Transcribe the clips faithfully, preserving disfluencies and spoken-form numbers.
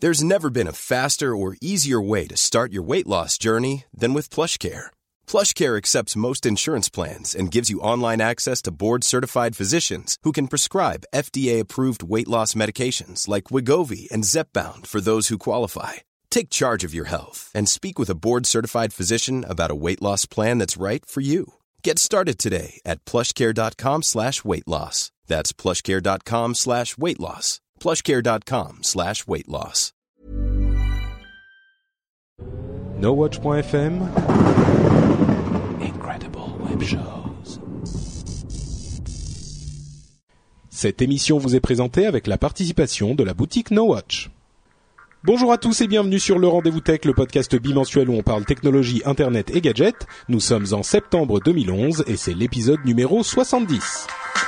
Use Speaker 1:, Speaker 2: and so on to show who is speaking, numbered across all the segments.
Speaker 1: There's never been a faster or easier way to start your weight loss journey than with PlushCare. PlushCare accepts most insurance plans and gives you online access to board-certified physicians who can prescribe F D A-approved weight loss medications like Wegovy and Zepbound for those who qualify. Take charge of your health and speak with a board-certified physician about a weight loss plan that's right for you. Get started today at plushcare.com slash weight loss. That's plushcare.com slash weight loss. plushcare.com slash weight loss.
Speaker 2: NoWatch point F M. Incredible Web Shows. Cette émission vous est présentée avec la participation de la boutique NoWatch. Bonjour à tous et bienvenue sur le Rendez-vous Tech, le podcast bimensuel où on parle technologie, internet et gadgets. Nous sommes en septembre deux mille onze et c'est l'épisode numéro soixante-dix.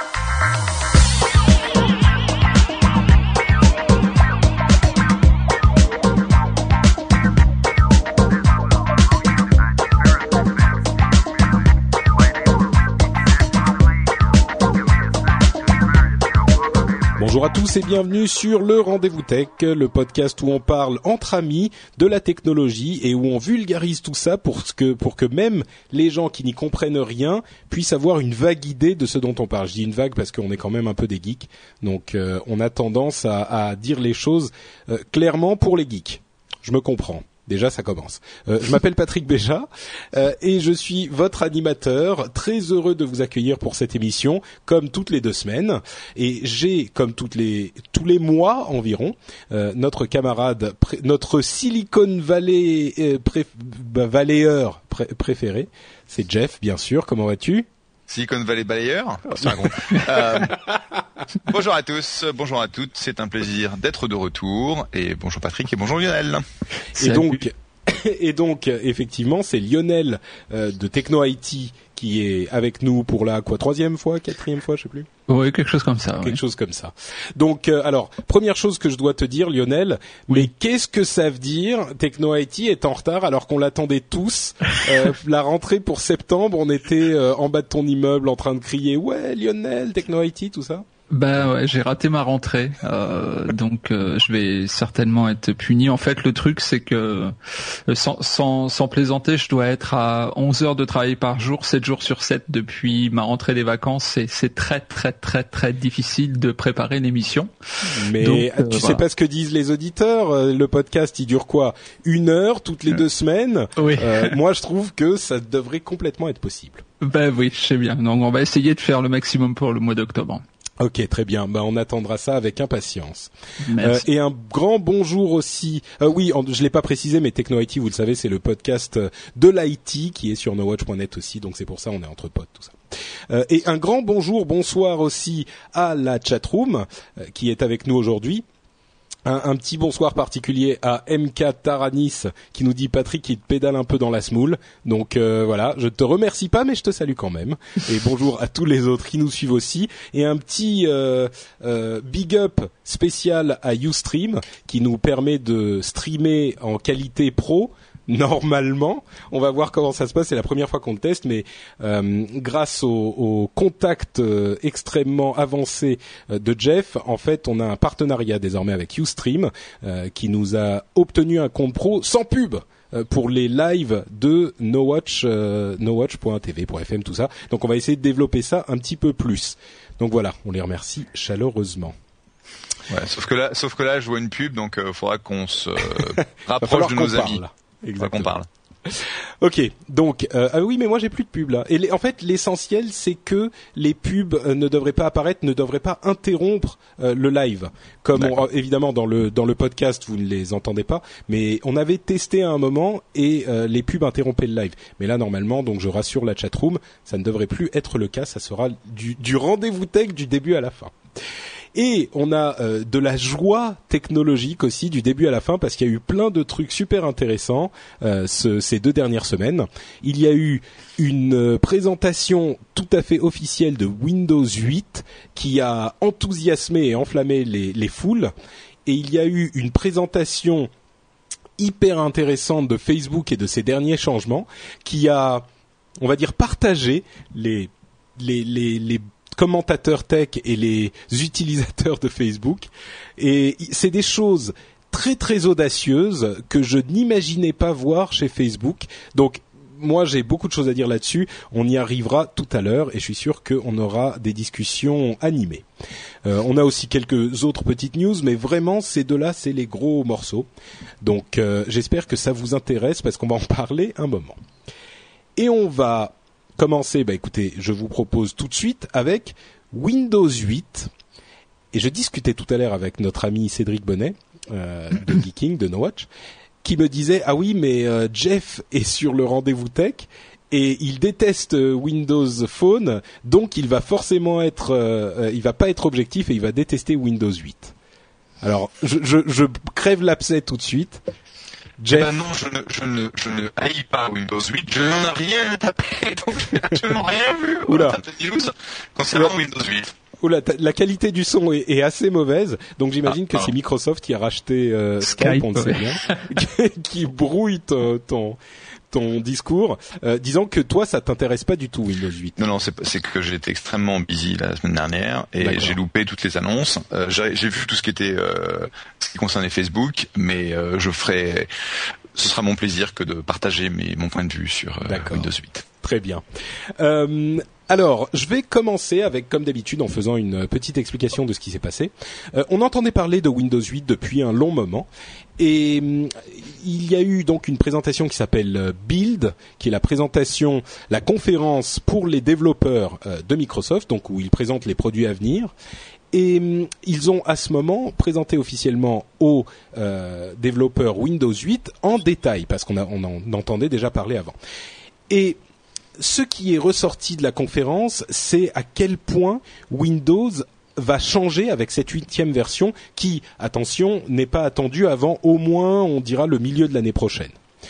Speaker 2: Bonjour à tous et bienvenue sur le Rendez-vous Tech, le podcast où on parle entre amis de la technologie et où on vulgarise tout ça pour que, pour que même les gens qui n'y comprennent rien puissent avoir une vague idée de ce dont on parle. Je dis une vague parce qu'on est quand même un peu des geeks, donc euh, on a tendance à, à dire les choses euh, clairement pour les geeks. Je me comprends. Déjà, ça commence. Euh, je m'appelle Patrick Béja euh, et je suis votre animateur. Très heureux de vous accueillir pour cette émission, comme toutes les deux semaines. Et j'ai, comme toutes les tous les mois environ, euh, notre camarade, pré, notre Silicon Valley euh, pré, bah, Valléeur pré, préféré, c'est Jeff, bien sûr. Comment vas-tu ?
Speaker 3: Silicon Valley balayeur. euh, bonjour à tous, bonjour à toutes. C'est un plaisir d'être de retour. Et bonjour Patrick et bonjour Lionel.
Speaker 2: Et donc, et donc, effectivement, c'est Lionel euh, de Techno I T qui est avec nous pour la quoi troisième fois, quatrième fois, je sais plus.
Speaker 4: Oui, quelque chose comme ça.
Speaker 2: Quelque
Speaker 4: oui.
Speaker 2: chose comme ça. Donc, euh, alors, première chose que je dois te dire, Lionel, oui. Mais qu'est-ce que ça veut dire Techno I T est en retard alors qu'on l'attendait tous. euh, la rentrée pour septembre, on était euh, en bas de ton immeuble en train de crier « Ouais, Lionel, Techno I T, tout ça ».
Speaker 4: Bah ouais, j'ai raté ma rentrée, euh, donc euh, je vais certainement être puni. En fait, le truc c'est que euh, sans, sans, sans plaisanter, je dois être à onze heures de travail par jour, sept jours sur sept depuis ma rentrée des vacances. C'est, c'est très très très très difficile de préparer l'émission.
Speaker 2: Mais
Speaker 4: donc,
Speaker 2: euh, tu
Speaker 4: voilà.
Speaker 2: sais pas ce que disent les auditeurs. Le podcast, il dure quoi ? Une heure toutes les deux semaines.
Speaker 4: Oui.
Speaker 2: Euh, moi, je trouve que ça devrait complètement être possible.
Speaker 4: Bah oui, je sais bien. Donc on va essayer de faire le maximum pour le mois d'octobre.
Speaker 2: Ok, très bien. Bah, on attendra ça avec impatience.
Speaker 4: Merci.
Speaker 2: Euh, et un grand bonjour aussi. Euh, oui, en, je l'ai pas précisé, mais Techno I T, vous le savez, c'est le podcast de l'I T qui est sur nowatch point net aussi. Donc c'est pour ça on est entre potes, tout ça. Euh, et un grand bonjour, bonsoir aussi à la chatroom euh, qui est avec nous aujourd'hui. Un, un petit bonsoir particulier à M K Taranis qui nous dit Patrick il te pédale un peu dans la smoule. Donc euh, voilà, je te remercie pas mais je te salue quand même. Et bonjour à tous les autres qui nous suivent aussi. Et un petit euh, euh, big up spécial à Ustream qui nous permet de streamer en qualité pro. Normalement, on va voir comment ça se passe. C'est la première fois qu'on le teste, mais euh, grâce au, au contact euh, extrêmement avancé euh, de Jeff, en fait, on a un partenariat désormais avec Ustream euh, qui nous a obtenu un compte pro sans pub euh, pour les lives de NoWatch, euh, nowatch point t v point f m, tout ça. Donc, on va essayer de développer ça un petit peu plus. Donc voilà, on les remercie chaleureusement.
Speaker 3: Ouais, sauf que là, sauf que là, je vois une pub, donc il euh, faudra qu'on se euh, rapproche de nos amis.
Speaker 2: Exactement.
Speaker 3: Qu'on parle.
Speaker 2: Ok, donc euh, ah oui, mais moi j'ai plus de pubs là. Et les, en fait, l'essentiel c'est que les pubs euh, ne devraient pas apparaître, ne devraient pas interrompre euh, le live. Comme on, évidemment dans le dans le podcast vous ne les entendez pas, mais on avait testé à un moment et euh, les pubs interrompaient le live. Mais là normalement, donc je rassure la chatroom, ça ne devrait plus être le cas. Ça sera du, du rendez-vous tech du début à la fin. Et on a euh, de la joie technologique aussi du début à la fin parce qu'il y a eu plein de trucs super intéressants euh, ce, ces deux dernières semaines. Il y a eu une euh, présentation tout à fait officielle de Windows huit qui a enthousiasmé et enflammé les, les foules. Et il y a eu une présentation hyper intéressante de Facebook et de ses derniers changements qui a, on va dire, partagé les les les, les commentateurs tech et les utilisateurs de Facebook. Et c'est des choses très très audacieuse que je n'imaginais pas voir chez Facebook. Donc moi, j'ai beaucoup de choses à dire là-dessus. On y arrivera tout à l'heure et je suis sûr qu'on aura des discussions animées. Euh, on a aussi quelques autres petites news, mais vraiment, ces deux-là, c'est les gros morceaux. Donc, euh, j'espère que ça vous intéresse parce qu'on va en parler un moment. Et on va commencer, bah écoutez, je vous propose tout de suite avec Windows huit. Et je discutais tout à l'heure avec notre ami Cédric Bonnet euh, de Geeking, de No Watch, qui me disait « Ah oui, mais euh, Jeff est sur le rendez-vous tech et il déteste euh, Windows Phone, donc il va forcément être, euh, il va pas être objectif et il va détester Windows huit. » Alors, je, je, je crève l'abcès tout de suite.
Speaker 3: Jeff... Eh ben non, je ne, je ne, je ne haïs pas Windows huit, je n'en ai rien tapé, donc je n'ai absolument rien vu au table de news concernant Windows huit.
Speaker 2: Oula, la qualité du son est, est assez mauvaise, donc j'imagine ah, que ah. c'est Microsoft qui a racheté euh, Skype, Skype, on ne sait bien, qui brouille ton, ton, ton discours, euh, disant que toi, ça t'intéresse pas du tout Windows huit.
Speaker 3: Non, non, c'est, c'est que j'étais extrêmement busy la semaine dernière et D'accord. j'ai loupé toutes les annonces. Euh, j'ai, j'ai vu tout ce qui était, euh, ce qui concernait Facebook, mais euh, je ferai, ce sera mon plaisir que de partager mes, mon point de vue sur euh, Windows huit.
Speaker 2: Très bien. Euh, alors, je vais commencer avec, comme d'habitude, en faisant une petite explication de ce qui s'est passé. Euh, on entendait parler de Windows huit depuis un long moment, et euh, il y a eu donc une présentation qui s'appelle Build, qui est la présentation, la conférence pour les développeurs euh, de Microsoft, donc où ils présentent les produits à venir. Et euh, ils ont à ce moment présenté officiellement aux euh, développeurs Windows huit en détail, parce qu'on a, on en entendait déjà parler avant. Et ce qui est ressorti de la conférence, c'est à quel point Windows va changer avec cette huitième version qui, attention, n'est pas attendue avant au moins, on dira, le milieu de l'année prochaine.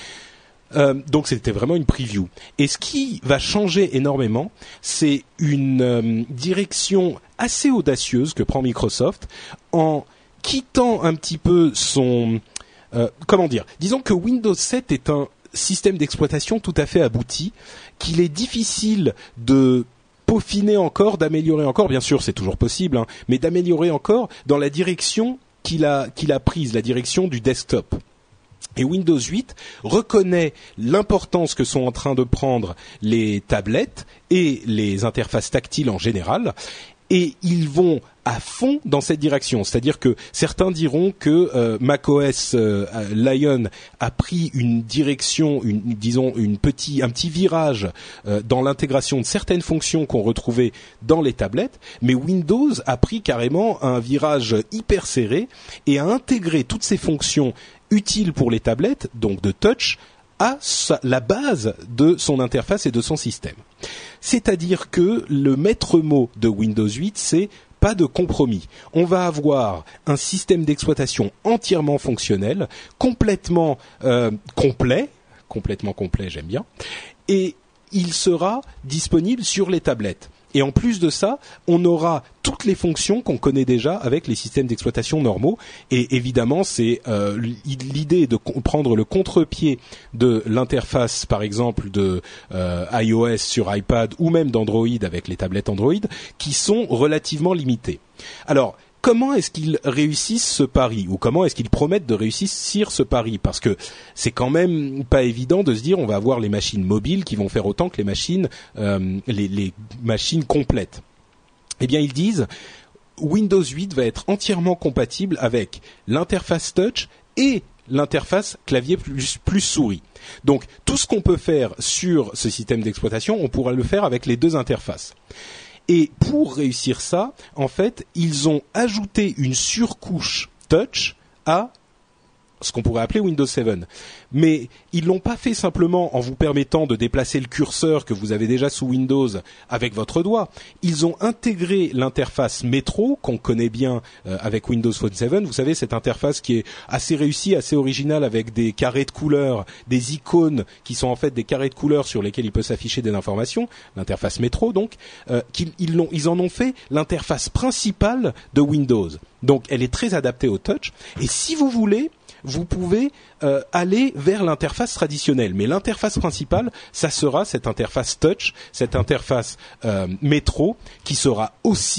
Speaker 2: Euh, donc c'était vraiment une preview. Et ce qui va changer énormément, c'est une euh, direction assez audacieuse que prend Microsoft en quittant un peu son... Euh, comment dire ? Disons que Windows sept est un système d'exploitation tout à fait abouti, qu'il est difficile de peaufiner encore, d'améliorer encore, bien sûr c'est toujours possible, hein, mais d'améliorer encore dans la direction qu'il a, qu'il a prise, la direction du desktop. Et Windows huit reconnaît l'importance que sont en train de prendre les tablettes et les interfaces tactiles en général, et ils vont à fond dans cette direction. C'est-à-dire que certains diront que euh, macOS euh, Lion a pris une direction, une, disons une petit, un petit virage euh, dans l'intégration de certaines fonctions qu'on retrouvait dans les tablettes, mais Windows a pris carrément un virage hyper serré et a intégré toutes ces fonctions utiles pour les tablettes, donc de touch, à sa, la base de son interface et de son système. C'est-à-dire que le maître mot de Windows huit, c'est pas de compromis. On va avoir un système d'exploitation entièrement fonctionnel, complètement euh, complet, complètement complet, j'aime bien, et il sera disponible sur les tablettes. Et en plus de ça, on aura toutes les fonctions qu'on connaît déjà avec les systèmes d'exploitation normaux. Et évidemment, c'est euh, l'idée de prendre le contre-pied de l'interface, par exemple, de euh, iOS sur iPad ou même d'Android avec les tablettes Android, qui sont relativement limitées. Alors, comment est-ce qu'ils réussissent ce pari, ou comment est-ce qu'ils promettent de réussir ce pari ? Parce que c'est quand même pas évident de se dire on va avoir les machines mobiles qui vont faire autant que les machines, euh, les, les machines complètes. Eh bien, ils disent Windows huit va être entièrement compatible avec l'interface touch et l'interface clavier plus, plus souris. Donc, tout ce qu'on peut faire sur ce système d'exploitation, on pourra le faire avec les deux interfaces. Et pour réussir ça, en fait, ils ont ajouté une surcouche touch à ce qu'on pourrait appeler Windows sept. Mais ils l'ont pas fait simplement en vous permettant de déplacer le curseur que vous avez déjà sous Windows avec votre doigt. Ils ont intégré l'interface Metro qu'on connaît bien euh, avec Windows Phone sept. Vous savez, cette interface qui est assez réussie, assez originale avec des carrés de couleurs, des icônes qui sont en fait des carrés de couleurs sur lesquels il peut s'afficher des informations. L'interface Metro, donc, euh, qu'ils, ils, l'ont, ils en ont fait l'interface principale de Windows. Donc, elle est très adaptée au touch. Et si vous voulez, vous pouvez euh, aller vers l'interface traditionnelle. Mais l'interface principale, ça sera cette interface touch, cette interface euh, métro, qui sera aussi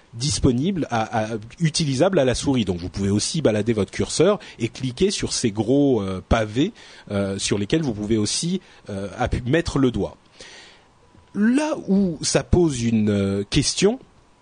Speaker 2: disponible, à, à, utilisable à la souris. Donc vous pouvez aussi balader votre curseur et cliquer sur ces gros euh, pavés euh, sur lesquels vous pouvez aussi euh, mettre le doigt. Là où ça pose une euh, question,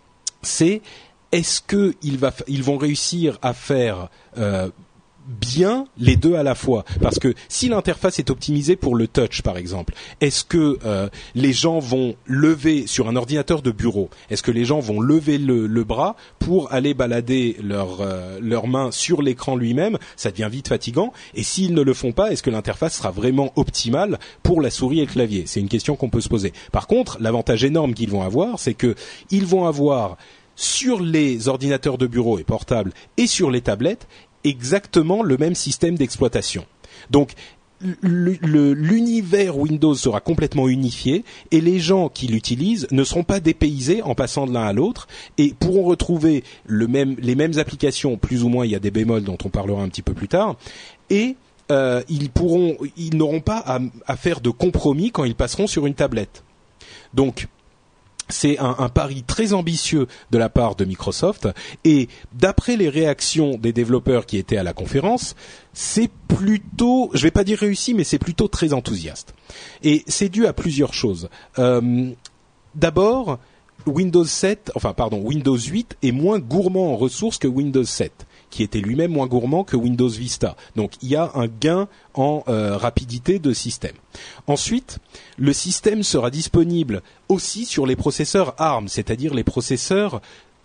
Speaker 2: c'est est-ce que il va, ils vont réussir à faire euh, bien les deux à la fois, parce que si l'interface est optimisée pour le touch par exemple, est-ce que euh, les gens vont lever sur un ordinateur de bureau, est-ce que les gens vont lever le, le bras pour aller balader leur euh, leurs mains sur l'écran lui-même? Ça devient vite fatigant. Et s'ils ne le font pas, est-ce que l'interface sera vraiment optimale pour la souris et le clavier? C'est une question qu'on peut se poser. Par contre, l'avantage énorme qu'ils vont avoir, c'est que ils vont avoir sur les ordinateurs de bureau et portables et sur les tablettes exactement le même système d'exploitation. Donc le, le, l'univers Windows sera complètement unifié et les gens qui l'utilisent ne seront pas dépaysés en passant de l'un à l'autre et pourront retrouver le même, les mêmes applications, plus ou moins. Il y a des bémols dont on parlera un petit peu plus tard, et euh, ils pourront, ils n'auront pas à, à faire de compromis quand ils passeront sur une tablette. Donc c'est un, un pari très ambitieux de la part de Microsoft, et d'après les réactions des développeurs qui étaient à la conférence, c'est plutôt, je vais pas dire réussi, mais c'est plutôt très enthousiaste. Et c'est dû à plusieurs choses. Euh, d'abord, Windows sept, enfin pardon, Windows huit est moins gourmand en ressources que Windows sept, qui était lui-même moins gourmand que Windows Vista. Donc il y a un gain en euh, rapidité de système. Ensuite, le système sera disponible aussi sur les processeurs ARM, c'est-à-dire les processeurs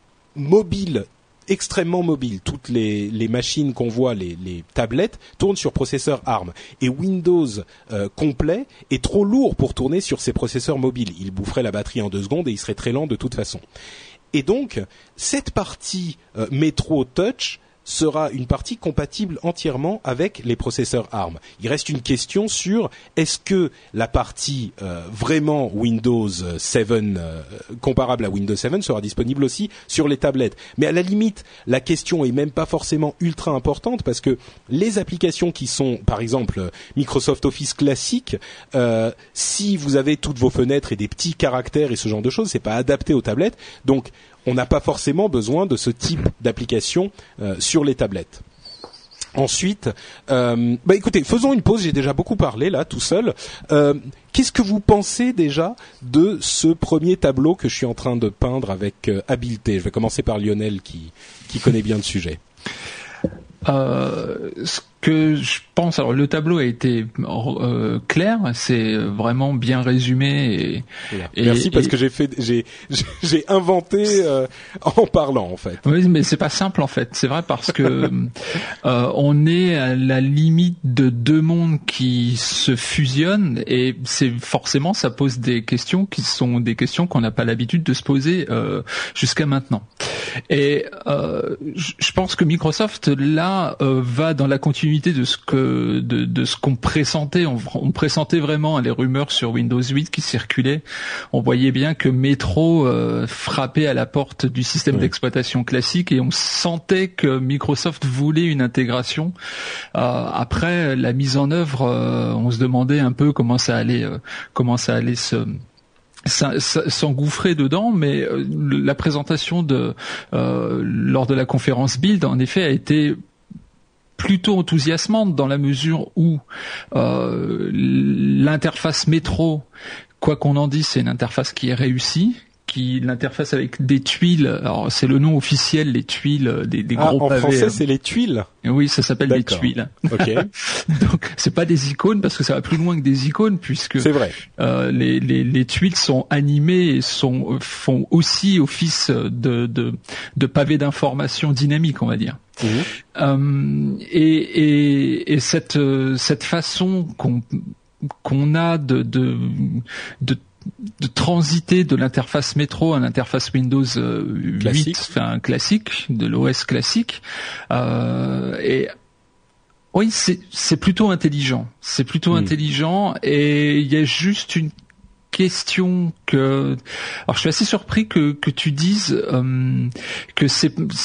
Speaker 2: mobiles, extrêmement mobiles. Toutes les, les machines qu'on voit, les, les tablettes, tournent sur processeurs ARM. Et Windows euh, complet est trop lourd pour tourner sur ces processeurs mobiles. Il boufferait la batterie en deux secondes et il serait très lent de toute façon. Et donc, cette partie euh, Metro Touch sera une partie compatible entièrement avec les processeurs ARM. Il reste une question sur est-ce que la partie euh, vraiment Windows sept, euh, comparable à Windows sept, sera disponible aussi sur les tablettes. Mais à la limite, la question est même pas forcément ultra importante, parce que les applications qui sont, par exemple, Microsoft Office classique, euh, si vous avez toutes vos fenêtres et des petits caractères et ce genre de choses, c'est pas adapté aux tablettes. Donc on n'a pas forcément besoin de ce type d'application euh, sur les tablettes. Ensuite, euh, bah écoutez, faisons une pause. J'ai déjà beaucoup parlé là, tout seul. Euh, qu'est-ce que vous pensez déjà de ce premier tableau que je suis en train de peindre avec euh, habileté? Je vais commencer par Lionel qui qui connaît bien le sujet.
Speaker 4: Euh, ce que je pense, alors le tableau a été euh, clair, c'est vraiment bien résumé. Et, et
Speaker 2: merci, parce
Speaker 4: et,
Speaker 2: que j'ai fait, j'ai, j'ai inventé euh, en parlant en fait.
Speaker 4: Oui, mais c'est pas simple en fait. C'est vrai, parce que euh, on est à la limite de deux mondes qui se fusionnent, et c'est forcément, ça pose des questions qui sont des questions qu'on n'a pas l'habitude de se poser euh, jusqu'à maintenant. Et euh, je pense que Microsoft là euh, va dans la continuité de ce que de, de ce qu'on pressentait. On, on pressentait vraiment les rumeurs sur Windows huit qui circulaient. On voyait bien que Metro euh, frappait à la porte du système oui. d'exploitation classique, et on sentait que Microsoft voulait une intégration. Euh, après la mise en œuvre, euh, on se demandait un peu comment ça allait, euh, comment ça allait se s'engouffrer dedans, mais euh, la présentation de euh, lors de la conférence Build, en effet, a été plutôt enthousiasmante, dans la mesure où euh, l'interface Metro, quoi qu'on en dise, c'est une interface qui est réussie, qui l'interface avec des tuiles. Alors c'est le nom officiel, les tuiles, des, des
Speaker 2: ah,
Speaker 4: gros
Speaker 2: en
Speaker 4: pavés.
Speaker 2: En français, c'est les tuiles.
Speaker 4: Oui, ça s'appelle des tuiles.
Speaker 2: Ok.
Speaker 4: Donc c'est pas des icônes, parce que ça va plus loin que des icônes, puisque
Speaker 2: c'est vrai.
Speaker 4: Euh, les, les, les tuiles sont animées et sont font aussi office de de, de pavés d'information dynamiques, on va dire. Mmh. Euh, et, et, et cette cette façon qu'on qu'on a de de de de transiter de l'interface Metro à l'interface Windows huit, classique. Enfin classique, de l'O S classique, euh, et oui, c'est c'est plutôt intelligent, c'est plutôt mmh. intelligent, et il y a juste une question que, alors je suis assez surpris que que tu dises euh, que c'est c'est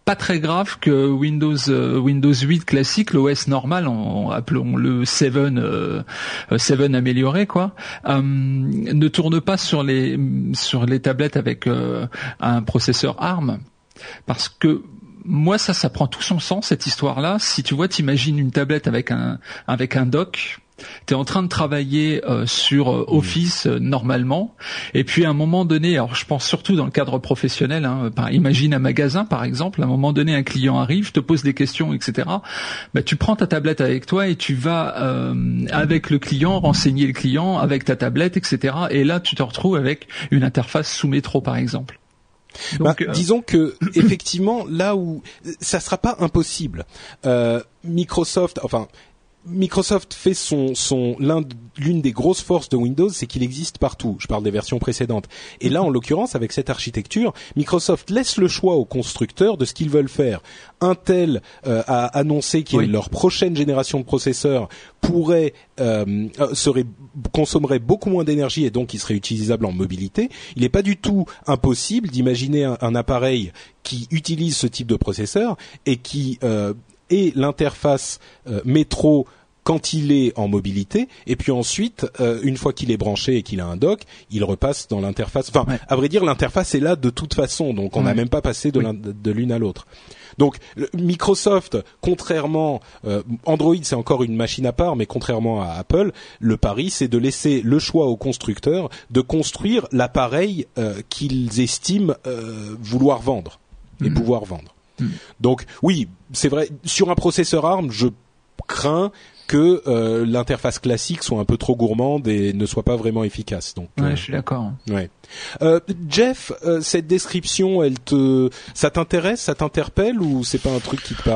Speaker 4: pas très grave que Windows euh, Windows huit classique, l'O S normal, en, en appelons-le sept euh, sept amélioré quoi, euh, ne tourne pas sur les sur les tablettes avec euh, un processeur ARM, parce que moi ça ça prend tout son sens cette histoire-là. Si tu vois, t'imagines une tablette avec un avec un dock. T'es en train de travailler euh, sur euh, Office euh, normalement, et puis à un moment donné, alors je pense surtout dans le cadre professionnel, hein, par, imagine un magasin par exemple, à un moment donné un client arrive, te pose des questions, et cetera. Bah, tu prends ta tablette avec toi et tu vas euh, avec le client renseigner le client avec ta tablette, et cetera. Et là tu te retrouves avec une interface sous métro par exemple.
Speaker 2: Donc, bah, euh... disons que effectivement là où ça sera pas impossible, euh, Microsoft, enfin. Microsoft fait son, son l'un, l'une des grosses forces de Windows, c'est qu'il existe partout. Je parle des versions précédentes. Et là, en l'occurrence, avec cette architecture, Microsoft laisse le choix aux constructeurs de ce qu'ils veulent faire. Intel euh, a annoncé que oui. leur prochaine génération de processeurs pourrait euh, serait consommerait beaucoup moins d'énergie et donc il serait utilisable en mobilité. Il n'est pas du tout impossible d'imaginer un, un appareil qui utilise ce type de processeur et qui euh, et l'interface euh, métro quand il est en mobilité, et puis ensuite, euh, une fois qu'il est branché et qu'il a un dock, il repasse dans l'interface. Enfin, ouais. à vrai dire, l'interface est là de toute façon, donc on n'a ouais. même pas passé de, oui. de l'une à l'autre. Donc, Microsoft, contrairement, euh, Android c'est encore une machine à part, mais contrairement à Apple, le pari c'est de laisser le choix aux constructeurs de construire l'appareil euh, qu'ils estiment euh, vouloir vendre et mmh. pouvoir vendre. Donc oui, c'est vrai, sur un processeur ARM, je crains que euh, l'interface classique soit un peu trop gourmande et ne soit pas vraiment efficace. Donc
Speaker 4: ouais,
Speaker 2: euh,
Speaker 4: je suis d'accord.
Speaker 2: Ouais. Euh, Jeff, euh, cette description, elle te ça t'intéresse, ça t'interpelle ou c'est pas un truc qui te parle ?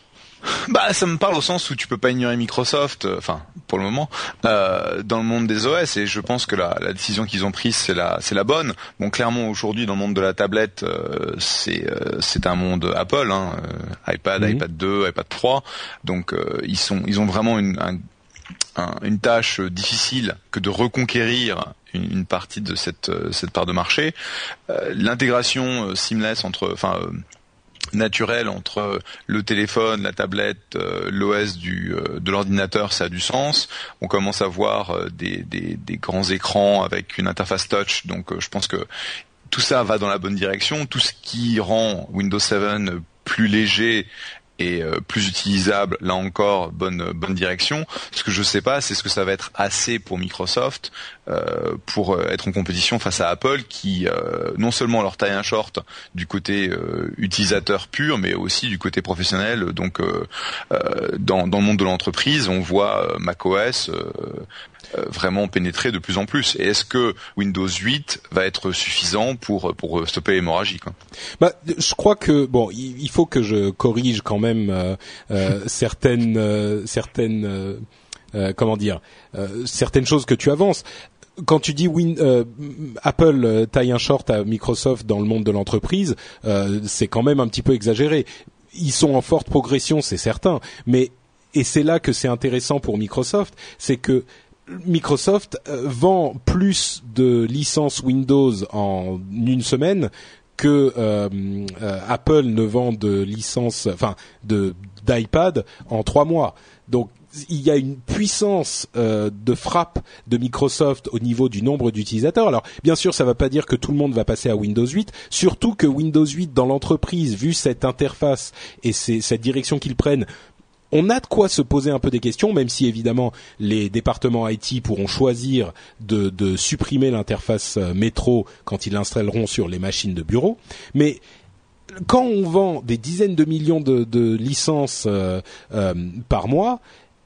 Speaker 3: Bah, ça me parle au sens où tu peux pas ignorer Microsoft, euh, enfin pour le moment, euh, dans le monde des O S, et je pense que la, la décision qu'ils ont prise c'est la c'est la bonne. Bon, clairement aujourd'hui dans le monde de la tablette, euh, c'est euh, c'est un monde Apple, hein, euh, iPad, mmh. iPad deux, iPad trois, donc euh, ils sont ils ont vraiment une un, un, une tâche difficile que de reconquérir une, une partie de cette cette part de marché. Euh, l'intégration euh, seamless entre, enfin euh, naturel entre le téléphone, la tablette, euh, l'O S du, euh, de l'ordinateur, ça a du sens. On commence à voir euh, des, des, des grands écrans avec une interface touch, donc euh, je pense que tout ça va dans la bonne direction. Tout ce qui rend Windows sept plus léger et euh, plus utilisable, là encore, bonne bonne direction. Ce que je sais pas, c'est ce que ça va être assez pour Microsoft euh, pour être en compétition face à Apple, qui euh, non seulement leur taille un short du côté euh, utilisateur pur, mais aussi du côté professionnel. Donc, euh, euh, dans dans le monde de l'entreprise, on voit euh, macOS euh, euh, vraiment pénétrer de plus en plus. Et est-ce que Windows huit va être suffisant pour pour stopper l'hémorragie, quoi ?
Speaker 2: Bah, je crois que bon, il faut que je corrige quand même. Même euh, euh, certaines euh, certaines euh, euh, comment dire euh, certaines choses que tu avances. Quand tu dis Win, euh, Apple euh, taille un short à Microsoft dans le monde de l'entreprise, euh, c'est quand même un petit peu exagéré. Ils sont en forte progression, c'est certain, mais et c'est là que c'est intéressant pour Microsoft, c'est que Microsoft euh, vend plus de licences Windows en une semaine que euh, euh, Apple ne vend de licence, enfin de d'iPad en trois mois. Donc il y a une puissance euh, de frappe de Microsoft au niveau du nombre d'utilisateurs. Alors bien sûr, ça ne va pas dire que tout le monde va passer à Windows huit, surtout que Windows huit dans l'entreprise, vu cette interface et ces, cette direction qu'ils prennent, on a de quoi se poser un peu des questions, même si évidemment les départements I T pourront choisir de, de supprimer l'interface métro quand ils l'installeront sur les machines de bureau. Mais quand on vend des dizaines de millions de, de licences euh, euh, par mois,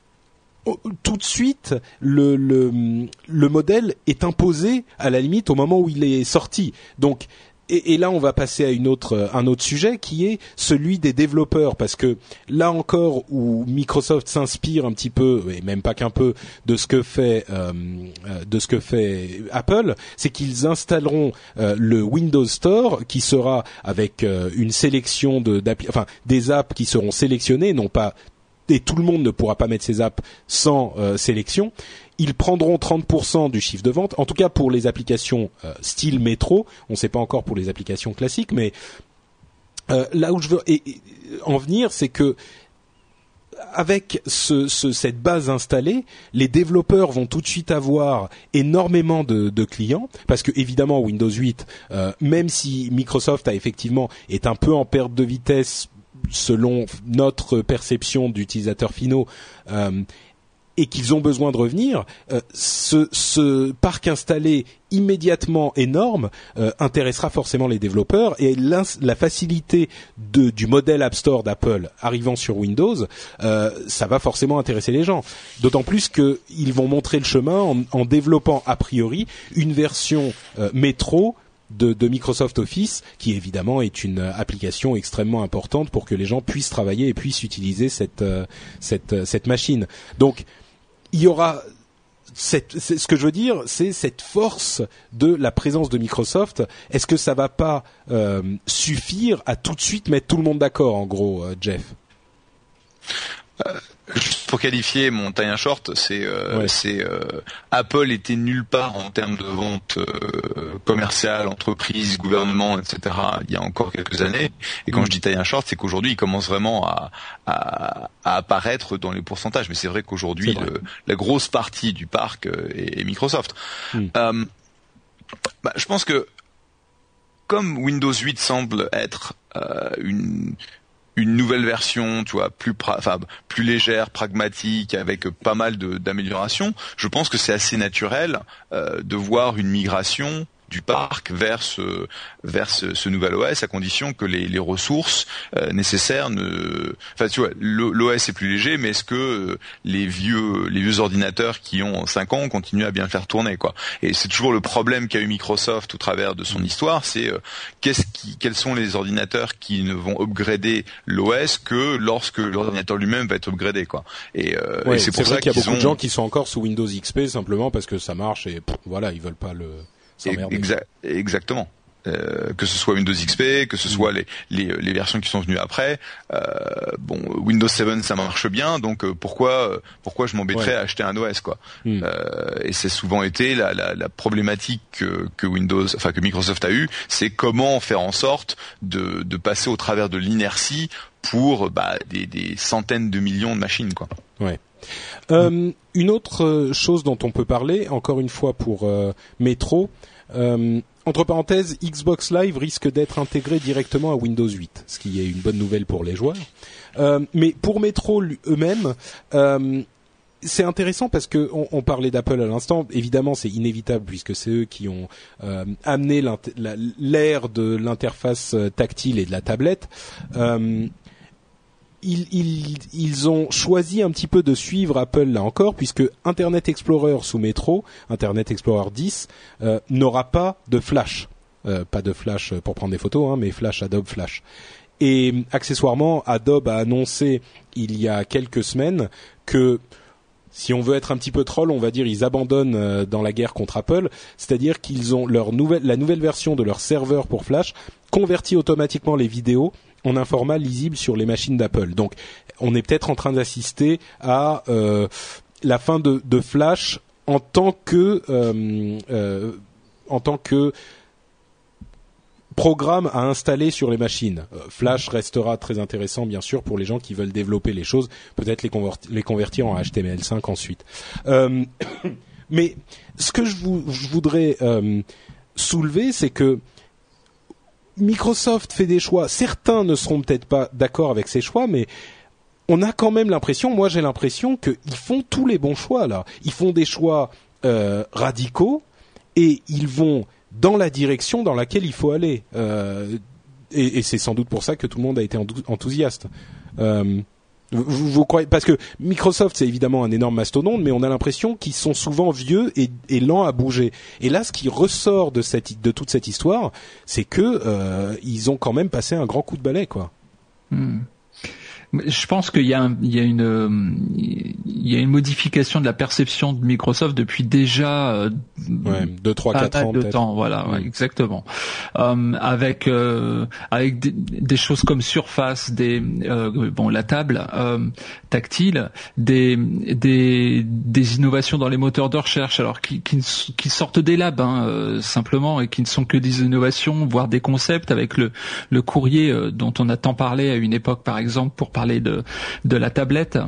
Speaker 2: tout de suite le, le, le modèle est imposé à la limite au moment où il est sorti. Donc Et, et là, on va passer à une autre, un autre sujet qui est celui des développeurs, parce que là encore, où Microsoft s'inspire un petit peu, et même pas qu'un peu, de ce que fait, euh, de ce que fait Apple, c'est qu'ils installeront euh, le Windows Store, qui sera avec euh, une sélection de, d'appli- enfin, des apps qui seront sélectionnées, non pas, et tout le monde ne pourra pas mettre ses apps sans euh, sélection. Ils prendront trente pour cent du chiffre de vente, en tout cas pour les applications euh, style métro. On ne sait pas encore pour les applications classiques, mais euh, là où je veux et, et, en venir, c'est que avec ce, ce, cette base installée, les développeurs vont tout de suite avoir énormément de, de clients, parce que évidemment Windows huit, euh, même si Microsoft a effectivement est un peu en perte de vitesse selon notre perception d'utilisateurs finaux, euh, et qu'ils ont besoin de revenir, euh, ce, ce parc installé immédiatement énorme euh, intéressera forcément les développeurs, et la facilité de, du modèle App Store d'Apple arrivant sur Windows, euh, ça va forcément intéresser les gens. D'autant plus qu'ils vont montrer le chemin en, en développant a priori une version euh, métro de, de Microsoft Office, qui évidemment est une application extrêmement importante pour que les gens puissent travailler et puissent utiliser cette, euh, cette, cette machine. Donc, il y aura cette, ce que je veux dire, c'est cette force de la présence de Microsoft. Est-ce que ça va pas euh, suffire à tout de suite mettre tout le monde d'accord, en gros, euh, Jeff?
Speaker 3: euh, Juste pour qualifier mon tie and short, c'est, euh, ouais. c'est euh, Apple était nulle part en termes de vente euh, commerciale, entreprise, gouvernement, et cetera. Il y a encore quelques années. Et quand mmh. je dis tie and short, c'est qu'aujourd'hui, il commence vraiment à, à, à apparaître dans les pourcentages. Mais c'est vrai qu'aujourd'hui, c'est vrai. Le, la grosse partie du parc est, est Microsoft. Mmh. Euh, bah, je pense que comme Windows huit semble être euh, une une nouvelle version, tu vois, plus pra- enfin plus légère, pragmatique, avec pas mal de, d'améliorations, je pense que c'est assez naturel euh, de voir une migration du parc vers ce vers ce, ce nouvel O S, à condition que les, les ressources euh, nécessaires ne, enfin tu vois, l'O S est plus léger, mais est-ce que euh, les vieux les vieux ordinateurs qui ont cinq ans continuent à bien le faire tourner, quoi. Et c'est toujours le problème qu'a eu Microsoft au travers de son histoire, c'est euh, qu'est-ce qui quels sont les ordinateurs qui ne vont upgrader l'O S que lorsque l'ordinateur lui-même va être upgradé, quoi. Et, euh,
Speaker 2: ouais,
Speaker 3: et c'est,
Speaker 2: c'est
Speaker 3: pour
Speaker 2: vrai
Speaker 3: ça
Speaker 2: qu'il y a beaucoup
Speaker 3: ont...
Speaker 2: de gens qui sont encore sous Windows X P simplement parce que ça marche et pff, voilà, ils veulent pas le
Speaker 3: Exa- exactement. Euh, que ce soit Windows X P, que ce soit les, les, les versions qui sont venues après. Euh, bon, Windows sept ça marche bien, donc euh, pourquoi pourquoi je m'embêterais ouais. à acheter un O S, quoi. Mm. Euh, et c'est souvent été la, la, la problématique que, que Windows, enfin que Microsoft a eu, c'est comment faire en sorte de, de passer au travers de l'inertie pour bah, des, des centaines de millions de machines, quoi.
Speaker 2: Ouais. Euh, une autre chose dont on peut parler, encore une fois pour euh, Metro, euh, entre parenthèses, Xbox Live risque d'être intégré directement à Windows huit, ce qui est une bonne nouvelle pour les joueurs. Euh, mais pour Metro eux-mêmes, euh, c'est intéressant parce que on, on parlait d'Apple à l'instant. Évidemment, c'est inévitable puisque c'est eux qui ont euh, amené la, l'ère de l'interface tactile et de la tablette. Euh, Ils, ils, ils ont choisi un petit peu de suivre Apple là encore, puisque Internet Explorer sous Metro, Internet Explorer dix, euh, n'aura pas de Flash, euh, pas de Flash pour prendre des photos, hein, mais Flash, Adobe Flash. Et accessoirement, Adobe a annoncé il y a quelques semaines que, si on veut être un petit peu troll, on va dire ils abandonnent euh, dans la guerre contre Apple, c'est-à-dire qu'ils ont leur nouvelle, la nouvelle version de leur serveur pour Flash convertit automatiquement les vidéos en un format lisible sur les machines d'Apple. Donc, on est peut-être en train d'assister à euh, la fin de, de Flash en tant que euh, euh, en tant que programme à installer sur les machines. Euh, Flash restera très intéressant, bien sûr, pour les gens qui veulent développer les choses, peut-être les, converti- les convertir en H T M L cinq ensuite. Euh, mais ce que je, vous, je voudrais euh, soulever, c'est que Microsoft fait des choix. Certains ne seront peut-être pas d'accord avec ces choix, mais on a quand même l'impression, moi j'ai l'impression qu'ils font tous les bons choix là. Ils font des choix euh, radicaux et ils vont dans la direction dans laquelle il faut aller. Euh, et, et c'est sans doute pour ça que tout le monde a été enthousiaste. Euh, Vous, vous croyez, parce que Microsoft c'est évidemment un énorme mastodonte, mais on a l'impression qu'ils sont souvent vieux et, et lents à bouger. Et là, ce qui ressort de cette, de toute cette histoire, c'est que euh, ils ont quand même passé un grand coup de balai, quoi.
Speaker 4: Hmm. Je pense qu'il y a, un, il y a une, il y a une modification de la perception de Microsoft depuis déjà euh,
Speaker 2: ouais, deux, trois, quatre ans
Speaker 4: de
Speaker 2: peut-être.
Speaker 4: temps, voilà, ouais, exactement. Euh, avec euh, avec des, des choses comme Surface, des euh, bon la table euh, tactile, des des des innovations dans les moteurs de recherche, alors qui qui, qui sortent des labs hein, euh, simplement et qui ne sont que des innovations, voire des concepts, avec le le courrier euh, dont on a tant parlé à une époque, par exemple, pour parler de de la tablette.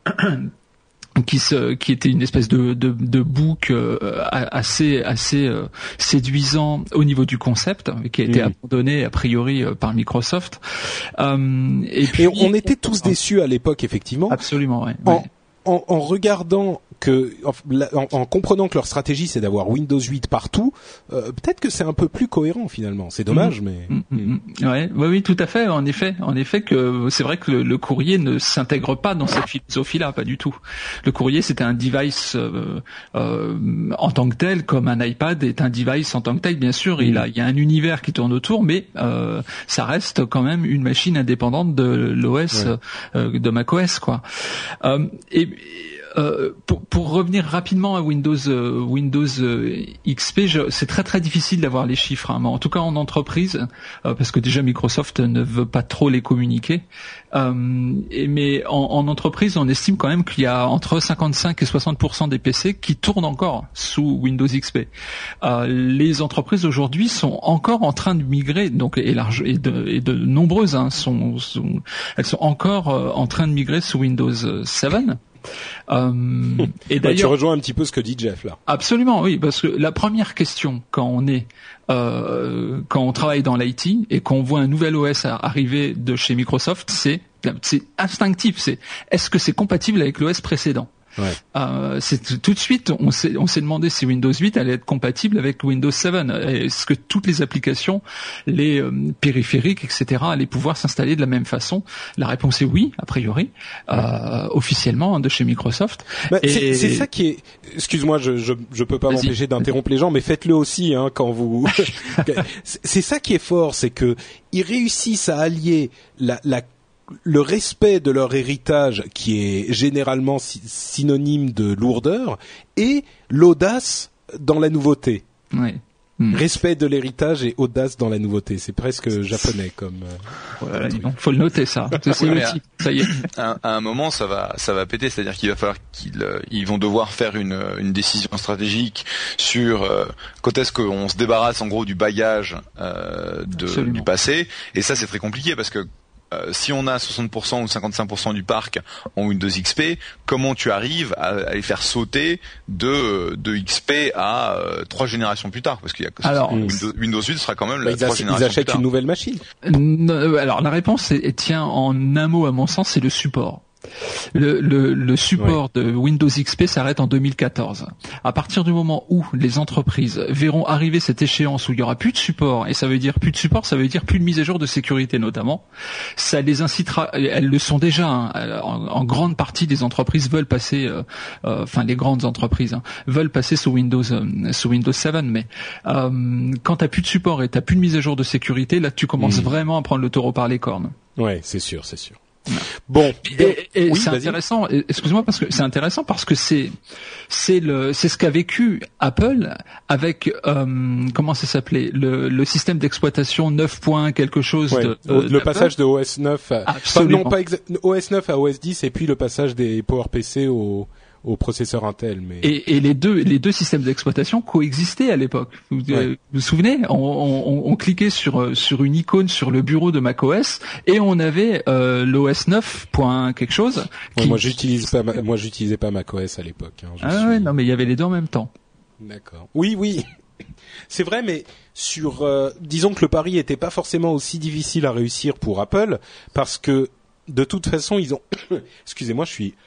Speaker 4: qui se qui était une espèce de de, de book euh, assez assez euh, séduisant au niveau du concept, qui a été mmh. abandonné a priori euh, par Microsoft. Euh, et puis
Speaker 2: et on était tous déçus à l'époque, effectivement.
Speaker 4: Absolument, ouais.
Speaker 2: En,
Speaker 4: ouais.
Speaker 2: en, en regardant que, en, en comprenant que leur stratégie c'est d'avoir Windows huit partout, euh, peut-être que c'est un peu plus cohérent finalement. C'est dommage, mmh. mais
Speaker 4: mmh, mmh. Ouais, oui, oui, tout à fait. En effet, en effet que c'est vrai que le, le courrier ne s'intègre pas dans cette philosophie-là, pas du tout. Le courrier, c'était un device euh, euh, en tant que tel, comme un iPad est un device en tant que tel. Bien sûr, mmh. il a, il y a un univers qui tourne autour, mais euh, ça reste quand même une machine indépendante de l'O S, ouais. euh, de macOS, quoi. Euh, et Euh, pour, pour revenir rapidement à Windows euh, Windows euh, X P, je, c'est très très difficile d'avoir les chiffres, hein, mais en tout cas en entreprise, euh, parce que déjà Microsoft ne veut pas trop les communiquer. Euh, et, mais en, en entreprise, on estime quand même qu'il y a entre cinquante-cinq et soixante pour cent des P C qui tournent encore sous Windows X P. Euh, les entreprises aujourd'hui sont encore en train de migrer, donc et, large, et, de, et de nombreuses hein, sont, sont, elles sont encore euh, en train de migrer sous Windows sept. Euh, et d'ailleurs,
Speaker 2: tu rejoins un petit peu ce que dit Jeff là.
Speaker 4: Absolument, oui, parce que la première question quand on est euh, quand on travaille dans l'I T et qu'on voit un nouvel O S arriver de chez Microsoft, c'est c'est instinctif, c'est est-ce que c'est compatible avec l'O S précédent?
Speaker 2: Ouais.
Speaker 4: Euh, c'est tout de suite, on s'est on s'est demandé si Windows huit allait être compatible avec Windows sept. Est-ce que toutes les applications, les euh, périphériques, et cetera, allaient pouvoir s'installer de la même façon? La réponse est oui, a priori, euh, ouais. officiellement de chez Microsoft.
Speaker 2: Bah, et c'est, c'est ça qui est. Excuse-moi, je je je peux pas Vas-y. m'empêcher d'interrompre les gens, mais faites-le aussi hein, quand vous. C'est ça qui est fort, c'est que ils réussissent à allier la la le respect de leur héritage qui est généralement synonyme de lourdeur et l'audace dans la nouveauté.
Speaker 4: Oui.
Speaker 2: Mmh. Respect de l'héritage et audace dans la nouveauté. C'est presque japonais comme.
Speaker 4: Voilà, il faut le noter ça. C'est
Speaker 3: oui,
Speaker 4: outil. Ça y est.
Speaker 3: À, à un moment, ça va, ça va péter. C'est-à-dire qu'il va falloir qu'ils, ils vont devoir faire une, une décision stratégique sur euh, quand est-ce qu'on se débarrasse en gros du bagage euh, de, du passé. Et ça, c'est très compliqué parce que Euh, si on a soixante pour cent ou cinquante-cinq pour cent du parc en Windows X P, comment tu arrives à, à les faire sauter de, de X P à euh, trois générations plus tard? Parce qu'il y a
Speaker 4: alors,
Speaker 3: Windows, Windows huit sera quand même
Speaker 2: la
Speaker 3: trois
Speaker 2: ils
Speaker 3: générations
Speaker 2: ils achètent
Speaker 3: plus tard.
Speaker 2: Une nouvelle machine.
Speaker 4: Euh, alors la réponse est, tient en un mot à mon sens, c'est le support. Le, le, le support ouais. de Windows X P s'arrête en deux mille quatorze. À partir du moment où les entreprises verront arriver cette échéance où il y aura plus de support, et ça veut dire plus de support, ça veut dire plus de mise à jour de sécurité notamment, ça les incitera, elles le sont déjà, hein, en, en grande partie des entreprises veulent passer, euh, euh, enfin les grandes entreprises hein, veulent passer sous Windows, euh, sous Windows sept, mais euh, quand t'as plus de support et t'as plus de mise à jour de sécurité, là tu commences mmh. vraiment à prendre le taureau par les cornes.
Speaker 2: Ouais, c'est sûr, c'est sûr. Bon,
Speaker 4: et, et
Speaker 2: oui,
Speaker 4: c'est
Speaker 2: vas-y.
Speaker 4: intéressant. Excuse-moi parce que c'est intéressant parce que c'est c'est le c'est ce qu'a vécu Apple avec euh, comment ça s'appelait le, le système d'exploitation neuf points quelque chose.
Speaker 2: Ouais,
Speaker 4: de,
Speaker 2: de, le
Speaker 4: d'Apple.
Speaker 2: Passage de O S neuf à
Speaker 4: Absolument.
Speaker 2: Enfin, non pas exa- O S neuf à O S dix et puis le passage des PowerPC au au processeur Intel, mais
Speaker 4: et, et les deux les deux systèmes d'exploitation coexistaient à l'époque. Vous ouais. euh, vous, vous souvenez, on, on, on cliquait sur sur une icône sur le bureau de macOS et on avait euh, l'O S neuf point quelque chose.
Speaker 2: Qui...
Speaker 4: Ouais,
Speaker 2: moi j'utilise pas moi j'utilisais pas macOS à l'époque. Hein,
Speaker 4: ah
Speaker 2: suis...
Speaker 4: ouais non mais il y avait les deux en même temps.
Speaker 2: D'accord. Oui oui. C'est vrai, mais sur euh, disons que le pari était pas forcément aussi difficile à réussir pour Apple parce que de toute façon ils ont excusez-moi je suis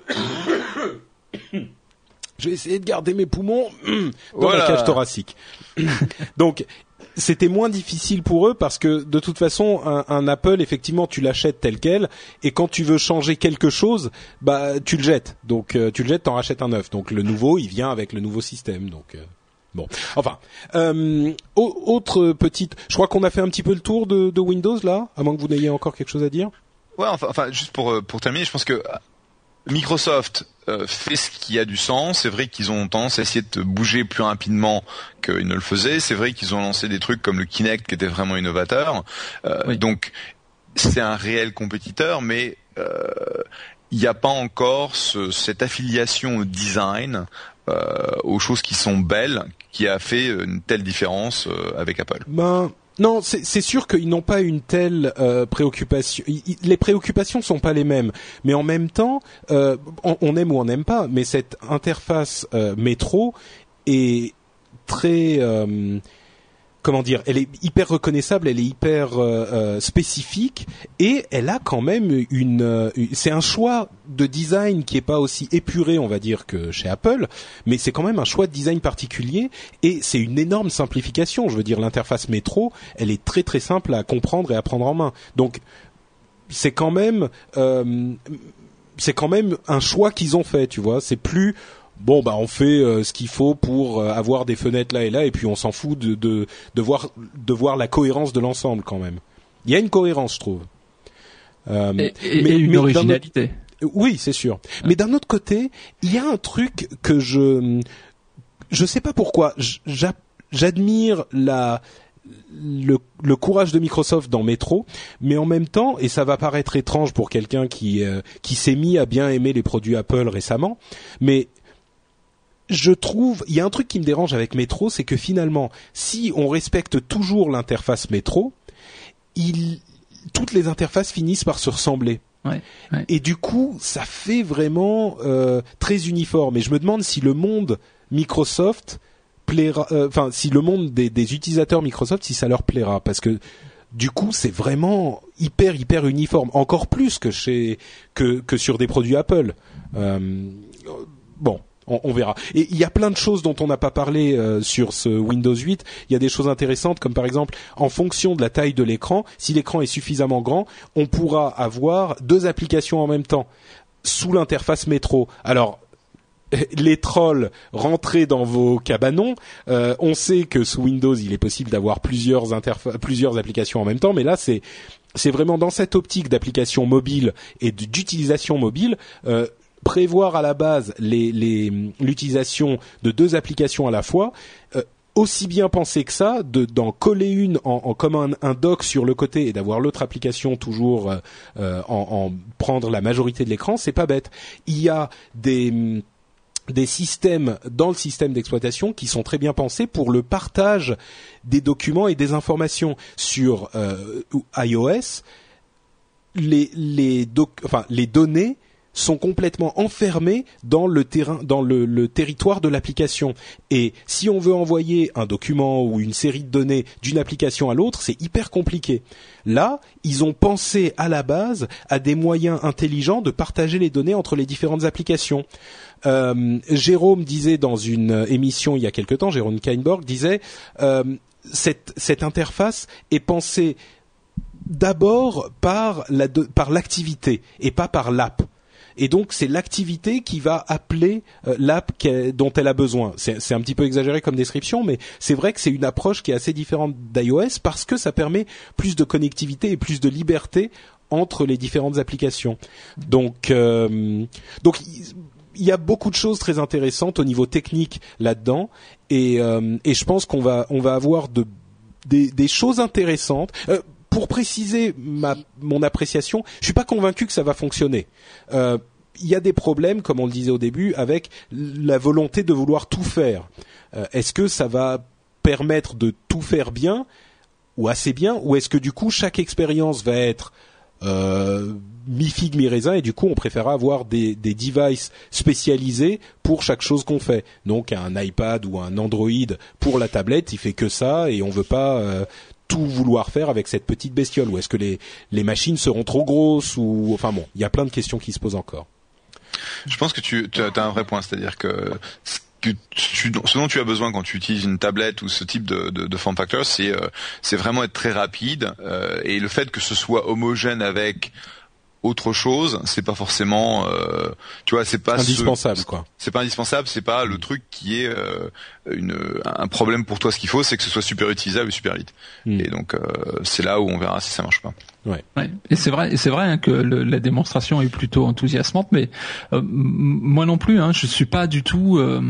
Speaker 2: j'ai essayé de garder mes poumons dans voilà. la cage thoracique. Donc, c'était moins difficile pour eux parce que de toute façon, un, un Apple, effectivement, tu l'achètes tel quel, et quand tu veux changer quelque chose, bah, tu le jettes. Donc, euh, tu le jettes, t'en rachètes un neuf. Donc, le nouveau, il vient avec le nouveau système. Donc, euh, bon, enfin, euh, autre petite. Je crois qu'on a fait un petit peu le tour de, de Windows là, à moins que vous n'ayez encore quelque chose à dire.
Speaker 3: Ouais, enfin, enfin juste pour pour terminer, je pense que Microsoft euh, fait ce qui a du sens. C'est vrai qu'ils ont tendance à essayer de bouger plus rapidement qu'ils ne le faisaient. C'est vrai qu'ils ont lancé des trucs comme le Kinect qui était vraiment innovateur. Euh, oui. Donc c'est un réel compétiteur, mais il euh, n'y a pas encore ce, cette affiliation au design, euh, aux choses qui sont belles, qui a fait une telle différence euh, avec Apple.
Speaker 2: Ben... Non, c'est, c'est sûr qu'ils n'ont pas une telle euh, préoccupation. I, i, les préoccupations sont pas les mêmes, mais en même temps, euh, on, on aime ou on n'aime pas, mais cette interface euh, métro est très, euh, comment dire, elle est hyper reconnaissable, elle est hyper euh, euh, spécifique, et elle a quand même une, euh, une. C'est un choix de design qui est pas aussi épuré, on va dire, que chez Apple, mais c'est quand même un choix de design particulier, et c'est une énorme simplification. Je veux dire, l'interface métro, elle est très très simple à comprendre et à prendre en main. Donc, c'est quand même, euh, c'est quand même un choix qu'ils ont fait, tu vois. C'est plus bon, bah on fait euh, ce qu'il faut pour euh, avoir des fenêtres là et là, et puis on s'en fout de, de de voir de voir la cohérence de l'ensemble quand même. Il y a une cohérence, je trouve.
Speaker 4: Euh, et, et, mais, et une mais originalité.
Speaker 2: Autre... Oui, c'est sûr. Ouais. Mais d'un autre côté, il y a un truc que je je sais pas pourquoi j'a... j'admire la Le, le courage de Microsoft dans Metro, mais en même temps, et ça va paraître étrange pour quelqu'un qui euh, qui s'est mis à bien aimer les produits Apple récemment, mais je trouve, il y a un truc qui me dérange avec Metro, c'est que finalement, si on respecte toujours l'interface Metro, il, toutes les interfaces finissent par se ressembler.
Speaker 4: Ouais, ouais.
Speaker 2: Et du coup, ça fait vraiment euh, très uniforme. Et je me demande si le monde Microsoft plaira, enfin euh, si le monde des, des utilisateurs Microsoft, si ça leur plaira, parce que du coup, c'est vraiment hyper hyper uniforme, encore plus que chez que que sur des produits Apple. Euh, bon. On, on verra. Et il y a plein de choses dont on n'a pas parlé euh, sur ce Windows huit. Il y a des choses intéressantes, comme par exemple, en fonction de la taille de l'écran, si l'écran est suffisamment grand, on pourra avoir deux applications en même temps sous l'interface métro. Alors, les trolls, rentrez dans vos cabanons. Euh, on sait que sous Windows, il est possible d'avoir plusieurs interfa- plusieurs applications en même temps, mais là, c'est c'est vraiment dans cette optique d'application mobile et d'utilisation mobile. Euh, prévoir à la base les, les, l'utilisation de deux applications à la fois, euh, aussi bien penser que ça, de, d'en coller une en, en comme un, un dock sur le côté et d'avoir l'autre application toujours euh, en, en prendre la majorité de l'écran, c'est pas bête. Il y a des des systèmes dans le système d'exploitation qui sont très bien pensés pour le partage des documents et des informations sur euh, iOS. Les les doc, enfin les données sont complètement enfermés dans le terrain, dans le, le territoire de l'application. Et si on veut envoyer un document ou une série de données d'une application à l'autre, c'est hyper compliqué. Là, ils ont pensé à la base à des moyens intelligents de partager les données entre les différentes applications. Euh, Jérôme disait dans une émission il y a quelque temps, Jérôme Kainborg disait euh, cette, cette interface est pensée d'abord par, la, de, par l'activité et pas par l'app. Et donc c'est l'activité qui va appeler euh, l'app dont elle a besoin. C'est, c'est un petit peu exagéré comme description, mais c'est vrai que c'est une approche qui est assez différente d'iOS parce que ça permet plus de connectivité et plus de liberté entre les différentes applications. Donc, euh, donc il y a beaucoup de choses très intéressantes au niveau technique là-dedans, et, euh, et je pense qu'on va on va avoir de des, des choses intéressantes. Euh, Pour préciser ma, mon appréciation, je suis pas convaincu que ça va fonctionner. Euh, il y a des problèmes, comme on le disait au début, avec la volonté de vouloir tout faire. Euh, est-ce que ça va permettre de tout faire bien ou assez bien, ou est-ce que du coup chaque expérience va être euh, mi-figue, mi-raisin, et du coup on préférera avoir des, des devices spécialisés pour chaque chose qu'on fait. Donc un iPad ou un Android pour la tablette, il fait que ça, et on veut pas euh, tout vouloir faire avec cette petite bestiole. Ou est-ce que les, les machines seront trop grosses, ou enfin bon, il y a plein de questions qui se posent encore.
Speaker 3: Je pense que tu as un vrai point, c'est-à-dire que que tu, ce dont tu as besoin quand tu utilises une tablette ou ce type de, de, de form factor, c'est, euh, c'est vraiment être très rapide, euh, et le fait que ce soit homogène avec autre chose, c'est pas forcément, euh, tu vois, c'est pas
Speaker 2: indispensable
Speaker 3: ce,
Speaker 2: quoi.
Speaker 3: C'est pas indispensable, c'est pas le truc qui est euh, une un problème pour toi. Ce qu'il faut, c'est que ce soit super utilisable et super vite. Mm. Et donc euh, c'est là où on verra si ça marche pas.
Speaker 4: Ouais. ouais. Et c'est vrai, et c'est vrai hein, que le, la démonstration est plutôt enthousiasmante, mais euh, m- moi non plus, hein, je suis pas du tout. Euh,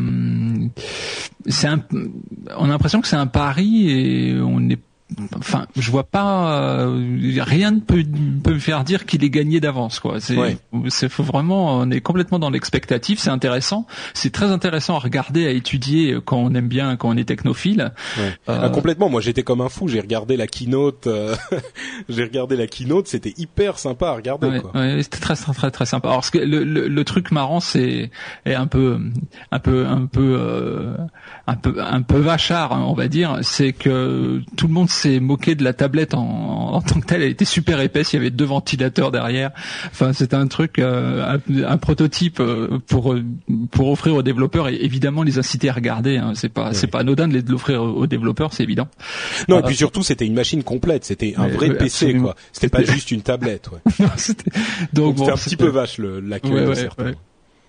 Speaker 4: c'est un, on a l'impression que c'est un pari et on est. Enfin, je vois pas, euh, rien ne peut, peut me faire dire qu'il est gagné d'avance, quoi. C'est, ouais. c'est faut vraiment, on est complètement dans l'expectatif. C'est intéressant, c'est très intéressant à regarder, à étudier quand on aime bien, quand on est technophile.
Speaker 2: Ouais. Euh... Ah, complètement. Moi, j'étais comme un fou. J'ai regardé la keynote. Euh... j'ai regardé la keynote. C'était hyper sympa à regarder.
Speaker 4: Ouais,
Speaker 2: quoi.
Speaker 4: Ouais, c'était très, très, très, très sympa. Alors, ce que, le, le, le truc marrant, c'est est un peu, un peu, un peu, euh, un peu, un peu vachard, on va dire. C'est que tout le monde s'est moqué de la tablette en, en tant que telle. Elle était super épaisse, il y avait deux ventilateurs derrière. Enfin, c'était un truc, euh, un, un prototype euh, pour pour offrir aux développeurs et évidemment les inciter à regarder. Hein. C'est pas ouais. c'est pas anodin de, les, de l'offrir aux développeurs, c'est évident.
Speaker 2: Non, euh, et puis surtout c'était une machine complète, c'était un vrai euh, P C absolument. Quoi. C'était, c'était pas juste une tablette. Ouais. non, c'était... Donc, Donc bon, c'était un c'était... petit peu vache le, l'accueil ouais, de ouais, certains. Ouais.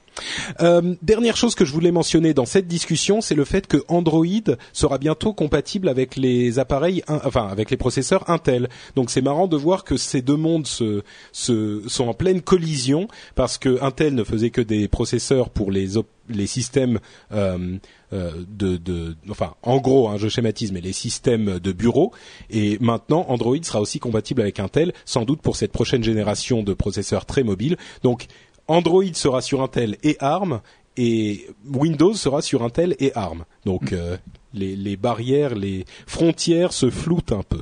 Speaker 2: Euh, dernière chose que je voulais mentionner dans cette discussion, c'est le fait que Android sera bientôt compatible avec les appareils, enfin avec les processeurs Intel. Donc c'est marrant de voir que ces deux mondes se, se sont en pleine collision parce que Intel ne faisait que des processeurs pour les op- les systèmes euh, euh, de, de, enfin en gros, hein, je schématise, mais les systèmes de bureau. Et maintenant, Android sera aussi compatible avec Intel, sans doute pour cette prochaine génération de processeurs très mobiles. Donc Android sera sur Intel et ARM et Windows sera sur Intel et ARM. Donc euh, les, les barrières, les frontières se floutent un peu.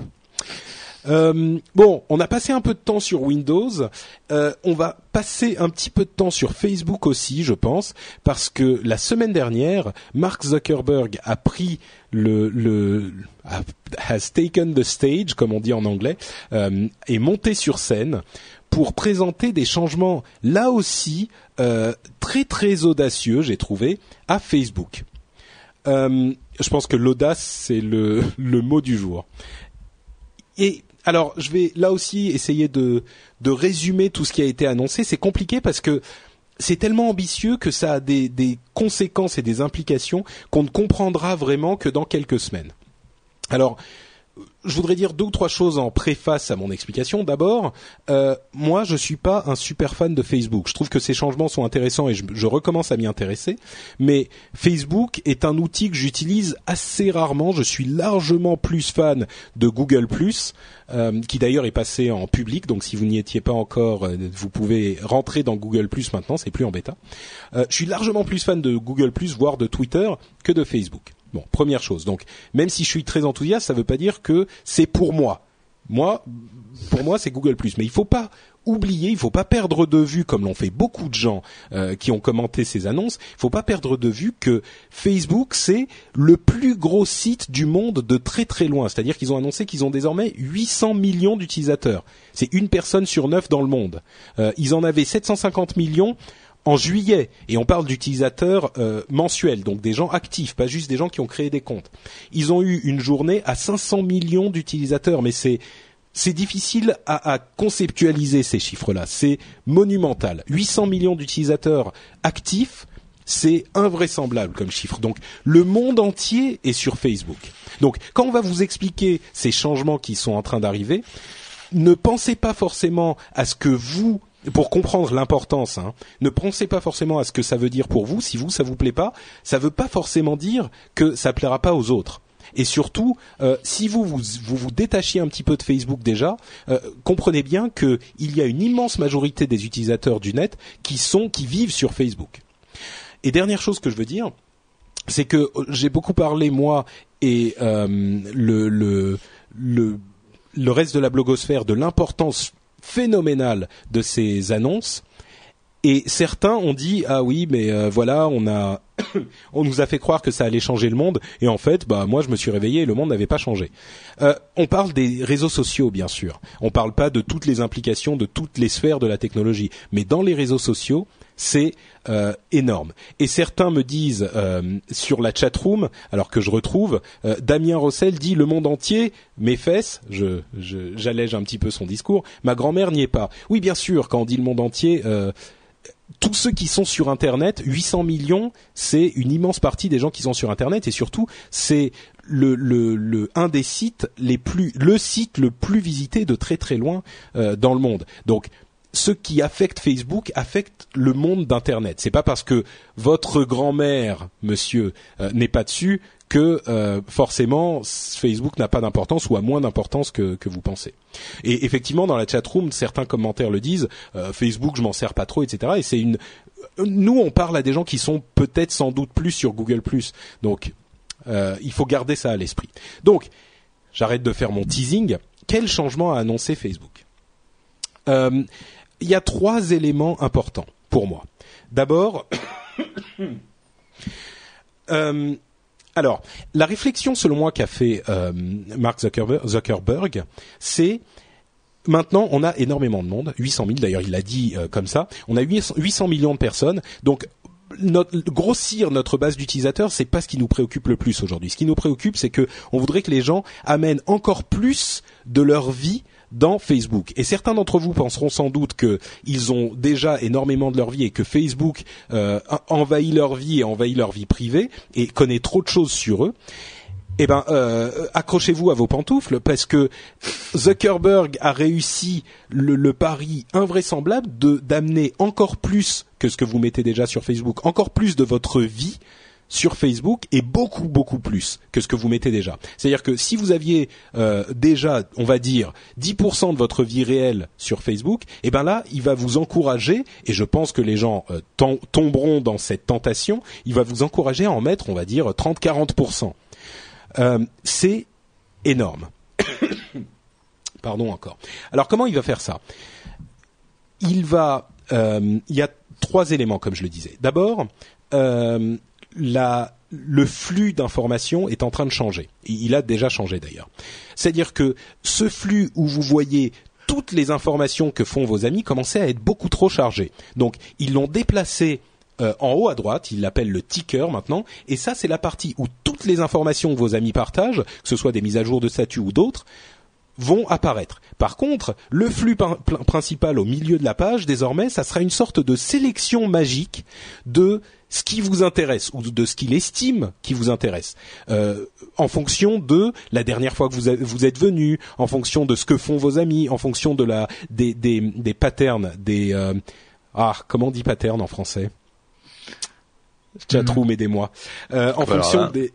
Speaker 2: Euh, bon, on a passé un peu de temps sur Windows. Euh, on va passer un petit peu de temps sur Facebook aussi, je pense, parce que la semaine dernière, Mark Zuckerberg a pris le, le has taken the stage, comme on dit en anglais, euh, est monté sur scène pour présenter des changements, là aussi, euh, très très audacieux, j'ai trouvé, à Facebook. Euh, je pense que l'audace, c'est le, le mot du jour. Et alors, je vais là aussi essayer de, de résumer tout ce qui a été annoncé. C'est compliqué parce que c'est tellement ambitieux que ça a des, des conséquences et des implications qu'on ne comprendra vraiment que dans quelques semaines. Alors, je voudrais dire deux ou trois choses en préface à mon explication. D'abord, euh, moi, je suis pas un super fan de Facebook. Je trouve que ces changements sont intéressants et je, je recommence à m'y intéresser. Mais Facebook est un outil que j'utilise assez rarement. Je suis largement plus fan de Google plus, euh, qui d'ailleurs est passé en public. Donc, si vous n'y étiez pas encore, euh, vous pouvez rentrer dans Google plus maintenant. C'est plus en bêta. Euh, je suis largement plus fan de Google plus, voire de Twitter, que de Facebook. Bon, première chose. Donc, même si je suis très enthousiaste, ça ne veut pas dire que c'est pour moi. Moi, pour moi, c'est Google plus. Mais il ne faut pas oublier, il ne faut pas perdre de vue, comme l'ont fait beaucoup de gens euh, qui ont commenté ces annonces, il ne faut pas perdre de vue que Facebook, c'est le plus gros site du monde de très très loin. C'est-à-dire qu'ils ont annoncé qu'ils ont désormais huit cents millions d'utilisateurs. C'est une personne sur neuf dans le monde. Euh, ils en avaient sept cent cinquante millions en juillet, et on parle d'utilisateurs euh, mensuels, donc des gens actifs, pas juste des gens qui ont créé des comptes. Ils ont eu une journée à cinq cents millions d'utilisateurs, mais c'est c'est difficile à, à conceptualiser ces chiffres-là. C'est monumental. huit cents millions d'utilisateurs actifs, c'est invraisemblable comme chiffre. Donc le monde entier est sur Facebook. Donc quand on va vous expliquer ces changements qui sont en train d'arriver, ne pensez pas forcément à ce que vous pour comprendre l'importance, hein, ne pensez pas forcément à ce que ça veut dire pour vous. Si vous, ça vous plaît pas, ça veut pas forcément dire que ça plaira pas aux autres. Et surtout, euh, si vous vous, vous vous détachiez un petit peu de Facebook déjà, euh, comprenez bien qu'il y a une immense majorité des utilisateurs du net qui sont, qui vivent sur Facebook. Et dernière chose que je veux dire, c'est que j'ai beaucoup parlé moi et euh, le, le le le reste de la blogosphère de l'importance phénoménal de ces annonces, et certains ont dit ah oui mais euh, voilà on a on nous a fait croire que ça allait changer le monde, et en fait, bah moi je me suis réveillé et le monde n'avait pas changé. Euh, on parle des réseaux sociaux, bien sûr. On parle pas de toutes les implications de toutes les sphères de la technologie, mais dans les réseaux sociaux, c'est euh, énorme. Et certains me disent euh, sur la chatroom, alors que je retrouve, euh, Damien Rossel dit le monde entier, mes fesses, je, je, j'allège un petit peu son discours, ma grand-mère n'y est pas. Oui, bien sûr, quand on dit le monde entier, euh, tous ceux qui sont sur Internet, huit cents millions, c'est une immense partie des gens qui sont sur Internet, et surtout, c'est le, le, le un des sites les plus, le site le plus visité de très très loin euh, dans le monde. Donc ce qui affecte Facebook affecte le monde d'Internet. C'est pas parce que votre grand-mère, monsieur, euh, n'est pas dessus que euh, forcément Facebook n'a pas d'importance ou a moins d'importance que, que vous pensez. Et effectivement, dans la chatroom, certains commentaires le disent. Euh, Facebook, je m'en sers pas trop, et cetera. Et c'est une. Nous, on parle à des gens qui sont peut-être sans doute plus sur Google plus. Donc, euh, il faut garder ça à l'esprit. Donc, j'arrête de faire mon teasing. Quel changement a annoncé Facebook ? Euh, il y a trois éléments importants pour moi. D'abord, euh, alors la réflexion selon moi qu'a fait euh, Mark Zuckerberg, Zuckerberg, c'est maintenant on a énormément de monde, huit cent mille d'ailleurs il l'a dit euh, comme ça, on a huit cents millions de personnes, donc notre, grossir notre base d'utilisateurs, c'est pas ce qui nous préoccupe le plus aujourd'hui. Ce qui nous préoccupe, c'est que on voudrait que les gens amènent encore plus de leur vie dans Facebook. Et certains d'entre vous penseront sans doute qu'ils ont déjà énormément de leur vie et que Facebook euh, envahit leur vie et envahit leur vie privée et connaît trop de choses sur eux. Eh ben, euh, accrochez-vous à vos pantoufles parce que Zuckerberg a réussi le, le pari invraisemblable de d'amener encore plus que ce que vous mettez déjà sur Facebook, encore plus de votre vie sur Facebook et beaucoup beaucoup plus que ce que vous mettez déjà. C'est-à-dire que si vous aviez euh, déjà, on va dire, dix pour cent de votre vie réelle sur Facebook, eh ben là, il va vous encourager, et je pense que les gens euh, tom- tomberont dans cette tentation, il va vous encourager à en mettre, on va dire, trente à quarante pour cent. Euh, c'est énorme. Pardon encore. Alors comment il va faire ça ? Il va, euh, il y a trois éléments comme je le disais. D'abord, euh, la, le flux d'informations est en train de changer. Il a déjà changé d'ailleurs. C'est-à-dire que ce flux où vous voyez toutes les informations que font vos amis commençait à être beaucoup trop chargé. Donc ils l'ont déplacé euh, en haut à droite, ils l'appellent le ticker maintenant, et ça c'est la partie où toutes les informations que vos amis partagent, que ce soit des mises à jour de statut ou d'autres, vont apparaître. Par contre, le flux par- principal au milieu de la page, désormais, ça sera une sorte de sélection magique de ce qui vous intéresse ou de ce qu'il estime qui vous intéresse, euh, en fonction de la dernière fois que vous, a, vous êtes venu, en fonction de ce que font vos amis, en fonction de la des des, des patterns, des euh, ah comment on dit pattern en français? Chatroom, aidez-moi. Euh, en voilà, fonction là. des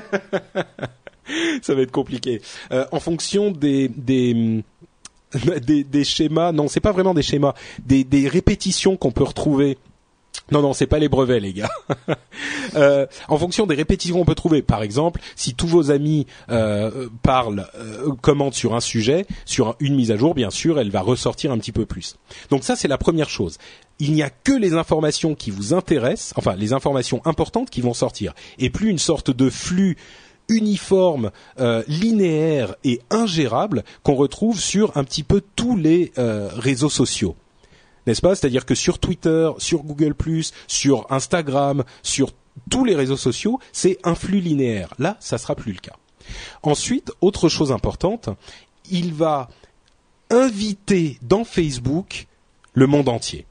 Speaker 2: ça va être compliqué. Euh, en fonction des des des, des schémas, non, c'est pas vraiment des schémas, des, des répétitions qu'on peut retrouver. Non, non, c'est pas les brevets, les gars. euh, en fonction des répétitions qu'on peut trouver, par exemple, si tous vos amis euh, parlent, euh, commentent sur un sujet, sur une mise à jour, bien sûr, elle va ressortir un petit peu plus. Donc ça, c'est la première chose. Il n'y a que les informations qui vous intéressent, enfin les informations importantes qui vont sortir, et plus une sorte de flux uniforme, euh, linéaire et ingérable qu'on retrouve sur un petit peu tous les euh, réseaux sociaux. N'est-ce pas ? C'est-à-dire que sur Twitter, sur Google plus, sur Instagram, sur tous les réseaux sociaux, c'est un flux linéaire. Là, ça sera plus le cas. Ensuite, autre chose importante, il va inviter dans Facebook le monde entier.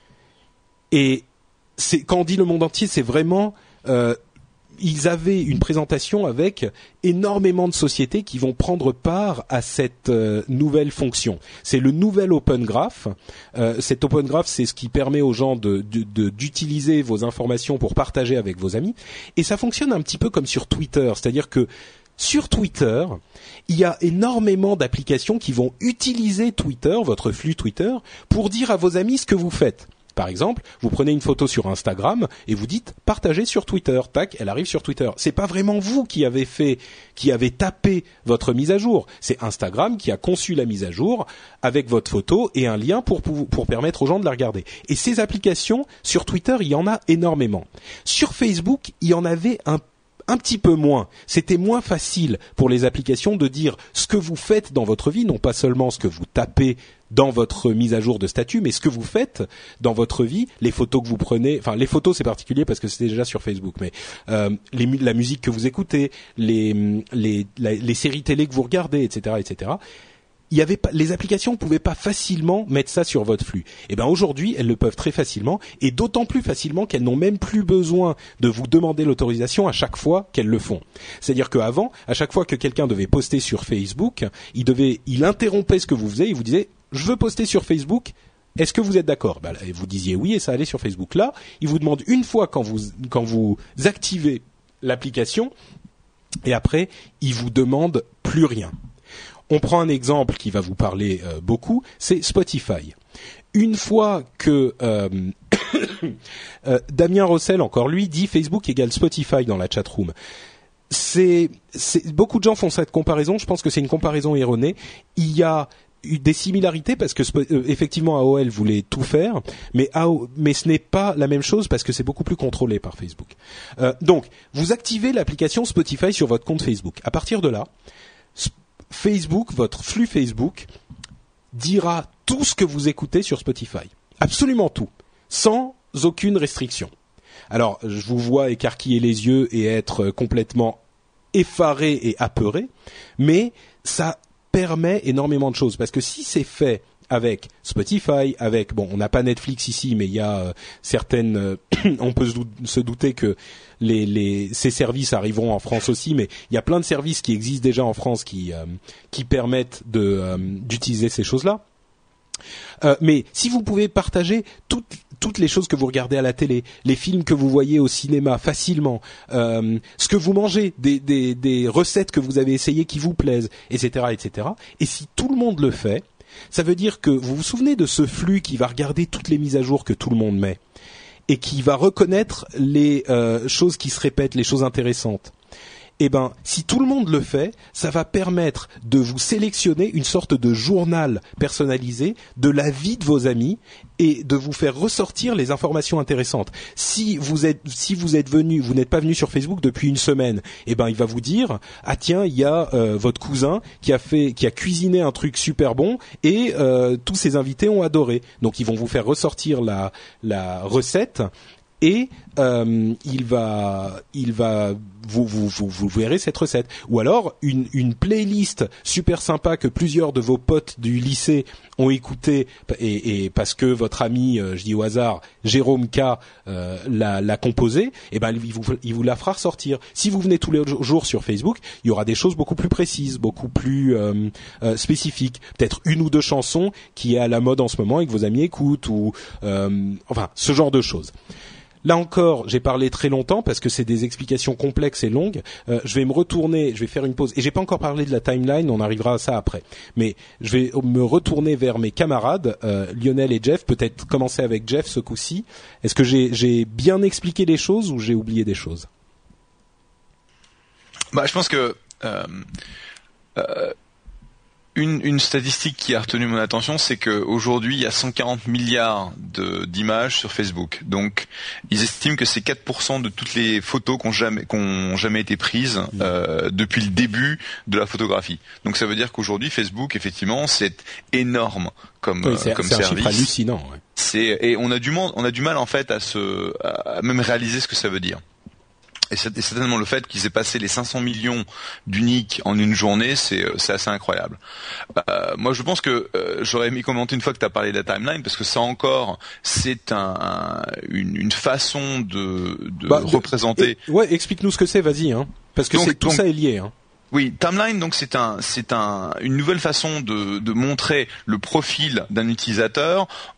Speaker 2: Et c'est, quand on dit le monde entier, c'est vraiment... Euh, ils avaient une présentation avec énormément de sociétés qui vont prendre part à cette euh, nouvelle fonction. C'est le nouvel Open Graph. Euh, cet Open Graph, c'est ce qui permet aux gens de, de, de, d'utiliser vos informations pour partager avec vos amis. Et ça fonctionne un petit peu comme sur Twitter. C'est-à-dire que sur Twitter, il y a énormément d'applications qui vont utiliser Twitter, votre flux Twitter, pour dire à vos amis ce que vous faites. Par exemple, vous prenez une photo sur Instagram et vous dites partager sur Twitter. Tac, elle arrive sur Twitter. C'est pas vraiment vous qui avez fait, qui avez tapé votre mise à jour. C'est Instagram qui a conçu la mise à jour avec votre photo et un lien pour pour, pour permettre aux gens de la regarder. Et ces applications sur Twitter, il y en a énormément. Sur Facebook, il y en avait un un petit peu moins. C'était moins facile pour les applications de dire ce que vous faites dans votre vie, non pas seulement ce que vous tapez dans votre mise à jour de statut, mais ce que vous faites dans votre vie, les photos que vous prenez, enfin les photos c'est particulier parce que c'était déjà sur Facebook, mais euh, les, la musique que vous écoutez, les, les, la, les séries télé que vous regardez, et cetera, et cetera. Il y avait pas, les applications ne pouvaient pas facilement mettre ça sur votre flux. Et ben aujourd'hui, elles le peuvent très facilement, et d'autant plus facilement qu'elles n'ont même plus besoin de vous demander l'autorisation à chaque fois qu'elles le font. C'est-à-dire qu'avant, à chaque fois que quelqu'un devait poster sur Facebook, il devait, il interrompait ce que vous faisiez, il vous disait je veux poster sur Facebook. Est-ce que vous êtes d'accord? Ben, vous disiez oui et ça allait sur Facebook. Là, il vous demande une fois quand vous quand vous activez l'application, et après, il vous demande plus rien. On prend un exemple qui va vous parler euh, beaucoup, c'est Spotify. Une fois que euh, euh, Damien Rossel, encore lui, dit Facebook égale Spotify dans la chatroom. C'est, c'est, beaucoup de gens font cette comparaison, je pense que c'est une comparaison erronée. Il y a eu des similarités parce que euh, effectivement A O L voulait tout faire, mais A O, mais ce n'est pas la même chose parce que c'est beaucoup plus contrôlé par Facebook. Euh, donc, vous activez l'application Spotify sur votre compte Facebook. À partir de là, Facebook, votre flux Facebook, dira tout ce que vous écoutez sur Spotify. Absolument tout. Sans aucune restriction. Alors, je vous vois écarquiller les yeux et être complètement effaré et apeuré, mais ça permet énormément de choses. Parce que si c'est fait avec Spotify, avec, bon, on n'a pas Netflix ici, mais il y a euh, certaines, euh, on peut se, dou- se douter que les, les, ces services arriveront en France aussi, mais il y a plein de services qui existent déjà en France qui, euh, qui permettent de, euh, d'utiliser ces choses-là. Euh, mais si vous pouvez partager toutes, toutes les choses que vous regardez à la télé, les films que vous voyez au cinéma facilement, euh, ce que vous mangez, des, des, des recettes que vous avez essayées qui vous plaisent, et cetera, et cetera. Et si tout le monde le fait, ça veut dire que vous vous souvenez de ce flux qui va regarder toutes les mises à jour que tout le monde met et qui va reconnaître les euh, choses qui se répètent, les choses intéressantes. Eh ben, si tout le monde le fait, ça va permettre de vous sélectionner une sorte de journal personnalisé de la vie de vos amis et de vous faire ressortir les informations intéressantes. Si vous êtes, si vous êtes venu, vous n'êtes pas venu sur Facebook depuis une semaine, eh ben, il va vous dire, ah tiens, il y a euh, votre cousin qui a fait, qui a cuisiné un truc super bon et euh, tous ses invités ont adoré. Donc, ils vont vous faire ressortir la, la recette. Et euh, il va, il va, vous, vous, vous, vous verrez cette recette. Ou alors une, une playlist super sympa que plusieurs de vos potes du lycée ont écouté et, et parce que votre ami, euh, je dis au hasard, Jérôme K euh, l'a, l'a composé. Et ben il vous, il vous la fera ressortir. Si vous venez tous les jours sur Facebook, il y aura des choses beaucoup plus précises, beaucoup plus euh, euh, spécifiques. Peut-être une ou deux chansons qui est à la mode en ce moment et que vos amis écoutent ou euh, enfin ce genre de choses. Là encore, j'ai parlé très longtemps parce que c'est des explications complexes et longues. Euh, je vais me retourner, je vais faire une pause. Et j'ai pas encore parlé de la timeline, on arrivera à ça après. Mais je vais me retourner vers mes camarades, euh, Lionel et Jeff. Peut-être commencer avec Jeff ce coup-ci. Est-ce que j'ai, j'ai bien expliqué les choses ou j'ai oublié des choses?
Speaker 3: Bah, je pense que euh, euh, Une, une statistique qui a retenu mon attention, c'est qu'aujourd'hui, il y a cent quarante milliards de, d'images sur Facebook. Donc, ils estiment que c'est quatre pour cent de toutes les photos qui ont jamais, qui ont jamais été prises euh, depuis le début de la photographie. Donc, ça veut dire qu'aujourd'hui, Facebook, effectivement, c'est énorme comme,
Speaker 2: oui, c'est,
Speaker 3: comme
Speaker 2: c'est
Speaker 3: service.
Speaker 2: C'est un chiffre hallucinant. Ouais.
Speaker 3: C'est, et on a du mal, on a du mal en fait à se, à même réaliser ce que ça veut dire. Et c'est certainement le fait qu'ils aient passé les cinq cents millions d'uniques en une journée, c'est, c'est assez incroyable. Euh, moi, je pense que euh, j'aurais aimé commenter une fois que tu as parlé de la timeline, parce que ça encore, c'est un, un, une, une façon de, de bah, représenter...
Speaker 2: De, ouais, explique-nous ce que c'est, vas-y, hein, parce que donc, c'est, tout donc, ça est lié. Hein.
Speaker 3: Oui, timeline, donc c'est un, c'est un, une nouvelle façon de, de montrer le profil d'un utilisateur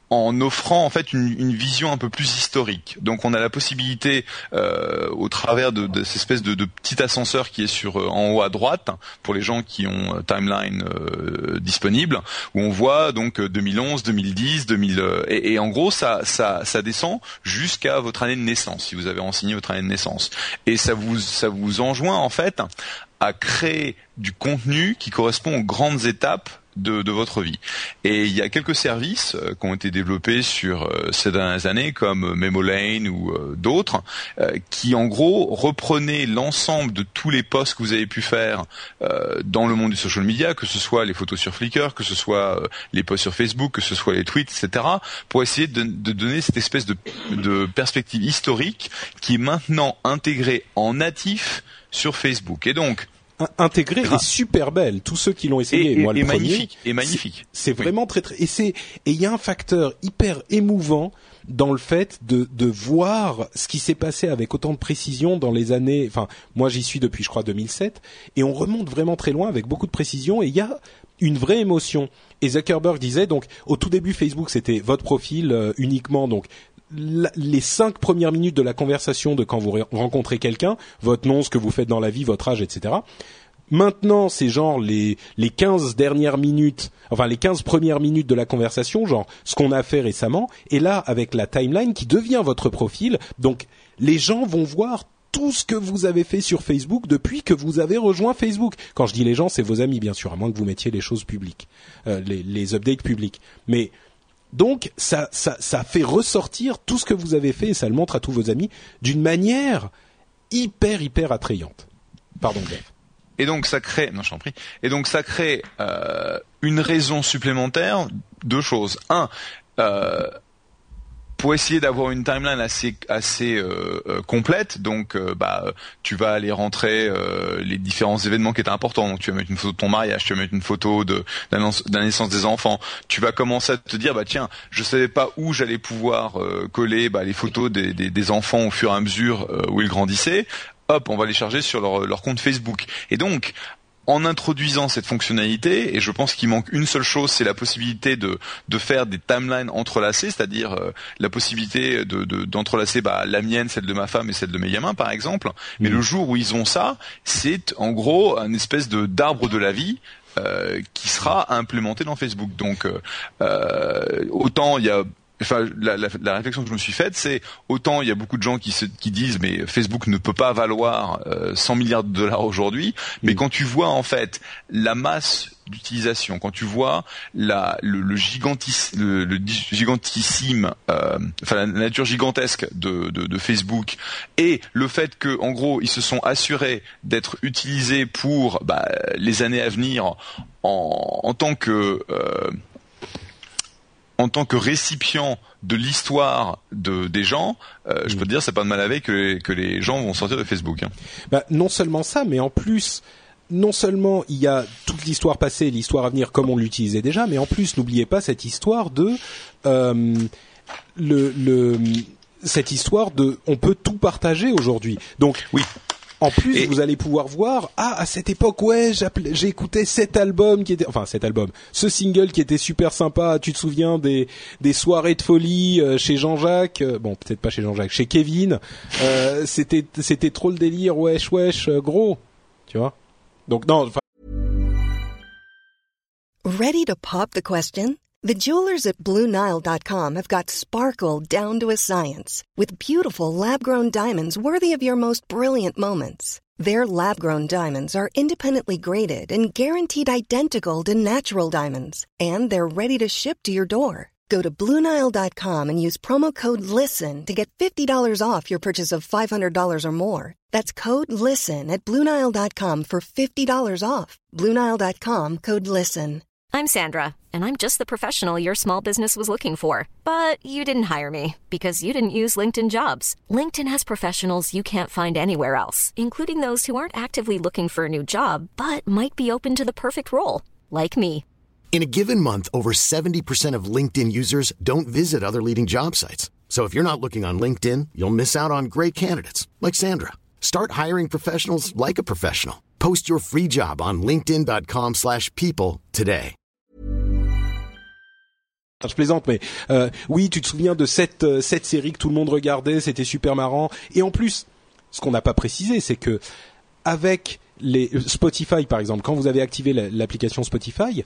Speaker 3: en offrant en fait une, une vision un peu plus historique. Donc on a la possibilité, euh, au travers de, de cette espèce de, de petit ascenseur qui est sur euh, en haut à droite pour les gens qui ont euh, Timeline euh, disponible, où on voit donc deux mille onze, deux mille dix, deux mille euh, et, et en gros ça ça ça descend jusqu'à votre année de naissance si vous avez renseigné votre année de naissance, et ça vous ça vous enjoint en fait à créer du contenu qui correspond aux grandes étapes de, de votre vie. Et il y a quelques services euh, qui ont été développés sur euh, ces dernières années, comme Memolane ou euh, d'autres, euh, qui en gros reprenaient l'ensemble de tous les posts que vous avez pu faire euh, dans le monde du social media, que ce soit les photos sur Flickr, que ce soit euh, les posts sur Facebook, que ce soit les tweets, et cetera, pour essayer de, de donner cette espèce de, de perspective historique qui est maintenant intégrée en natif sur Facebook. Et donc,
Speaker 2: intégrée et super belle. Tous ceux qui l'ont essayé,
Speaker 3: et,
Speaker 2: moi
Speaker 3: et,
Speaker 2: le
Speaker 3: et
Speaker 2: premier,
Speaker 3: magnifique, et magnifique.
Speaker 2: C'est, c'est vraiment oui. très très. Et c'est et il y a un facteur hyper émouvant dans le fait de de voir ce qui s'est passé avec autant de précision dans les années. Enfin, moi j'y suis depuis je crois deux mille sept, et on remonte vraiment très loin avec beaucoup de précision. Et il y a une vraie émotion. Et Zuckerberg disait donc au tout début Facebook c'était votre profil euh, uniquement donc. La, les cinq premières minutes de la conversation de quand vous ré- rencontrez quelqu'un, votre nom, ce que vous faites dans la vie, votre âge, et cetera. Maintenant, c'est genre les les quinze dernières minutes, enfin les quinze premières minutes de la conversation, genre ce qu'on a fait récemment. Et là, avec la timeline qui devient votre profil, donc les gens vont voir tout ce que vous avez fait sur Facebook depuis que vous avez rejoint Facebook. Quand je dis les gens, c'est vos amis, bien sûr, à moins que vous mettiez les choses publiques, euh, les, les updates publics. Mais donc, ça, ça, ça fait ressortir tout ce que vous avez fait et ça le montre à tous vos amis d'une manière hyper, hyper attrayante. Pardon, Dave.
Speaker 3: Et donc, ça crée, non, je t'en prie. Et donc, ça crée euh, une raison supplémentaire, deux choses. Un, euh, pour essayer d'avoir une timeline assez assez euh, euh, complète, donc euh, bah tu vas aller rentrer euh, les différents événements qui étaient importants. Donc tu vas mettre une photo de ton mariage, tu vas mettre une photo de, de la naissance des enfants. Tu vas commencer à te dire bah tiens, je savais pas où j'allais pouvoir euh, coller bah, les photos des, des, des enfants au fur et à mesure euh, où ils grandissaient. Hop, on va les charger sur leur, leur compte Facebook. Et donc en introduisant cette fonctionnalité, et je pense qu'il manque une seule chose, c'est la possibilité de de faire des timelines entrelacées, c'est-à-dire euh, la possibilité de, de d'entrelacer bah, la mienne, celle de ma femme et celle de mes gamins, par exemple. Mais mmh. le jour où ils ont ça, c'est en gros un espèce de d'arbre de la vie euh, qui sera implémenté dans Facebook. Donc euh, autant il y a Enfin, la, la, la réflexion que je me suis faite, c'est autant il y a beaucoup de gens qui, se, qui disent mais Facebook ne peut pas valoir euh, cent milliards de dollars aujourd'hui, mais mmh. quand tu vois en fait la masse d'utilisation, quand tu vois la, le, le, gigantis, le, le gigantissime, euh, enfin la nature gigantesque de, de, de Facebook, et le fait que en gros ils se sont assurés d'être utilisés pour bah, les années à venir en, en tant que euh, en tant que récipient de l'histoire de, des gens, euh, je peux te dire, c'est pas de mal avec que les, que les gens vont sortir de Facebook. Hein.
Speaker 2: Bah, non seulement ça, mais en plus, non seulement il y a toute l'histoire passée et l'histoire à venir comme on l'utilisait déjà, mais en plus, n'oubliez pas cette histoire de... Euh, le, le, cette histoire de... On peut tout partager aujourd'hui. Donc,
Speaker 3: oui.
Speaker 2: En plus,
Speaker 3: et...
Speaker 2: vous allez pouvoir voir, ah, à cette époque, ouais, j'ai écouté cet album qui était, enfin, cet album, ce single qui était super sympa. Tu te souviens des des soirées de folie euh, chez Jean-Jacques, euh, bon, peut-être pas chez Jean-Jacques, chez Kevin. Euh, c'était c'était trop le délire, wesh wesh, euh, gros, tu vois. Donc non.
Speaker 5: Ready to pop the question? The jewelers at Blue Nile dot com have got sparkle down to a science with beautiful lab-grown diamonds worthy of your most brilliant moments. Their lab-grown diamonds are independently graded and guaranteed identical to natural diamonds, and they're ready to ship to your door. Go to Blue Nile dot com and use promo code LISTEN to get fifty dollars off your purchase of five hundred dollars or more. That's code LISTEN at Blue Nile dot com for fifty dollars off. Blue Nile dot com, code LISTEN.
Speaker 6: I'm Sandra, and I'm just the professional your small business was looking for. But you didn't hire me because you didn't use LinkedIn Jobs. LinkedIn has professionals you can't find anywhere else, including those who aren't actively looking for a new job, but might be open to the perfect role, like me.
Speaker 7: In a given month, over seventy percent of LinkedIn users don't visit other leading job sites. So if you're not looking on LinkedIn, you'll miss out on great candidates, like Sandra. Start hiring professionals like a professional. Post your free job on linkedin dot com slash people today.
Speaker 2: Je plaisante, mais euh, oui, tu te souviens de cette euh, cette série que tout le monde regardait, c'était super marrant. Et en plus, ce qu'on n'a pas précisé, c'est que avec les Spotify, par exemple, quand vous avez activé la, l'application Spotify,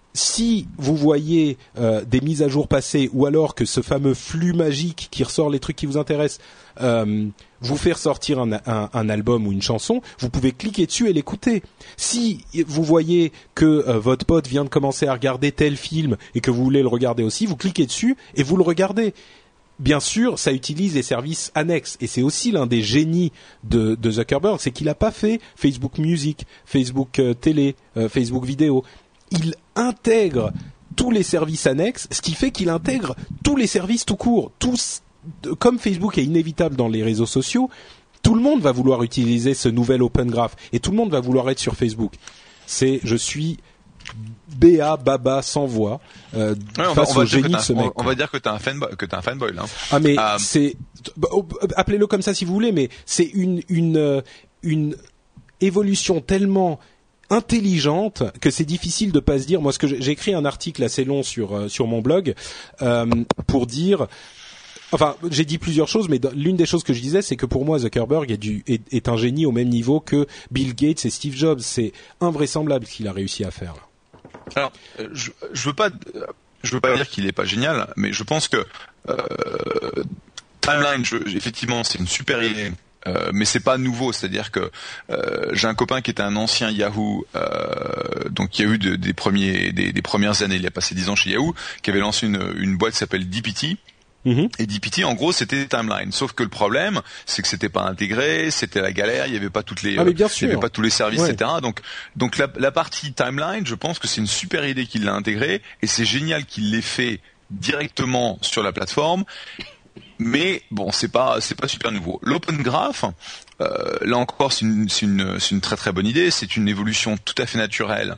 Speaker 2: si vous voyez euh, des mises à jour passées, ou alors que ce fameux flux magique qui ressort les trucs qui vous intéressent, euh, vous fait ressortir un, un, un album ou une chanson, vous pouvez cliquer dessus et l'écouter. Si vous voyez que euh, votre pote vient de commencer à regarder tel film et que vous voulez le regarder aussi, vous cliquez dessus et vous le regardez. Bien sûr, ça utilise les services annexes, et c'est aussi l'un des génies de, de Zuckerberg, c'est qu'il n'a pas fait Facebook Music, Facebook euh, Télé, euh, Facebook Vidéo. Il intègre tous les services annexes, ce qui fait qu'il intègre tous les services tout court. Tous, comme Facebook est inévitable dans les réseaux sociaux, tout le monde va vouloir utiliser ce nouvel Open Graph et tout le monde va vouloir être sur Facebook. C'est, je suis B A Baba sans voix euh, ouais, face va, au génie de ce mec.
Speaker 3: On, on va dire que t'es un fanboy, que t'es un fanboy là.
Speaker 2: Ah mais euh... c'est, appelez-le comme ça si vous voulez, mais c'est une une une évolution tellement intelligente que c'est difficile de pas se dire. Moi, ce que j'ai, j'ai écrit un article assez long sur euh, sur mon blog euh, pour dire. Enfin, j'ai dit plusieurs choses, mais l'une des choses que je disais, c'est que pour moi, Zuckerberg est, du, est, est un génie au même niveau que Bill Gates et Steve Jobs. C'est invraisemblable ce qu'il a réussi à faire.
Speaker 3: Alors, je, je veux pas, je veux pas dire qu'il est pas génial, mais je pense que euh, Timeline, je, effectivement, c'est une super idée. Euh, mais c'est pas nouveau, c'est-à-dire que euh, j'ai un copain qui était un ancien Yahoo, euh, donc il y a eu de, des premiers, des, des premières années, il a passé dix ans chez Yahoo, qui avait lancé une, une boîte qui s'appelle D P T. Mm-hmm. Et D P T, en gros, c'était Timeline. Sauf que le problème, c'est que c'était pas intégré, c'était la galère, il y avait pas toutes les,
Speaker 2: ah, mais bien
Speaker 3: euh,
Speaker 2: sûr.
Speaker 3: il y avait pas tous les services,
Speaker 2: ouais.
Speaker 3: et cetera. Donc, donc la, la partie Timeline, je pense que c'est une super idée qu'il l'a intégrée, et c'est génial qu'il l'ait fait directement sur la plateforme. Mais bon, c'est pas c'est pas super nouveau. L'Open Graph, euh, là encore, c'est une c'est une c'est une très très bonne idée. C'est une évolution tout à fait naturelle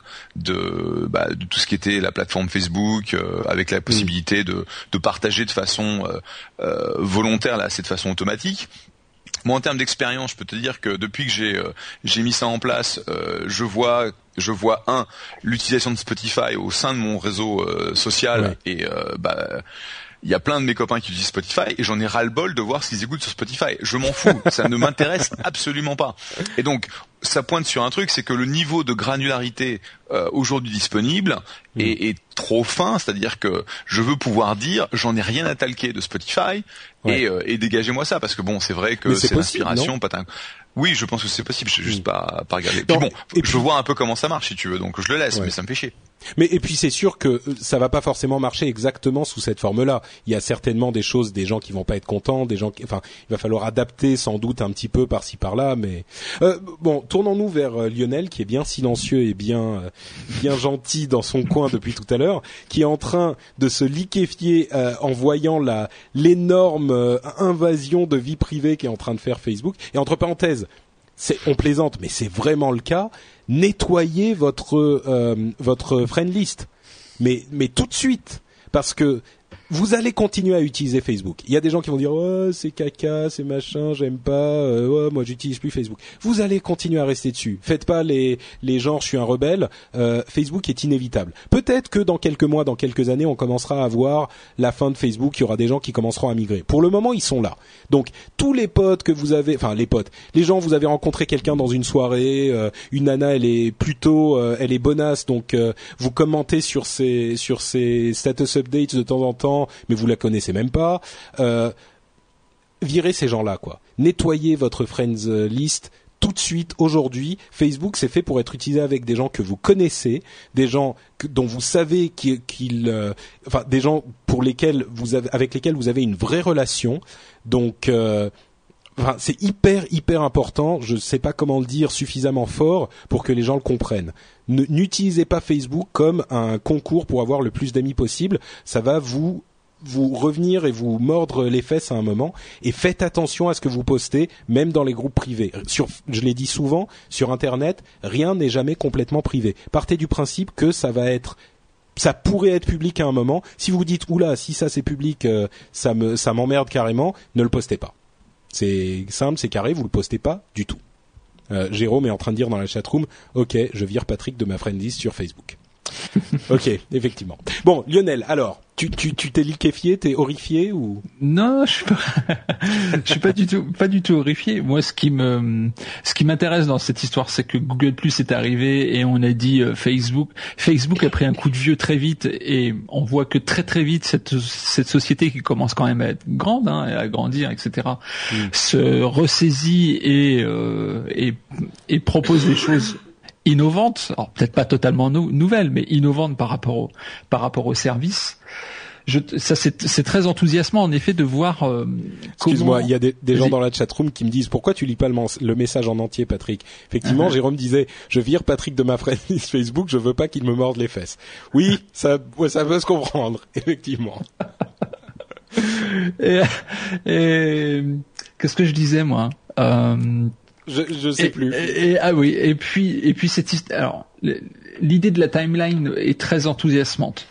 Speaker 3: de bah, de tout ce qui était la plateforme Facebook, euh, avec la possibilité de de partager de façon euh, euh, volontaire, là, c'est de façon automatique. Moi, en termes d'expérience, je peux te dire que depuis que j'ai euh, j'ai mis ça en place, euh, je vois je vois un l'utilisation de Spotify au sein de mon réseau euh, social ouais. et euh, bah il y a plein de mes copains qui utilisent Spotify et j'en ai ras-le-bol de voir ce qu'ils écoutent sur Spotify. Je m'en fous, ça ne m'intéresse absolument pas. Et donc, ça pointe sur un truc, c'est que le niveau de granularité euh, aujourd'hui disponible mmh. est, est trop fin, c'est-à-dire que je veux pouvoir dire j'en ai rien à talquer de Spotify ouais. et, euh, et dégagez-moi ça, parce que bon, c'est vrai que
Speaker 2: Mais c'est,
Speaker 3: c'est
Speaker 2: possible,
Speaker 3: l'inspiration,
Speaker 2: non
Speaker 3: patin. Oui, je pense que c'est possible, je sais juste mmh. pas, pas regarder.
Speaker 2: Non,
Speaker 3: Puis bon,
Speaker 2: et
Speaker 3: je
Speaker 2: puis...
Speaker 3: vois un peu comment ça marche si tu veux, donc je le laisse,
Speaker 2: ouais.
Speaker 3: mais ça me fait chier.
Speaker 2: Mais et puis c'est sûr que ça va pas forcément marcher exactement sous cette forme-là. Il y a certainement des choses, des gens qui vont pas être contents, des gens qui, enfin, il va falloir adapter sans doute un petit peu par-ci par-là. Mais euh, bon, tournons-nous vers euh, Lionel, qui est bien silencieux et bien euh, bien gentil dans son coin depuis tout à l'heure, qui est en train de se liquéfier euh, en voyant la l'énorme euh, invasion de vie privée qu'est en train de faire Facebook. Et entre parenthèses, c'est, on plaisante, mais c'est vraiment le cas. Nettoyez votre euh, votre friend list, mais mais tout de suite, parce que vous allez continuer à utiliser Facebook. Il y a des gens qui vont dire oh, c'est caca, c'est machin, j'aime pas, euh, oh, moi j'utilise plus Facebook. Vous allez continuer à rester dessus. Faites pas les les genres je suis un rebelle. Euh, Facebook est inévitable. Peut-être que dans quelques mois, dans quelques années, on commencera à voir la fin de Facebook. Il y aura des gens qui commenceront à migrer. Pour le moment, ils sont là. Donc tous les potes que vous avez, enfin les potes, les gens, vous avez rencontré quelqu'un dans une soirée, euh, une nana, elle est plutôt, euh, elle est bonasse, donc euh, vous commentez sur ses sur ses status updates de temps en temps, mais vous la connaissez même pas. Euh, virez ces gens-là, quoi. Nettoyez votre friends list tout de suite. Aujourd'hui, Facebook, c'est fait pour être utilisé avec des gens que vous connaissez, des gens que, dont vous savez qu'ils, qu'ils euh, enfin, des gens pour lesquels vous avez, avec lesquels vous avez une vraie relation. Donc, euh, enfin, c'est hyper, hyper important. Je ne sais pas comment le dire suffisamment fort pour que les gens le comprennent. Ne, n'utilisez pas Facebook comme un concours pour avoir le plus d'amis possible. Ça va vous vous revenir et vous mordre les fesses à un moment, et faites attention à ce que vous postez, même dans les groupes privés. Sur, je l'ai dit souvent, sur Internet, rien n'est jamais complètement privé. Partez du principe que ça va être, ça pourrait être public à un moment. Si vous vous dites oula, si ça c'est public, euh, ça me, ça m'emmerde carrément, ne le postez pas. C'est simple, c'est carré, vous le postez pas du tout. Euh, Jérôme est en train de dire dans la chatroom, ok, je vire Patrick de ma friend list sur Facebook. Ok, effectivement. Bon, Lionel, alors, tu tu tu t'es liquéfié, t'es horrifié ou?
Speaker 4: Non, je suis pas, je suis pas du tout, pas du tout horrifié. Moi, ce qui me, ce qui m'intéresse dans cette histoire, c'est que Google Plus est arrivé et on a dit euh, Facebook. Facebook a pris un coup de vieux très vite et on voit que très très vite cette cette société qui commence quand même à être grande, hein, à grandir, et cetera, mm. se ressaisit et euh, et et propose des choses innovantes, alors peut-être pas totalement nou- nouvelles, mais innovantes par rapport au par rapport au service. Je, ça c'est, c'est très enthousiasmant en effet de voir. Euh,
Speaker 2: Excuse-moi,
Speaker 4: comment...
Speaker 2: il y a des, des gens dans la chatroom qui me disent pourquoi tu lis pas le, man- le message en entier, Patrick. Effectivement, uh-huh. Jérôme disait je vire Patrick de ma friendlist Facebook, je veux pas qu'il me morde les fesses. Oui, ça, ouais, ça peut se comprendre, effectivement.
Speaker 4: et, et qu'est-ce que je disais moi? Euh,
Speaker 2: Je, je sais
Speaker 4: et,
Speaker 2: plus.
Speaker 4: Et, et, ah oui, et puis, et puis cette histoire. Alors, l'idée de la timeline est très enthousiasmante.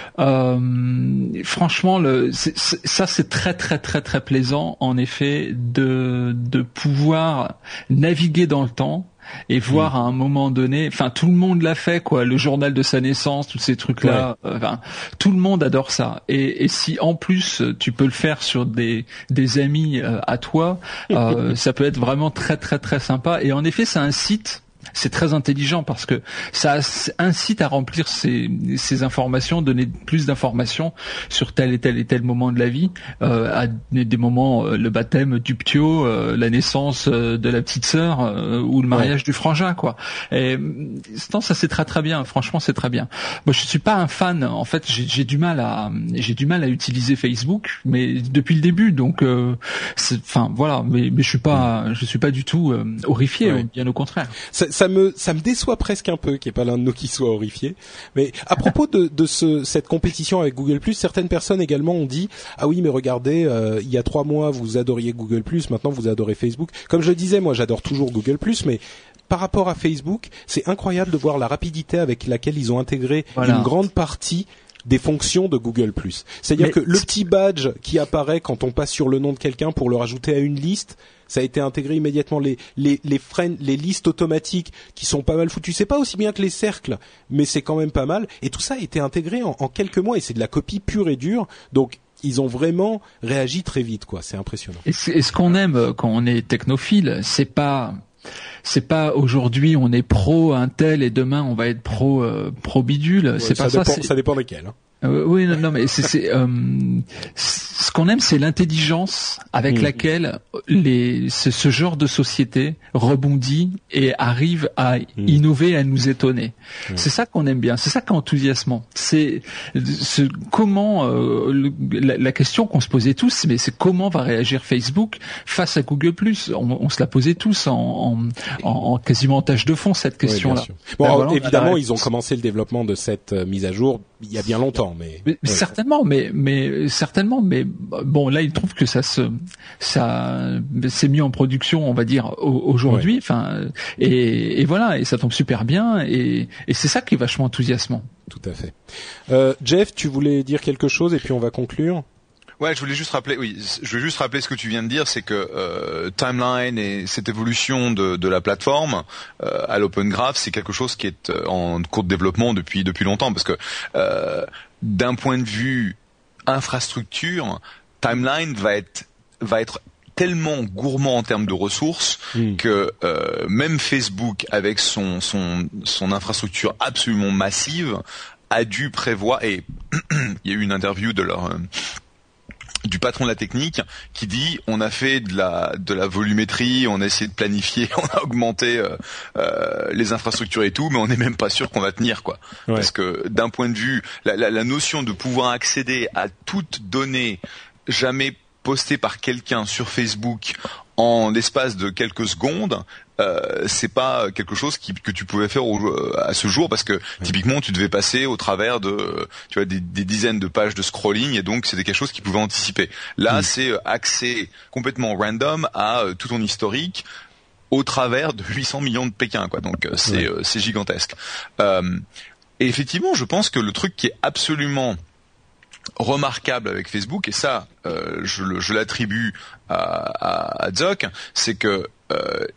Speaker 4: Euh, franchement, le, c'est, c'est, ça c'est très très très très plaisant, en effet, de de pouvoir naviguer dans le temps. Et voir mmh. à un moment donné, enfin tout le monde l'a fait quoi, le journal de sa naissance, tous ces trucs là, ouais. enfin tout le monde adore ça. Et, et si en plus tu peux le faire sur des des amis euh, à toi, euh, ça peut être vraiment très très très sympa. Et en effet, c'est un site. C'est très intelligent parce que ça incite à remplir ces, ces informations, donner plus d'informations sur tel et tel et tel moment de la vie, euh, à des moments, euh, le baptême du ptio, euh, la naissance euh, de la petite sœur euh, ou le mariage ouais. du frangin, quoi. Et non, ça c'est très très bien. Franchement, c'est très bien. Moi, je suis pas un fan. En fait, j'ai, j'ai du mal à j'ai du mal à utiliser Facebook, mais depuis le début. Donc, euh, enfin voilà. Mais mais je suis pas je suis pas du tout euh, horrifié. Ouais. Bien au contraire.
Speaker 2: Ça, ça me ça me déçoit presque un peu qu'il n'y ait pas l'un de nous qui soit horrifié. Mais à propos de, de ce, cette compétition avec Google Plus, certaines personnes également ont dit ah oui mais regardez euh, il y a trois mois vous adoriez Google Plus, maintenant vous adorez Facebook. Comme je le disais, moi j'adore toujours Google Plus, mais par rapport à Facebook, c'est incroyable de voir la rapidité avec laquelle ils ont intégré voilà. une grande partie des fonctions de Google Plus. C'est-à-dire mais que le petit badge qui apparaît quand on passe sur le nom de quelqu'un pour le rajouter à une liste, ça a été intégré immédiatement. Les les les friend, les listes automatiques qui sont pas mal foutues, c'est pas aussi bien que les cercles, mais c'est quand même pas mal. Et tout ça a été intégré en, en quelques mois et c'est de la copie pure et dure. Donc ils ont vraiment réagi très vite, quoi. C'est impressionnant.
Speaker 4: Et, et ce qu'on aime quand on est technophile, c'est pas c'est pas aujourd'hui on est pro un tel et demain on va être pro euh, pro bidule. Ouais, c'est
Speaker 2: ça
Speaker 4: pas
Speaker 2: dépend,
Speaker 4: ça. C'est...
Speaker 2: Ça dépend desquels. Hein.
Speaker 4: Euh, oui, non, non, mais c'est, c'est euh, ce qu'on aime, c'est l'intelligence avec mmh. laquelle les ce, ce genre de société rebondit et arrive à mmh. innover, à nous étonner. Mmh. C'est ça qu'on aime bien, c'est ça qui est enthousiasmant. C'est ce, comment euh, le, la, la question qu'on se posait tous, mais c'est comment va réagir Facebook face à Google Plus. On, on se la posait tous en, en, en, en quasiment en tâche de fond cette question-là.
Speaker 2: Oui, bon, ben, voilà, évidemment, ils ont commencé le développement de cette euh, mise à jour il y a bien longtemps, mais,
Speaker 4: mais ouais. certainement, mais mais certainement, mais bon, là, il trouve que ça se ça s'est mis en production, on va dire aujourd'hui, enfin, ouais. et, et voilà, et ça tombe super bien, et, et c'est ça qui est vachement enthousiasmant.
Speaker 2: Tout à fait. Euh, Jeff, tu voulais dire quelque chose et puis on va conclure.
Speaker 3: Ouais, je voulais juste rappeler, oui, je veux juste rappeler ce que tu viens de dire, c'est que euh, Timeline et cette évolution de, de la plateforme euh, à l'Open Graph, c'est quelque chose qui est en cours de développement depuis depuis longtemps, parce que euh, d'un point de vue infrastructure, Timeline va être va être tellement gourmand en termes de ressources mmh. que euh, même Facebook, avec son son son infrastructure absolument massive, a dû prévoir, et il y a eu une interview de leur euh, du patron de la technique qui dit on a fait de la de la volumétrie, on a essayé de planifier, on a augmenté euh, euh, les infrastructures et tout, mais on n'est même pas sûr qu'on va tenir, quoi. Ouais. Parce que d'un point de vue la, la, la notion de pouvoir accéder à toute donnée jamais postée par quelqu'un sur Facebook en l'espace de quelques secondes, euh, c'est pas quelque chose qui, que tu pouvais faire au, à ce jour, parce que typiquement tu devais passer au travers de, tu vois, des, des dizaines de pages de scrolling, et donc c'était quelque chose qui pouvait anticiper. Là, mmh. c'est accès complètement random à euh, tout ton historique au travers de huit cents millions de Pékin, quoi. Donc c'est, ouais. euh, c'est gigantesque. Euh, et effectivement, je pense que le truc qui est absolument remarquable avec Facebook, et ça, euh, je, je l'attribue à, à, à Zuck, c'est que euh,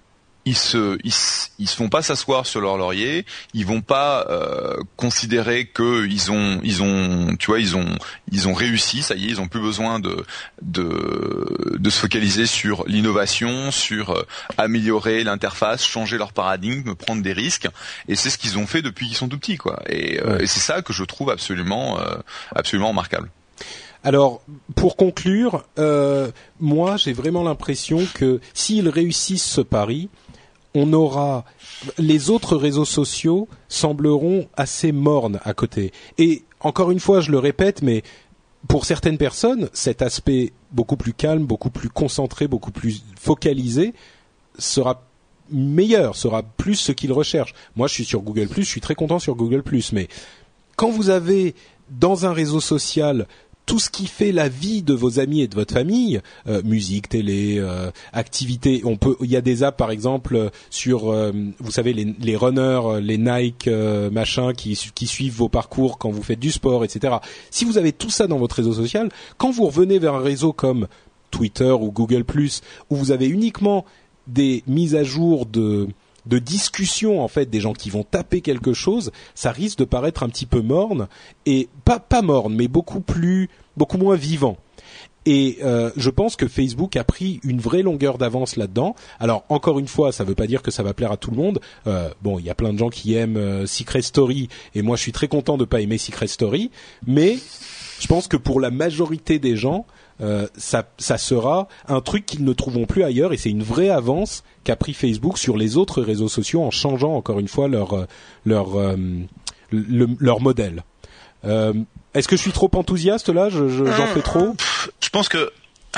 Speaker 3: ils se ils, ils se font pas s'asseoir sur leur laurier, ils vont pas euh, considérer que ils ont ils ont tu vois ils ont ils ont réussi, ça y est, ils ont plus besoin de de de se focaliser sur l'innovation, sur euh, améliorer l'interface, changer leur paradigme, prendre des risques, et c'est ce qu'ils ont fait depuis qu'ils sont tout petits, quoi. Et, euh,
Speaker 2: ouais.
Speaker 3: et c'est ça que je trouve absolument euh, absolument remarquable.
Speaker 2: Alors, pour conclure, euh, moi, j'ai vraiment l'impression que s'ils réussissent ce pari, on aura les autres réseaux sociaux sembleront assez mornes à côté. Et encore une fois, je le répète, mais pour certaines personnes, cet aspect beaucoup plus calme, beaucoup plus concentré, beaucoup plus focalisé sera meilleur, sera plus ce qu'ils recherchent. Moi, je suis sur Google plus, je suis très content sur Google plus, mais quand vous avez dans un réseau social tout ce qui fait la vie de vos amis et de votre famille, euh, musique, télé, euh, activités. On peut, il y a des apps par exemple sur, euh, vous savez, les, les runners, les Nike euh, machin qui, qui suivent vos parcours quand vous faites du sport, et cetera. Si vous avez tout ça dans votre réseau social, quand vous revenez vers un réseau comme Twitter ou Google plus, où vous avez uniquement des mises à jour de de discussion en fait des gens qui vont taper quelque chose, ça risque de paraître un petit peu morne et pas pas morne mais beaucoup plus beaucoup moins vivant. Et euh, je pense que Facebook a pris une vraie longueur d'avance là-dedans. Alors encore une fois, ça veut pas dire que ça va plaire à tout le monde. Euh, bon, il y a plein de gens qui aiment euh, Secret Story et moi je suis très content de pas aimer Secret Story, mais je pense que pour la majorité des gens, euh, ça, ça sera un truc qu'ils ne trouveront plus ailleurs et c'est une vraie avance qu'a pris Facebook sur les autres réseaux sociaux en changeant encore une fois leur leur euh, le, leur modèle. Euh, est-ce que je suis trop enthousiaste là ? je, je, J'en fais trop ?
Speaker 3: Je pense que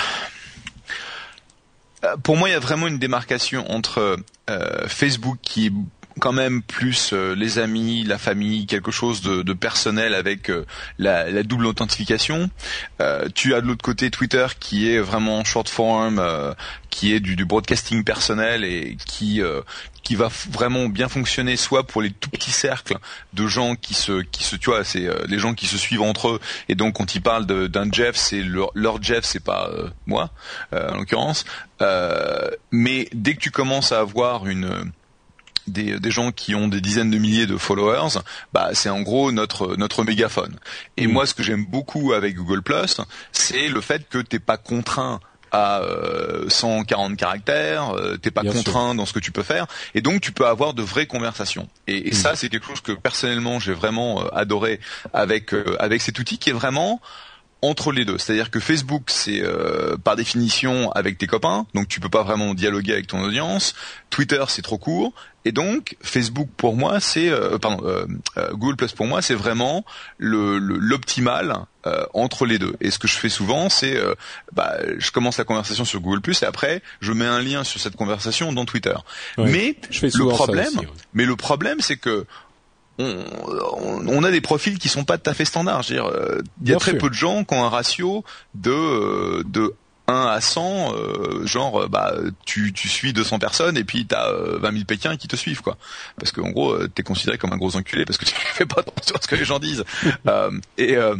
Speaker 3: pour moi, il y a vraiment une démarcation entre euh, Facebook qui est quand même plus euh, les amis, la famille, quelque chose de, de personnel avec euh, la, la double authentification. Euh, tu as de l'autre côté Twitter qui est vraiment short form, euh, qui est du, du broadcasting personnel et qui euh, qui va f- vraiment bien fonctionner soit pour les tout petits cercles de gens qui se qui se tu vois c'est euh, les gens qui se suivent entre eux et donc quand ils parlent de, d'un Jeff c'est leur, leur Jeff, c'est pas euh, moi euh, en l'occurrence, euh, mais dès que tu commences à avoir une Des, des gens qui ont des dizaines de milliers de followers, bah c'est en gros notre notre mégaphone. Et mmh. moi, ce que j'aime beaucoup avec Google plus, c'est le fait que t'es pas contraint à euh, cent quarante caractères, euh, t'es pas Bien contraint sûr. Dans ce que tu peux faire, et donc tu peux avoir de vraies conversations. Et, et mmh. ça, c'est quelque chose que personnellement j'ai vraiment euh, adoré avec euh, avec cet outil qui est vraiment entre les deux. C'est-à-dire que Facebook, c'est euh, par définition avec tes copains, donc tu peux pas vraiment dialoguer avec ton audience. Twitter, c'est trop court. Et donc, Facebook pour moi, c'est euh, pardon, euh, euh, Google plus pour moi, c'est vraiment le, le l'optimal euh, entre les deux. Et ce que je fais souvent, c'est euh, bah, je commence la conversation sur Google plus et après, je mets un lien sur cette conversation dans Twitter.
Speaker 2: Ouais,
Speaker 3: mais
Speaker 2: je fais
Speaker 3: le problème,
Speaker 2: aussi, ouais.
Speaker 3: mais le problème, c'est que On, on, on a des profils qui sont pas tout à fait standards. Je veux dire, il euh, y a Bien très sûr. peu de gens qui ont un ratio de euh, de un à cent, euh, genre bah tu tu suis deux cents personnes et puis t'as euh, vingt mille Pékins qui te suivent quoi. Parce que en gros euh, t'es considéré comme un gros enculé parce que tu fais pas attention à ce que les gens disent. euh, et euh,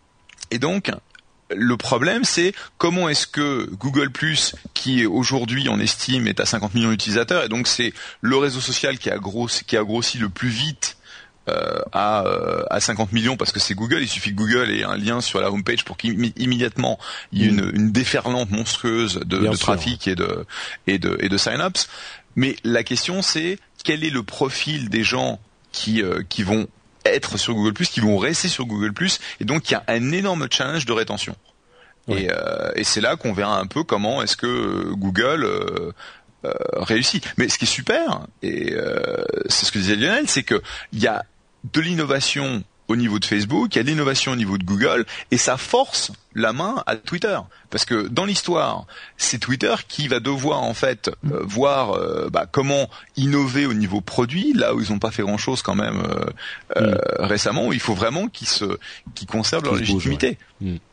Speaker 3: et donc le problème, c'est comment est-ce que Google plus, qui aujourd'hui on estime est à cinquante millions d'utilisateurs, et donc c'est le réseau social qui a grossi, qui a grossi le plus vite euh, à, euh, à cinquante millions, parce que c'est Google, il suffit que Google ait un lien sur la homepage pour qu'immédiatement il y ait une, une déferlante monstrueuse de, de trafic et de, et de, et de sign-ups. Mais la question c'est, quel est le profil des gens qui, euh, qui vont être sur Google plus, qui vont rester sur Google plus, et donc il y a un énorme challenge de rétention. Ouais. Et, euh, et c'est là qu'on verra un peu comment est-ce que Google euh, euh, réussit. Mais ce qui est super, et euh, c'est ce que disait Lionel, c'est que il y a de l'innovation au niveau de Facebook, il y a de l'innovation au niveau de Google, et ça force la main à Twitter. Parce que dans l'histoire, c'est Twitter qui va devoir en fait euh, voir euh, bah, comment innover au niveau produit, là où ils n'ont pas fait grand-chose quand même euh, euh, mm. récemment, où il faut vraiment qu'ils se, qu'ils conservent leur légitimité. Bouge, ouais. mm.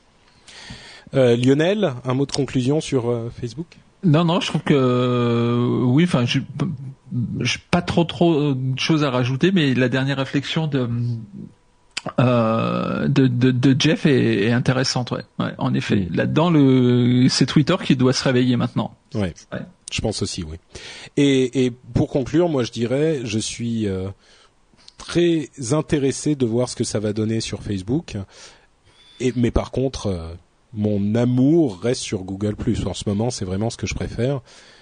Speaker 2: euh, Lionel, un mot de conclusion sur euh, Facebook ?
Speaker 4: Non, non, je trouve que euh, oui, enfin, je j'ai pas trop trop de choses à rajouter, mais la dernière réflexion de Euh, de, de, de Jeff est, est intéressante, ouais. ouais en effet. Mmh. Là-dedans, le, c'est Twitter qui doit se réveiller maintenant.
Speaker 2: Ouais. ouais. je pense aussi, oui. Et, et pour conclure, moi je dirais, je suis euh, très intéressé de voir ce que ça va donner sur Facebook. Et, mais par contre, euh, mon amour reste sur Google plus. En ce moment, c'est vraiment ce que je préfère.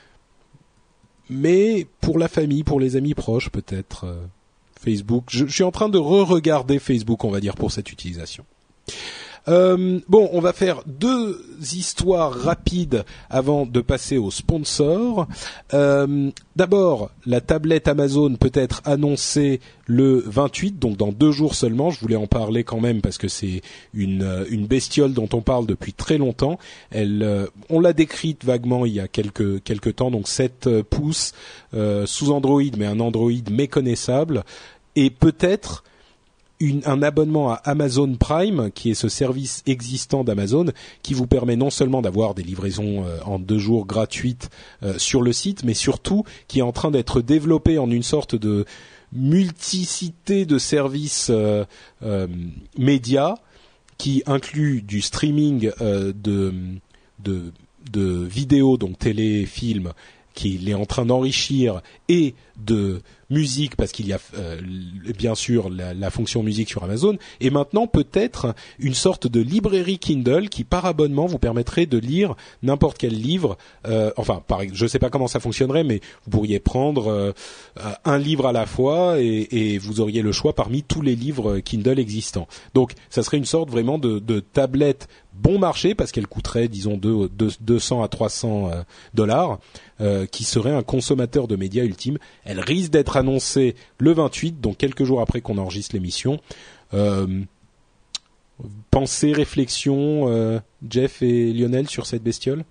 Speaker 2: Mais pour la famille, pour les amis proches, peut-être euh, Facebook. Je, je suis en train de re-regarder Facebook, on va dire, pour cette utilisation. Euh, bon, on va faire deux histoires rapides avant de passer aux sponsors. Euh, d'abord, la tablette Amazon peut être annoncée le vingt-huit, donc dans deux jours seulement. Je voulais en parler quand même parce que c'est une, une bestiole dont on parle depuis très longtemps. Elle, euh, on l'a décrite vaguement il y a quelques, quelques temps, donc sept pouces euh, sous Android, mais un Android méconnaissable. Et peut-être Une, un abonnement à Amazon Prime, qui est ce service existant d'Amazon, qui vous permet non seulement d'avoir des livraisons euh, en deux jours gratuites euh, sur le site, mais surtout qui est en train d'être développé en une sorte de multicité de services euh, euh, médias, qui inclut du streaming euh, de, de, de vidéos, donc télé, film, qu'il est en train d'enrichir, et de musique, parce qu'il y a euh, bien sûr la, la fonction musique sur Amazon, et maintenant peut-être une sorte de librairie Kindle qui par abonnement vous permettrait de lire n'importe quel livre, euh, enfin par, je ne sais pas comment ça fonctionnerait, mais vous pourriez prendre euh, un livre à la fois et, et vous auriez le choix parmi tous les livres Kindle existants. Donc ça serait une sorte vraiment de, de tablette bon marché, parce qu'elle coûterait disons deux, deux, deux cents à trois cents euh, dollars, euh, qui serait un consommateur de médias ultime. Elle risque d'être annoncée le vingt-huit, donc quelques jours après qu'on enregistre l'émission. Euh, pensée, réflexion, euh, Jeff et Lionel, sur cette bestiole?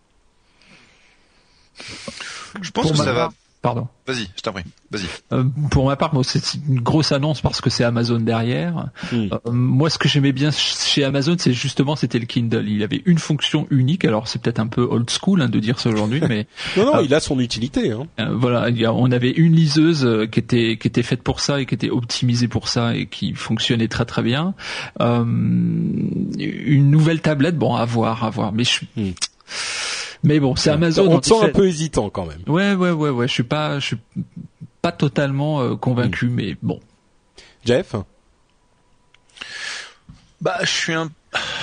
Speaker 3: Je pense Pour que ça va...
Speaker 4: Pardon.
Speaker 3: Vas-y, je t'en prie. Vas-y.
Speaker 4: Euh, pour ma part, moi, c'est une grosse annonce parce que c'est Amazon derrière. Mm. Euh, moi, ce que j'aimais bien chez Amazon, c'est justement, c'était le Kindle. Il avait une fonction unique. Alors, c'est peut-être un peu old school hein, de dire ça aujourd'hui, mais
Speaker 2: non, non, euh, il a son utilité. Hein.
Speaker 4: Euh, voilà, il y a, on avait une liseuse euh, qui était qui était faite pour ça et qui était optimisée pour ça et qui fonctionnait très très bien. Euh, une nouvelle tablette, bon, à voir, à voir. Mais je
Speaker 2: mm.
Speaker 4: Mais bon, c'est Amazon.
Speaker 2: On te sent un peu hésitant quand même.
Speaker 4: Ouais, ouais, ouais, ouais. Je suis pas, je suis pas totalement euh, convaincu, mmh. mais bon.
Speaker 2: Jeff?
Speaker 3: Bah, je suis un,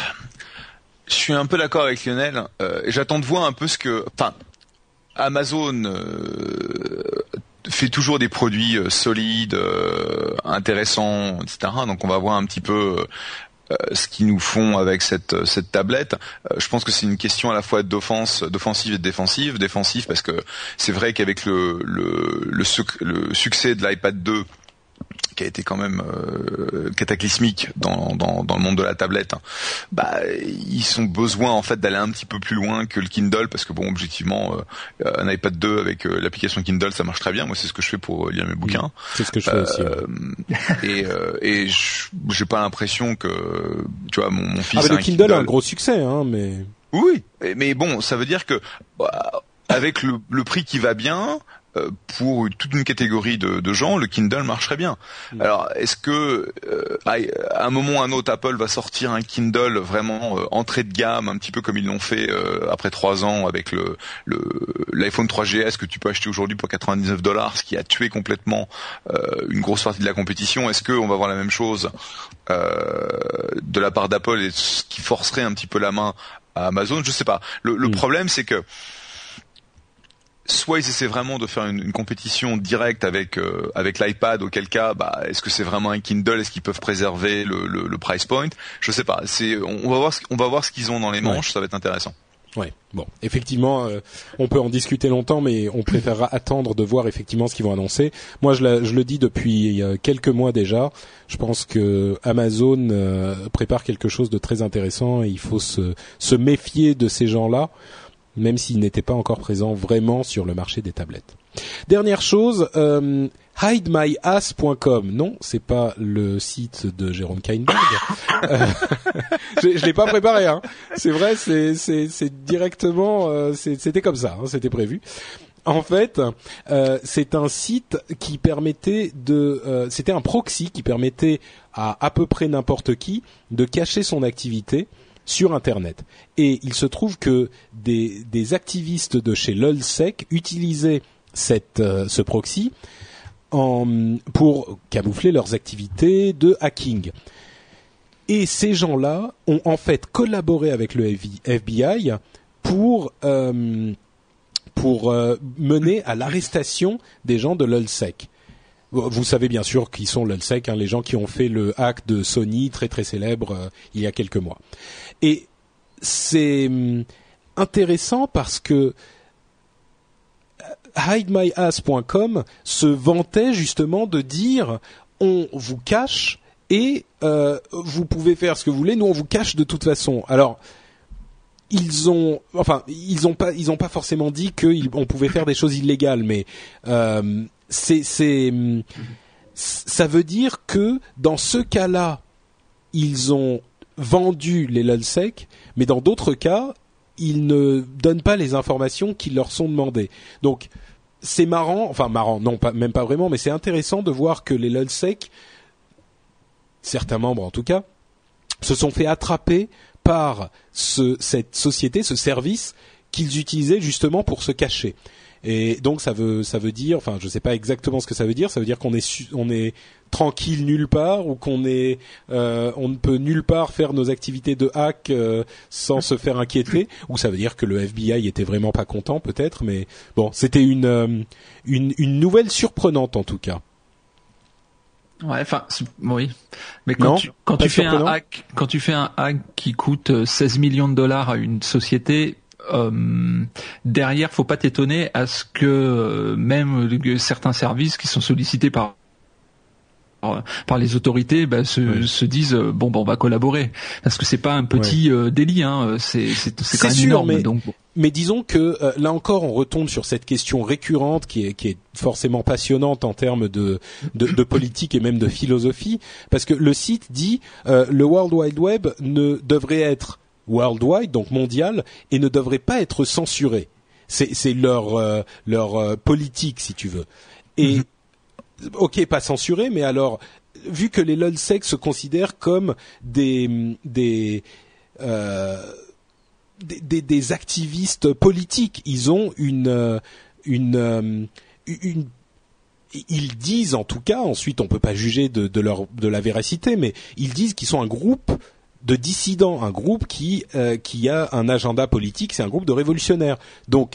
Speaker 3: je suis un peu d'accord avec Lionel. Euh, et j'attends de voir un peu ce que, enfin, Amazon euh, fait toujours des produits euh, solides, euh, intéressants, et cetera. Donc on va voir un petit peu. Euh, Euh, ce qu'ils nous font avec cette cette tablette. Euh, je pense que c'est une question à la fois d'offense, d'offensive et de défensive. Défensive parce que c'est vrai qu'avec le le le, suc- le succès de l'iPad deux, qui a été quand même euh, cataclysmique dans, dans dans le monde de la tablette, hein, bah ils ont besoin en fait d'aller un petit peu plus loin que le Kindle, parce que bon, objectivement euh, un iPad deux avec euh, l'application Kindle, ça marche très bien. Moi, c'est ce que je fais pour lire mes bouquins.
Speaker 2: C'est ce que je fais
Speaker 3: euh,
Speaker 2: aussi. Ouais.
Speaker 3: Et euh, et j'ai pas l'impression que tu vois mon, mon fils.
Speaker 2: Ah, mais le
Speaker 3: un
Speaker 2: Kindle,
Speaker 3: Kindle
Speaker 2: a un gros succès, hein, mais.
Speaker 3: Oui, mais bon, ça veut dire que bah, avec le, le prix qui va bien. Euh, pour toute une catégorie de, de gens, le Kindle marcherait bien. Mmh. Alors, est-ce que euh, à, à un moment ou à un autre, Apple va sortir un Kindle vraiment euh, entrée de gamme, un petit peu comme ils l'ont fait euh, après trois ans avec le, le l'iPhone trois G S que tu peux acheter aujourd'hui pour quatre-vingt-dix-neuf dollars, ce qui a tué complètement euh, une grosse partie de la compétition. Est-ce que on va voir la même chose euh, de la part d'Apple, et ce qui forcerait un petit peu la main à Amazon? Je sais pas. Le, le mmh. problème, c'est que soit ils essaient vraiment de faire une, une compétition directe avec euh, avec l'iPad, auquel cas, bah, est-ce que c'est vraiment un Kindle? Est-ce qu'ils peuvent préserver le, le, le price point? Je sais pas. C'est, on, on va voir, ce, on va voir ce qu'ils ont dans les manches. Ouais. Ça va être intéressant.
Speaker 2: Ouais. Bon, effectivement, euh, on peut en discuter longtemps, mais on préférera attendre de voir effectivement ce qu'ils vont annoncer. Moi, je, la, je le dis depuis euh, quelques mois déjà. Je pense que Amazon euh, prépare quelque chose de très intéressant et il faut se se méfier de ces gens-là, même s'ils n'étaient pas encore présents vraiment sur le marché des tablettes. Dernière chose, euh, hide my ass point com. Non, c'est pas le site de Jérôme Kainborg. euh, je, je l'ai pas préparé, hein. C'est vrai, c'est c'est c'est directement, euh, c'est, c'était comme ça, hein, c'était prévu. En fait, euh, c'est un site qui permettait de, euh, c'était un proxy qui permettait à à peu près n'importe qui de cacher son activité sur Internet. Et il se trouve que des, des activistes de chez lolsec utilisaient cette, euh, ce proxy en, pour camoufler leurs activités de hacking. Et ces gens-là ont en fait collaboré avec le F B I pour euh, pour euh, mener à l'arrestation des gens de lolsec. Vous savez bien sûr qui sont lolsec, hein, les gens qui ont fait le hack de Sony très très célèbre euh, il y a quelques mois. Et c'est hum, intéressant parce que hide my ass point com se vantait justement de dire on vous cache et euh, vous pouvez faire ce que vous voulez, nous on vous cache de toute façon. Alors ils ont, enfin ils ont pas, ils ont pas forcément dit qu'on pouvait faire des choses illégales, mais euh, c'est, c'est, ça veut dire que dans ce cas-là, ils ont vendu les lolsec, mais dans d'autres cas, ils ne donnent pas les informations qui leur sont demandées. Donc c'est marrant, enfin marrant, non pas même pas vraiment, mais c'est intéressant de voir que les lolsec, certains membres en tout cas, se sont fait attraper par ce, cette société, ce service qu'ils utilisaient justement pour se cacher. Et donc ça veut ça veut dire, enfin je sais pas exactement ce que ça veut dire, ça veut dire qu'on est su, on est tranquille nulle part ou qu'on est euh, on ne peut nulle part faire nos activités de hack euh, sans se faire inquiéter, ou ça veut dire que le F B I était vraiment pas content peut-être, mais bon, c'était une euh, une une nouvelle surprenante en tout cas.
Speaker 4: Ouais, enfin oui, mais quand
Speaker 2: non,
Speaker 4: tu quand tu fais un hack, quand tu fais un hack qui coûte seize millions de dollars à une société, Euh, derrière, faut pas t'étonner à ce que euh, même euh, certains services qui sont sollicités par par, par les autorités bah, se, oui. se disent euh, bon, bah, on va collaborer, parce que c'est pas un petit ouais. euh, délit, hein, c'est c'est, c'est quand même
Speaker 2: sûr,
Speaker 4: énorme.
Speaker 2: Mais,
Speaker 4: donc bon.
Speaker 2: mais disons que euh, là encore, on retombe sur cette question récurrente qui est qui est forcément passionnante en termes de de, de politique et même de philosophie, parce que le site dit euh, le World Wide Web ne devrait être worldwide, donc mondial, et ne devrait pas être censuré. C'est, c'est leur euh, leur euh, politique, si tu veux. Et mm-hmm. ok, pas censuré, mais alors, vu que les lolsec se considèrent comme des des, euh, des des des activistes politiques, ils ont une une une ils disent en tout cas, ensuite on peut pas juger de, de leur de la véracité, mais ils disent qu'ils sont un groupe de dissidents, un groupe qui euh, qui a un agenda politique, c'est un groupe de révolutionnaires. Donc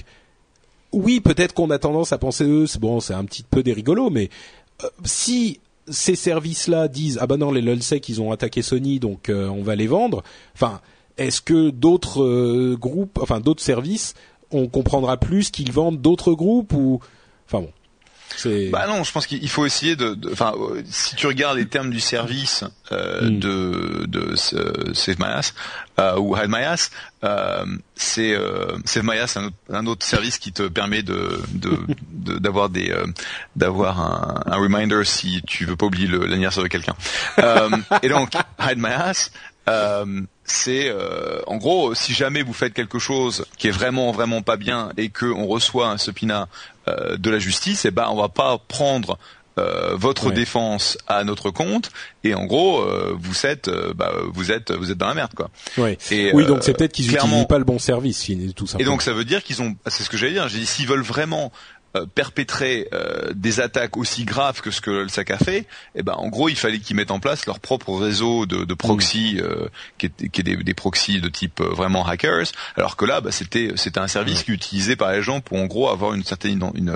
Speaker 2: oui, peut-être qu'on a tendance à penser eux, c'est bon, c'est un petit peu des rigolos, mais euh, si ces services-là disent ah ben non, les lolsec ils ont attaqué Sony, donc euh, on va les vendre. Enfin, est-ce que d'autres euh, groupes, enfin d'autres services, on comprendra plus qu'ils vendent d'autres groupes ou enfin bon. C'est...
Speaker 3: Bah non, je pense qu'il faut essayer de, enfin, si tu regardes les termes du service euh, mm. de de euh, Save My Ass euh, ou Hide My Ass, euh, c'est euh, Save My Ass, un autre, un autre service qui te permet de, de, de d'avoir des euh, d'avoir un, un reminder si tu veux pas oublier le, l'anniversaire de quelqu'un. Euh, et donc Hide My Ass. Euh, c'est euh, en gros, si jamais vous faites quelque chose qui est vraiment vraiment pas bien et que on reçoit un subpoena euh, de la justice, et eh ben on va pas prendre euh, votre ouais. défense à notre compte, et en gros euh, vous êtes euh, bah, vous êtes vous êtes dans la merde quoi.
Speaker 2: Ouais.
Speaker 3: Et,
Speaker 2: oui,
Speaker 3: euh,
Speaker 2: donc c'est peut-être qu'ils n'utilisent pas le bon service, tout simplement.
Speaker 3: Et donc ça veut dire qu'ils ont, c'est ce que j'allais dire. J'ai dit s'ils veulent vraiment Euh, perpétrer euh, des attaques aussi graves que ce que lolsec a fait, eh ben en gros il fallait qu'ils mettent en place leur propre réseau de, de proxy, euh, qui est, qui est des, des proxys de type euh, vraiment hackers, alors que là bah, c'était c'était un service qui est utilisé par les gens pour en gros avoir une certaine une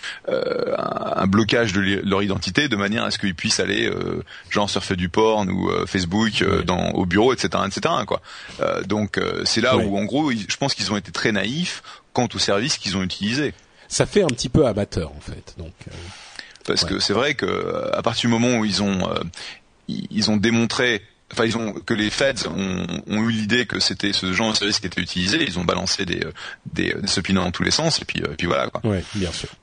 Speaker 3: euh, un, un blocage de leur identité de manière à ce qu'ils puissent aller euh, genre surfer du porn ou euh, Facebook euh, dans au bureau, etc etc quoi. Euh, donc euh, c'est là ouais. où en gros je pense qu'ils ont été très naïfs quant au service qu'ils ont utilisé.
Speaker 2: Ça fait un petit peu amateur en fait, donc. Euh,
Speaker 3: Parce
Speaker 2: ouais.
Speaker 3: que c'est vrai que à partir du moment où ils ont euh, ils ont démontré, enfin ils ont que les feds ont, ont eu l'idée que c'était ce genre de service qui était utilisé, ils ont balancé des des, des subpoenas dans tous les sens et puis et puis voilà quoi.
Speaker 2: Ouais, bien sûr.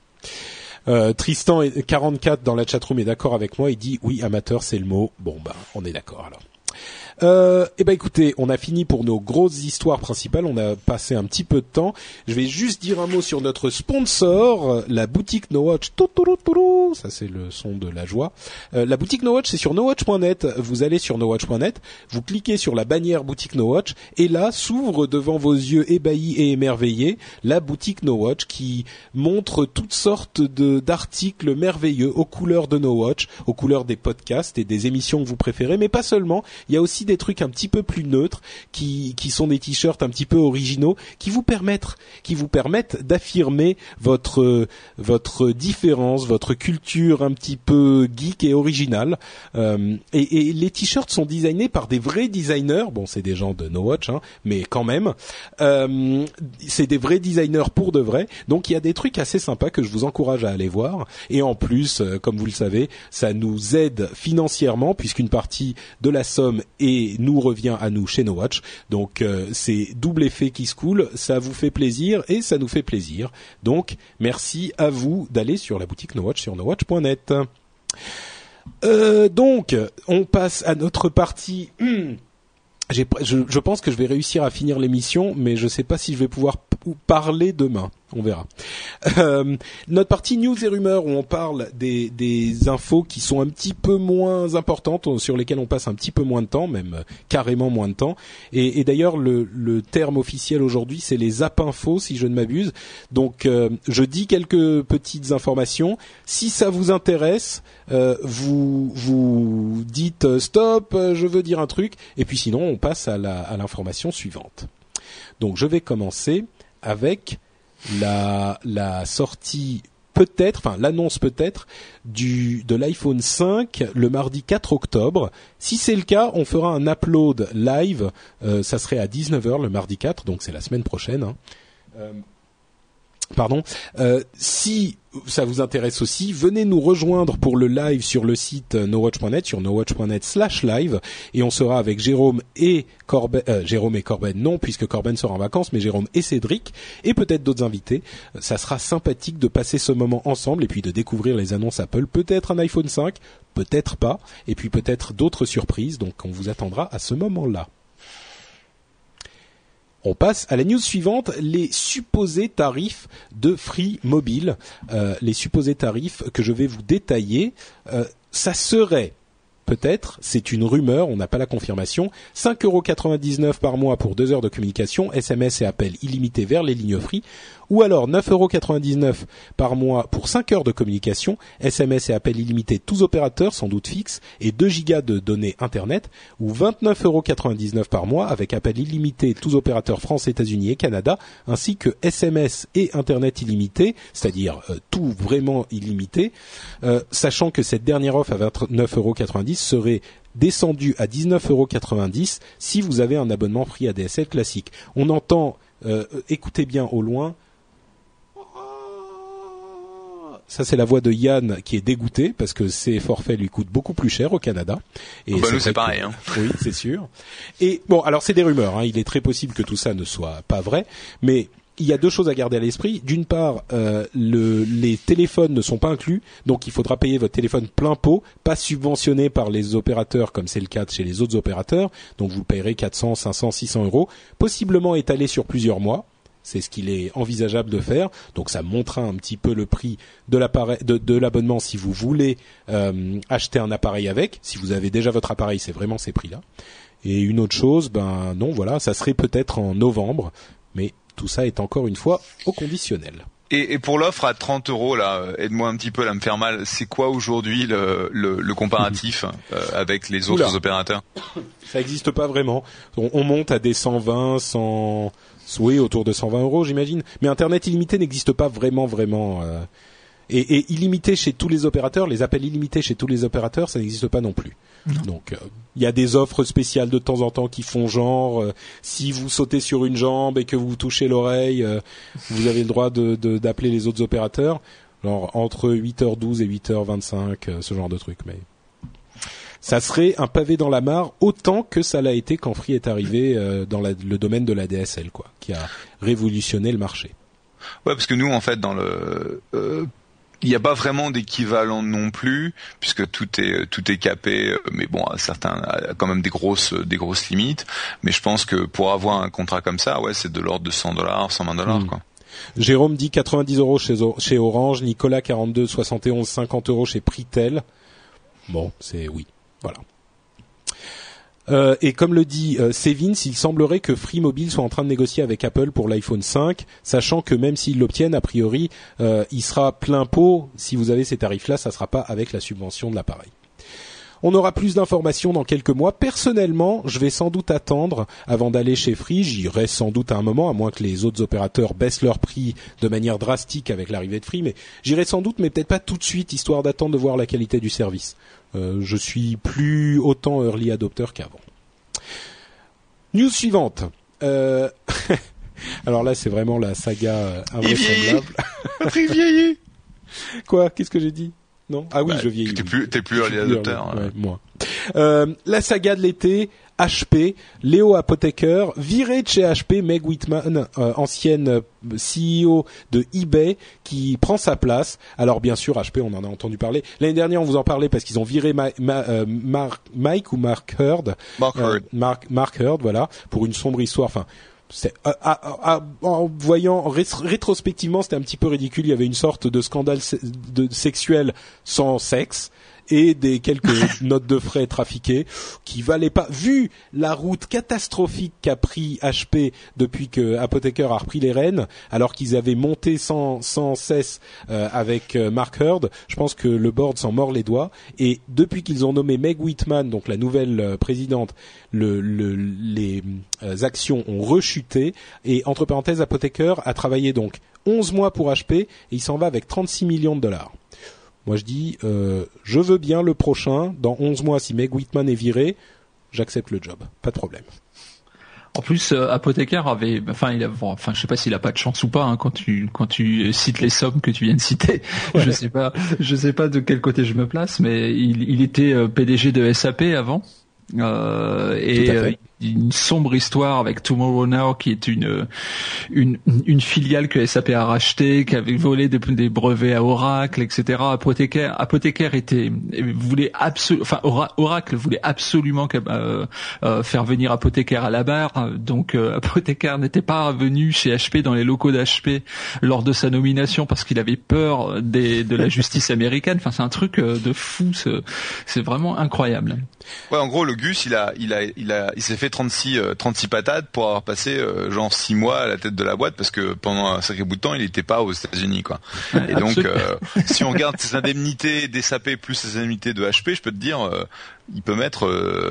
Speaker 2: Euh, Tristan quarante-quatre dans la chatroom est d'accord avec moi, il dit oui amateur c'est le mot. Bon bah on est d'accord alors. Euh, eh ben écoutez, on a fini pour nos grosses histoires principales. On a passé un petit peu de temps. Je vais juste dire un mot sur notre sponsor, la boutique No Watch. Ça c'est le son de la joie. Euh, la boutique No Watch, c'est sur nowatch point net. Vous allez sur nowatch point net, vous cliquez sur la bannière boutique No Watch, et là s'ouvre devant vos yeux ébahis et émerveillés la boutique No Watch qui montre toutes sortes de d'articles merveilleux aux couleurs de No Watch, aux couleurs des podcasts et des émissions que vous préférez, mais pas seulement. Il y a aussi des trucs un petit peu plus neutres qui qui sont des t-shirts un petit peu originaux qui vous permettent qui vous permettent d'affirmer votre votre différence, votre culture un petit peu geek et originale. Euh, et, et les t-shirts sont designés par des vrais designers. Bon, c'est des gens de No Watch, hein, mais quand même, euh, c'est des vrais designers pour de vrai. Donc il y a des trucs assez sympas que je vous encourage à aller voir. Et en plus, euh, comme vous le savez, ça nous aide financièrement puisqu'une partie de la somme et nous revient à nous chez No Watch. Donc euh, c'est double effet qui se coule, ça vous fait plaisir et ça nous fait plaisir. Donc merci à vous d'aller sur la boutique No Watch sur nowatch point net. Euh, donc on passe à notre partie. J'ai, je, je pense que je vais réussir à finir l'émission, mais je sais pas si je vais pouvoir p- parler demain. On verra. Euh, notre partie news et rumeurs où on parle des, des infos qui sont un petit peu moins importantes, sur lesquelles on passe un petit peu moins de temps, même euh, carrément moins de temps. Et, et d'ailleurs, le, le terme officiel aujourd'hui, c'est les app infos, si je ne m'abuse. Donc, euh, je dis quelques petites informations. Si ça vous intéresse, euh, vous vous dites euh, stop, euh, je veux dire un truc. Et puis sinon, on passe à, la, à l'information suivante. Donc, je vais commencer avec la la sortie peut-être, enfin l'annonce peut-être du de l'iPhone cinq le mardi quatre octobre. Si c'est le cas, on fera un upload live. Euh, ça serait à dix-neuf heures le mardi quatre, donc c'est la semaine prochaine. Hein. Euh, Pardon. Euh, si ça vous intéresse aussi, venez nous rejoindre pour le live sur le site nowatch point net, sur nowatch point net slash live, et on sera avec Jérôme et Corben, euh, Jérôme et Corben non, puisque Corben sera en vacances, mais Jérôme et Cédric, et peut-être d'autres invités. Ça sera sympathique de passer ce moment ensemble, et puis de découvrir les annonces Apple, peut-être un iPhone cinq, peut-être pas, et puis peut-être d'autres surprises, donc on vous attendra à ce moment-là. On passe à la news suivante, les supposés tarifs de Free Mobile. Euh, les supposés tarifs que je vais vous détailler, euh, ça serait peut-être, c'est une rumeur, on n'a pas la confirmation, cinq euros quatre-vingt-dix-neuf par mois pour deux heures de communication, S M S et appels illimités vers les lignes Free, ou alors neuf euros quatre-vingt-dix-neuf par mois pour cinq heures de communication, S M S et appels illimités tous opérateurs, sans doute fixes, et deux gigas de données Internet, ou vingt-neuf euros quatre-vingt-dix-neuf par mois avec appels illimités tous opérateurs France, États-Unis et Canada, ainsi que S M S et Internet illimité, c'est-à-dire euh, tout vraiment illimité, euh, sachant que cette dernière offre à vingt-neuf euros quatre-vingt-dix serait descendue à dix-neuf euros quatre-vingt-dix si vous avez un abonnement Free A D S L classique. On entend, euh, écoutez bien au loin, ça c'est la voix de Yann qui est dégoûté parce que ses forfaits lui coûtent beaucoup plus cher au Canada. Et
Speaker 3: oh bah
Speaker 2: c'est
Speaker 3: nous c'est pareil.
Speaker 2: Que,
Speaker 3: hein.
Speaker 2: Oui, c'est sûr. Et bon, alors c'est des rumeurs. Hein, il est très possible que tout ça ne soit pas vrai, mais il y a deux choses à garder à l'esprit. D'une part, euh, le, les téléphones ne sont pas inclus, donc il faudra payer votre téléphone plein pot, pas subventionné par les opérateurs comme c'est le cas chez les autres opérateurs. Donc vous payerez quatre cents, cinq cents, six cents euros, possiblement étalé sur plusieurs mois. C'est ce qu'il est envisageable de faire. Donc ça montera un petit peu le prix de l'appareil, de, de l'abonnement si vous voulez euh, acheter un appareil avec. Si vous avez déjà votre appareil, c'est vraiment ces prix-là. Et une autre chose, ben non, voilà, ça serait peut-être en novembre, mais tout ça est encore une fois au conditionnel.
Speaker 3: Et, et pour l'offre à trente euros, là, aide-moi un petit peu là, me faire mal. C'est quoi aujourd'hui le, le, le comparatif euh, avec les autres Oula. opérateurs?
Speaker 2: Ça n'existe pas vraiment. On, on monte à des cent vingt, cent, oui, autour de cent vingt euros, j'imagine. Mais Internet illimité n'existe pas vraiment, vraiment. Euh, et, et illimité chez tous les opérateurs, les appels illimités chez tous les opérateurs, ça n'existe pas non plus. Non. Donc, il euh, y a des offres spéciales de temps en temps qui font genre, euh, si vous sautez sur une jambe et que vous touchez l'oreille, euh, vous avez le droit de, de, d'appeler les autres opérateurs. Genre entre huit heures douze et huit heures vingt-cinq, euh, ce genre de truc. Mais ça serait un pavé dans la mare autant que ça l'a été quand Free est arrivé euh, dans la, le domaine de la D S L, quoi, qui a révolutionné le marché.
Speaker 3: Ouais, parce que nous, en fait, dans le... Euh, il n'y a pas vraiment d'équivalent non plus, puisque tout est tout est capé, mais bon, certains a quand même des grosses des grosses limites. Mais je pense que pour avoir un contrat comme ça, ouais, c'est de l'ordre de cent dollars, cent vingt dollars, mmh. quoi.
Speaker 2: Jérôme dit quatre-vingt-dix euros chez chez Orange, Nicolas quarante-deux soixante et onze cinquante euros chez Pritel. Bon, c'est oui, voilà. Euh, et comme le dit euh, Sevins, il semblerait que Free Mobile soit en train de négocier avec Apple pour l'iPhone cinq, sachant que même s'ils l'obtiennent, a priori, euh, il sera plein pot. Si vous avez ces tarifs-là, ça sera pas avec la subvention de l'appareil. On aura plus d'informations dans quelques mois. Personnellement, je vais sans doute attendre avant d'aller chez Free. J'irai sans doute à un moment, à moins que les autres opérateurs baissent leur prix de manière drastique avec l'arrivée de Free. Mais j'irai sans doute, mais peut-être pas tout de suite, histoire d'attendre de voir la qualité du service. Euh, je suis plus autant early adopter qu'avant. News suivante. Euh... Alors là, c'est vraiment la saga euh, invraisemblable.
Speaker 3: Free vieillit.
Speaker 2: Quoi ? Qu'est-ce que j'ai dit ? Non. Ah oui,
Speaker 3: bah,
Speaker 2: je vieillis.
Speaker 3: T'es
Speaker 2: oui.
Speaker 3: plus, t'es plus early adopter.
Speaker 2: Ouais, ouais, moi. Euh, la saga de l'été, H P, Léo Apotheker, viré de chez H P, Meg Whitman, euh, ancienne C E O de eBay, qui prend sa place. Alors bien sûr, H P, on en a entendu parler. L'année dernière, on vous en parlait parce qu'ils ont viré Ma- Ma- euh, Mark, Mike ou Mark Hurd.
Speaker 3: Mark Hurd.
Speaker 2: Euh, Mark, Mark Hurd, voilà, pour une sombre histoire. Enfin. C'est, à, à, à, en voyant ré- rétrospectivement, c'était un petit peu ridicule. Il y avait une sorte de scandale se- de sexuel sans sexe et des quelques notes de frais trafiquées qui valaient pas, vu la route catastrophique qu'a pris H P depuis que Apotheker a repris les rênes, alors qu'ils avaient monté sans sans cesse euh, avec euh, Mark Hurd. Je pense que le board s'en mord les doigts. Et depuis qu'ils ont nommé Meg Whitman, donc la nouvelle euh, présidente, le, le les euh, actions ont rechuté. Et entre parenthèses, Apotheker a travaillé donc onze mois pour H P et il s'en va avec trente-six millions de dollars. Moi, je dis, euh, je veux bien le prochain. Dans onze mois, si Meg Whitman est viré, j'accepte le job. Pas de problème.
Speaker 4: En plus, euh, Apotheker avait, enfin, il a, enfin, je sais pas s'il a pas de chance ou pas hein, quand tu quand tu cites les sommes que tu viens de citer. Ouais. Je sais pas, je sais pas de quel côté je me place, mais il, il était P D G de S A P avant. Euh, et euh, une sombre histoire avec Tomorrow Now qui est une une une filiale que S A P a rachetée, qui avait volé des, des brevets à Oracle, et cetera. Apotheker, Apotheker était voulait absolument, enfin Oracle voulait absolument euh, euh, faire venir Apotheker à la barre, donc euh, Apotheker n'était pas venu chez H P dans les locaux d'H P lors de sa nomination parce qu'il avait peur des, de la justice américaine. Enfin, c'est un truc de fou, c'est, c'est vraiment incroyable.
Speaker 3: Ouais, en gros, le Gus, il a, il a, il a, il s'est fait trente-six, trente-six patates pour avoir passé euh, genre six mois à la tête de la boîte parce que pendant un sacré bout de temps, il n'était pas aux États-Unis, quoi. Et donc, euh, si on regarde ses indemnités d'S A P plus ses indemnités de H P, je peux te dire, euh, il peut mettre,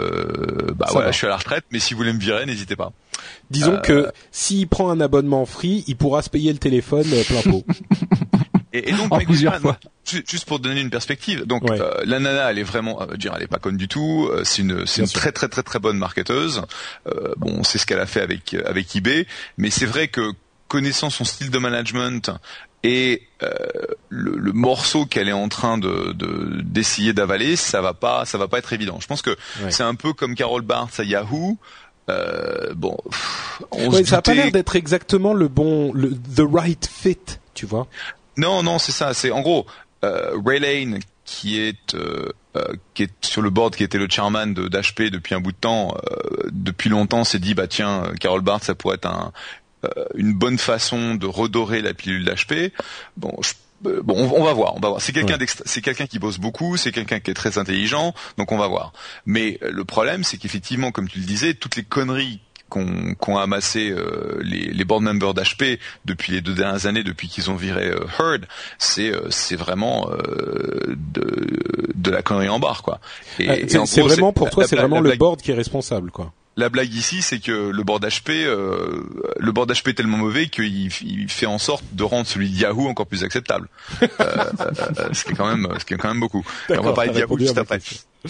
Speaker 3: euh, bah voilà, je suis à la retraite, mais si vous voulez me virer, n'hésitez pas.
Speaker 2: Disons
Speaker 3: euh,
Speaker 2: que s'il prend un abonnement free, il pourra se payer le téléphone euh, plein pot.
Speaker 3: Et, et donc,
Speaker 4: en plusieurs fois.
Speaker 3: Juste pour donner une perspective, donc
Speaker 2: ouais.
Speaker 3: euh, la nana, elle est vraiment, euh, dire, elle est pas conne du tout. Euh, c'est une, c'est Bien une sûr. très très très très bonne marketeuse. Euh, bon, c'est ce qu'elle a fait avec avec eBay, mais c'est vrai que connaissant son style de management et euh, le, le morceau qu'elle est en train de, de d'essayer d'avaler, ça va pas, ça va pas être évident. Je pense que ouais. c'est un peu comme Carol Bartz à Yahoo. Euh, bon, pff, on
Speaker 2: ouais,
Speaker 3: se
Speaker 2: ça
Speaker 3: doutait...
Speaker 2: a pas l'air d'être exactement le bon, le the right fit, tu vois.
Speaker 3: Non, non, c'est ça. C'est en gros euh, Ray Lane qui est euh, euh, qui est sur le board, qui était le chairman de d'H P depuis un bout de temps, euh, depuis longtemps, s'est dit bah tiens, Carol Bartz, ça pourrait être un, euh, une bonne façon de redorer la pilule d'H P. Bon, je, euh, bon, on, on va voir, on va voir. C'est quelqu'un, ouais. c'est quelqu'un qui bosse beaucoup, c'est quelqu'un qui est très intelligent, donc on va voir. Mais euh, le problème, c'est qu'effectivement, comme tu le disais, toutes les conneries qu'ont qu'ont amassé euh, les, les board members d'H P depuis les deux dernières années, depuis qu'ils ont viré euh, Hurd, c'est euh, c'est vraiment euh, de de la connerie en barre, quoi. Et,
Speaker 2: euh,
Speaker 3: et
Speaker 2: c'est,
Speaker 3: en
Speaker 2: c'est
Speaker 3: gros,
Speaker 2: vraiment
Speaker 3: c'est,
Speaker 2: pour toi,
Speaker 3: la,
Speaker 2: c'est
Speaker 3: la,
Speaker 2: vraiment
Speaker 3: la
Speaker 2: le
Speaker 3: blague,
Speaker 2: board qui est responsable, quoi.
Speaker 3: La blague ici, c'est que le board d'H P, euh, le board d'H P est tellement mauvais qu'il il fait en sorte de rendre celui de Yahoo encore plus acceptable. euh, euh, ce qui est quand même, ce qui est quand même beaucoup. Et on va parler de Yahoo juste après.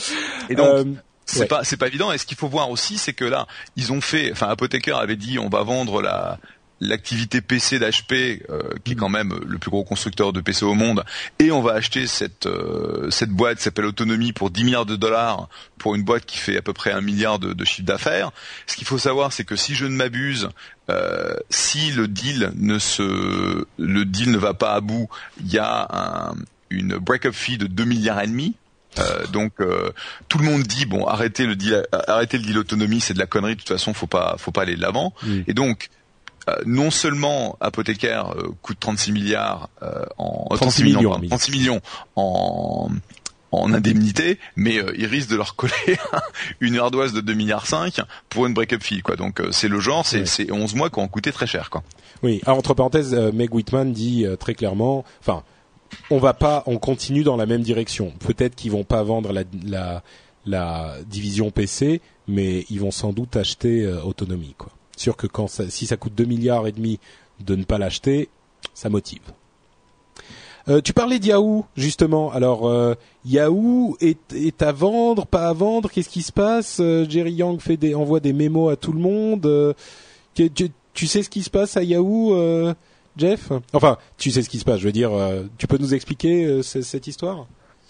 Speaker 3: Et donc. Euh... C'est ouais. pas c'est pas évident. Et ce qu'il faut voir aussi, c'est que là, ils ont fait. Enfin, Apotheker avait dit, on va vendre la l'activité P C d'H P, euh, qui est quand même le plus gros constructeur de P C au monde, et on va acheter cette euh, cette boîte qui s'appelle Autonomy pour dix milliards de dollars pour une boîte qui fait à peu près un milliard de, de chiffre d'affaires. Ce qu'il faut savoir, c'est que si je ne m'abuse, euh, si le deal ne se le deal ne va pas à bout, il y a un, une break-up fee de deux milliards et demi. Euh, donc euh, tout le monde dit bon, arrêtez le deal, arrêtez le deal Autonomy, c'est de la connerie. De toute façon, faut pas faut pas aller de l'avant. Mmh. Et donc Euh, non seulement Apothécaire euh, coûte trente-six milliards euh, en
Speaker 2: trente-six millions,
Speaker 3: pardon, trente-six millions en en indemnité, mais euh, ils risquent de leur coller une ardoise de deux virgule cinq milliards pour une break-up fee, quoi. Donc euh, c'est le genre, c'est, ouais. c'est onze mois qui ont coûté très cher, quoi.
Speaker 2: Oui. Alors, entre parenthèses, euh, Meg Whitman dit euh, très clairement, enfin, on va pas, on continue dans la même direction. Peut-être qu'ils vont pas vendre la la, la division P C, mais ils vont sans doute acheter euh, Autonomy, quoi. Sûr que quand ça, si ça coûte deux milliards et demi de ne pas l'acheter, ça motive. Euh, tu parlais de Yahoo, justement. Alors, euh, Yahoo est, est à vendre, pas à vendre. Qu'est-ce qui se passe? euh, Jerry Yang fait des, envoie des mémos à tout le monde. Euh, tu, tu, tu sais ce qui se passe à Yahoo, euh, Jeff? Enfin, tu sais ce qui se passe. Je veux dire, euh, tu peux nous expliquer euh, c- cette histoire?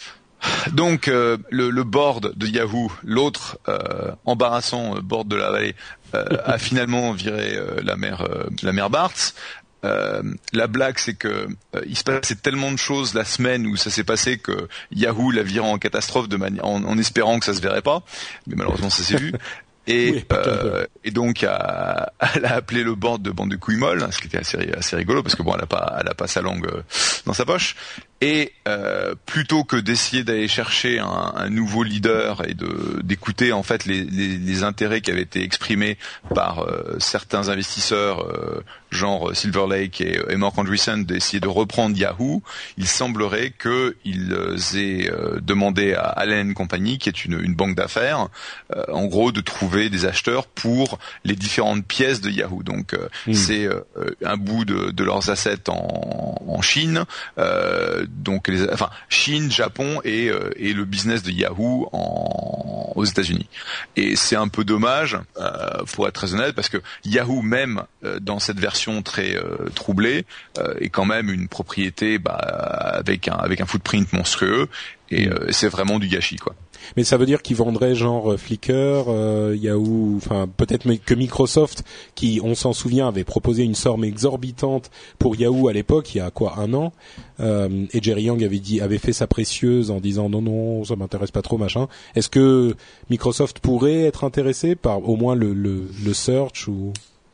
Speaker 3: Donc euh, le, le board de Yahoo, l'autre euh, embarrassant board de la vallée, euh, a finalement viré euh, la mère euh, la mère Bartz. Euh, la blague, c'est que euh, il se passait tellement de choses la semaine où ça s'est passé que Yahoo l'a viré en catastrophe de manière en, en espérant que ça se verrait pas, mais malheureusement ça s'est vu. Et, oui, euh, et donc a, elle a appelé le board de bande de couilles molles, ce qui était assez, assez rigolo parce que bon, elle a pas, elle a pas sa langue dans sa poche. Et euh, plutôt que d'essayer d'aller chercher un, un nouveau leader et de d'écouter en fait les, les, les intérêts qui avaient été exprimés par euh, certains investisseurs, euh, genre Silver Lake et, et Mark Andreessen, d'essayer de reprendre Yahoo, il semblerait qu'ils aient euh, demandé à Allen Company, qui est une, une banque d'affaires, euh, en gros de trouver des acheteurs pour les différentes pièces de Yahoo. Donc euh, mmh. c'est euh, un bout de, de leurs assets en, en Chine. Euh, donc les, enfin Chine, Japon et, euh, et le business de Yahoo en, aux États-Unis. Et c'est un peu dommage, euh, pour être très honnête, parce que Yahoo même euh, dans cette version très euh, troublée euh, est quand même une propriété bah, avec un avec un footprint monstrueux et euh, c'est vraiment du gâchis, quoi.
Speaker 2: Mais ça veut dire qu'ils vendraient genre euh, Flickr, euh, Yahoo, enfin peut-être que Microsoft, qui on s'en souvient avait proposé une somme exorbitante pour Yahoo à l'époque, il y a quoi, un an, euh, et Jerry Yang avait dit, avait fait sa précieuse en disant non non ça m'intéresse pas trop machin. Est-ce que Microsoft pourrait être intéressé par au moins le le, le search ou?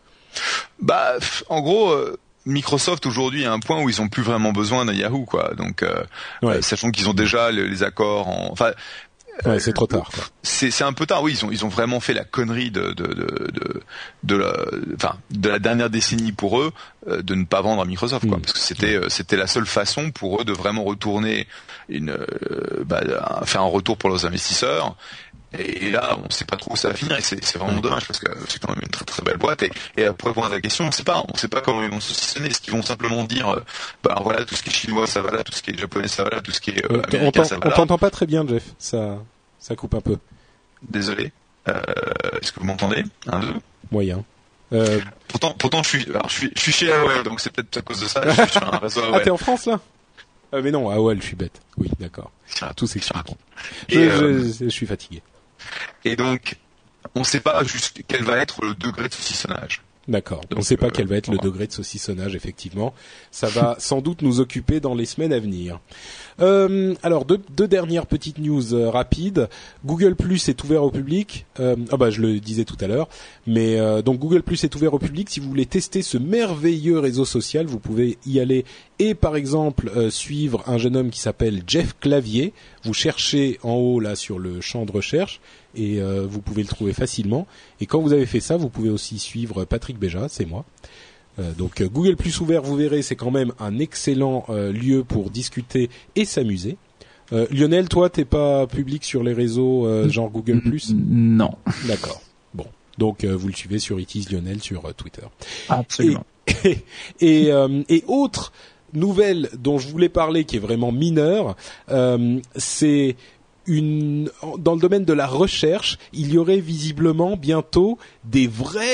Speaker 3: Bah en gros. Euh... Microsoft aujourd'hui a un point où ils ont plus vraiment besoin d'un Yahoo, quoi. Donc, euh, ouais. euh, sachant qu'ils ont déjà les, les accords en, enfin,
Speaker 2: ouais, c'est trop tard, quoi.
Speaker 3: C'est, c'est un peu tard, oui. Ils ont, ils ont vraiment fait la connerie de, de, de, de, de la, enfin, de la dernière décennie pour eux, euh, de ne pas vendre à Microsoft, quoi. Mmh. Parce que c'était, euh, c'était la seule façon pour eux de vraiment retourner une, euh, bah, faire un retour pour leurs investisseurs. Et là, on ne sait pas trop où ça va finir, et c'est, c'est vraiment dommage parce que c'est quand même une très très belle boîte. Et, et pour répondre à la question, on ne sait pas, on ne sait pas comment ils vont se saucissonner. Est-ce qu'ils vont simplement dire, euh, bah voilà, tout ce qui est chinois, ça va là, tout ce qui est japonais, ça va là, tout ce qui est euh, américain, ça va là.
Speaker 2: On t'entend pas très bien, Jeff. Ça, ça coupe un peu.
Speaker 3: Désolé. Euh, est-ce que vous m'entendez? Un, deux.
Speaker 2: Moyen. Euh...
Speaker 3: Pourtant, pourtant, je suis, alors je suis, je suis chez A O L, donc c'est peut-être à cause de ça. Je suis sur un réseau A O L.
Speaker 2: Ah, t'es en France là? Ah, mais non, A O L, je suis bête. Oui, d'accord. Tout s'explique. Je,
Speaker 3: euh...
Speaker 2: je, je suis fatigué.
Speaker 3: Et donc, on ne sait pas juste quel va être le degré de saucissonnage.
Speaker 2: D'accord. Donc, on ne sait pas euh, quel va être le degré de saucissonnage, effectivement. Ça va sans doute nous occuper dans les semaines à venir. Euh, alors, deux, deux dernières petites news euh, rapides. Google Plus est ouvert au public. Euh, ah bah, je le disais tout à l'heure. Mais euh, donc, Google Plus est ouvert au public. Si vous voulez tester ce merveilleux réseau social, vous pouvez y aller et, par exemple, euh, suivre un jeune homme qui s'appelle Jeff Clavier. Vous cherchez en haut, là, sur le champ de recherche. Et euh, vous pouvez le trouver facilement. Et quand vous avez fait ça, vous pouvez aussi suivre Patrick Béja, c'est moi. Euh, donc euh, Google Plus ouvert, vous verrez, c'est quand même un excellent euh, lieu pour discuter et s'amuser. Euh, Lionel, toi, t'es pas public sur les réseaux euh, genre Google Plus?
Speaker 4: Non.
Speaker 2: D'accord. Bon, donc euh, vous le suivez sur It is Lionel sur euh, Twitter.
Speaker 4: Absolument.
Speaker 2: Et et, euh, et autre nouvelle dont je voulais parler, qui est vraiment mineure, euh, c'est Une, dans le domaine de la recherche, il y aurait visiblement bientôt des vrais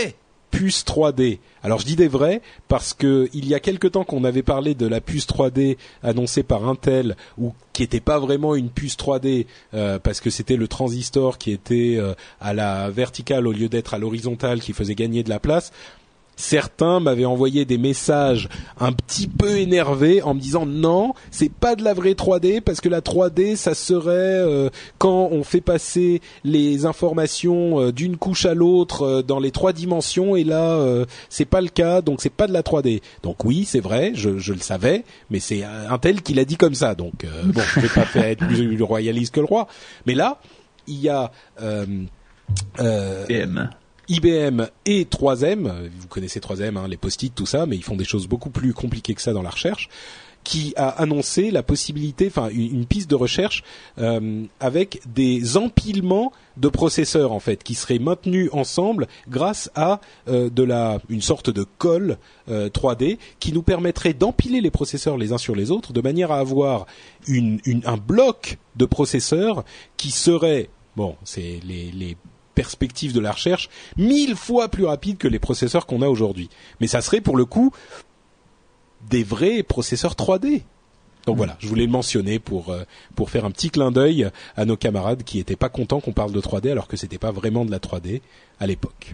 Speaker 2: puce trois D. Alors je dis des vrais parce que il y a quelque temps qu'on avait parlé de la puce trois D annoncée par Intel, ou qui était pas vraiment une puce trois D euh, parce que c'était le transistor qui était euh, à la verticale au lieu d'être à l'horizontale qui faisait gagner de la place. Certains m'avaient envoyé des messages un petit peu énervés en me disant non, c'est pas de la vraie trois D parce que la trois D ça serait euh, quand on fait passer les informations euh, d'une couche à l'autre euh, dans les trois dimensions, et là euh, c'est pas le cas, donc c'est pas de la trois D. Donc oui, c'est vrai, je, je le savais, mais c'est Intel qui l'a dit comme ça, donc euh, bon, je vais pas faire être plus royaliste que le roi. Mais là, il y a euh, euh,
Speaker 4: I B M.
Speaker 2: I B M et trois M, vous connaissez trois M, hein, les post-it, tout ça, mais ils font des choses beaucoup plus compliquées que ça dans la recherche, qui a annoncé la possibilité, enfin une, une piste de recherche euh, avec des empilements de processeurs en fait, qui seraient maintenus ensemble grâce à euh, de la une sorte de colle euh, trois D qui nous permettrait d'empiler les processeurs les uns sur les autres de manière à avoir une, une un bloc de processeurs qui serait, bon, c'est les les perspective de la recherche, mille fois plus rapide que les processeurs qu'on a aujourd'hui. Mais ça serait pour le coup des vrais processeurs trois D. Donc mmh. voilà, je voulais le mentionner pour euh, pour faire un petit clin d'œil à nos camarades qui étaient pas contents qu'on parle de trois D alors que c'était pas vraiment de la trois D à l'époque.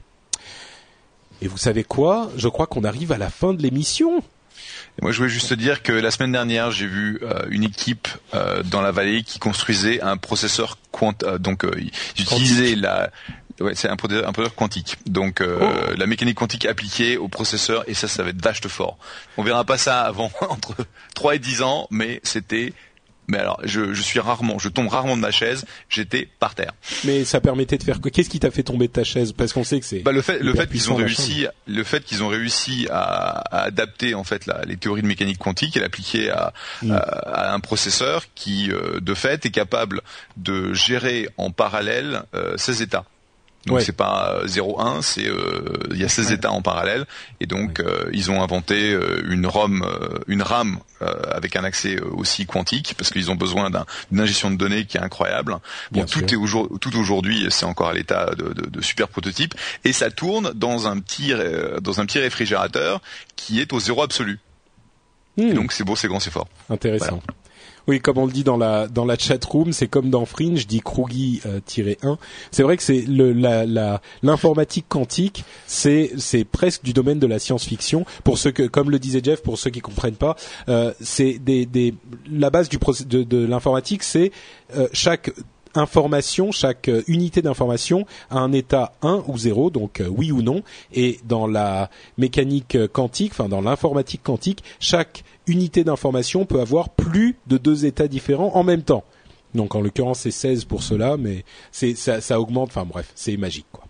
Speaker 2: Et vous savez quoi ? Je crois qu'on arrive à la fin de l'émission.
Speaker 3: Et moi, je voulais juste te dire que la semaine dernière, j'ai vu euh, une équipe euh, dans la vallée qui construisait un processeur quant, euh, donc euh, ils utilisaient la, ouais, c'est un processeur, un processeur quantique. Donc euh, oh. la mécanique quantique appliquée au processeur, et ça, ça va être vache fort. On verra pas ça avant entre trois et dix ans, mais c'était. Mais alors, je, je suis rarement, je tombe rarement de ma chaise. J'étais par terre.
Speaker 2: Mais ça permettait de faire quoi ? Qu'est-ce qui t'a fait tomber de ta chaise ? Parce qu'on sait que c'est.
Speaker 3: Bah le fait, le fait qu'ils ont réussi, le fait qu'ils ont réussi à, à adapter en fait la, les théories de mécanique quantique et l'appliquer à, mmh. à, à un processeur qui, euh, de fait, est capable de gérer en parallèle euh, seize états. Donc ouais. c'est pas zéro un, c'est euh, il y a seize ouais. états en parallèle, et donc ouais. euh, ils ont inventé euh, une ROM, euh, une RAM euh, avec un accès euh, aussi quantique, parce qu'ils ont besoin d'un, d'une ingestion de données qui est incroyable. Bon, Bien tout sûr. est aujourd'hui, tout aujourd'hui, c'est encore à l'état de, de, de super prototype, et ça tourne dans un petit euh, dans un petit réfrigérateur qui est au zéro absolu. Mmh. Et donc c'est beau, c'est grand, c'est fort.
Speaker 2: Intéressant.
Speaker 3: Voilà.
Speaker 2: Oui, comme on le dit dans la dans la chat room, c'est comme dans Fringe, dit Krugi euh, un. C'est vrai que c'est le la la l'informatique quantique, c'est c'est presque du domaine de la science-fiction. Pour ceux que, comme le disait Jeff, pour ceux qui comprennent pas, euh, c'est des des la base du process, de de l'informatique, c'est euh, chaque information, chaque euh, unité d'information a un état un ou zéro, donc euh, oui ou non. Et dans la mécanique quantique, enfin dans l'informatique quantique, chaque unité d'information peut avoir plus de deux états différents en même temps. Donc en l'occurrence c'est seize pour cela, mais c'est ça, ça augmente. Enfin bref, c'est magique quoi.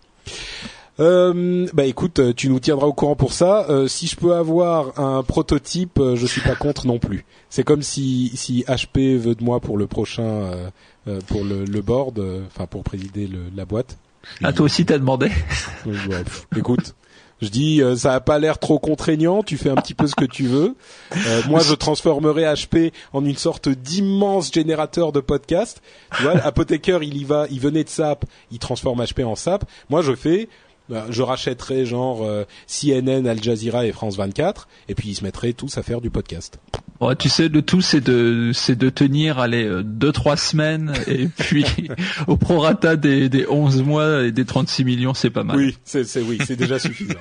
Speaker 2: Euh, bah écoute, tu nous tiendras au courant pour ça. Euh, si je peux avoir un prototype, euh, je suis pas contre non plus. C'est comme si si H P veut de moi pour le prochain, euh, euh, pour le, le board, enfin euh, pour présider le, la boîte.
Speaker 4: Ah, toi aussi t'as demandé.
Speaker 2: Ouais, pff, écoute. Je dis, euh, ça a pas l'air trop contraignant. Tu fais un petit peu ce que tu veux. Euh, moi, je transformerai H P en une sorte d'immense générateur de podcasts. Tu vois, Apothécaire, il y va, il venait de S A P, il transforme H P en S A P. Moi, je fais, euh, je rachèterai genre euh, C N N, Al Jazeera et France vingt-quatre, et puis ils se mettraient tous à faire du podcast.
Speaker 4: Ouais, tu sais, le tout c'est de c'est de tenir allez deux trois semaines, et puis au prorata des des onze mois et des trente-six millions, c'est pas mal.
Speaker 2: Oui, c'est c'est oui, c'est déjà suffisant.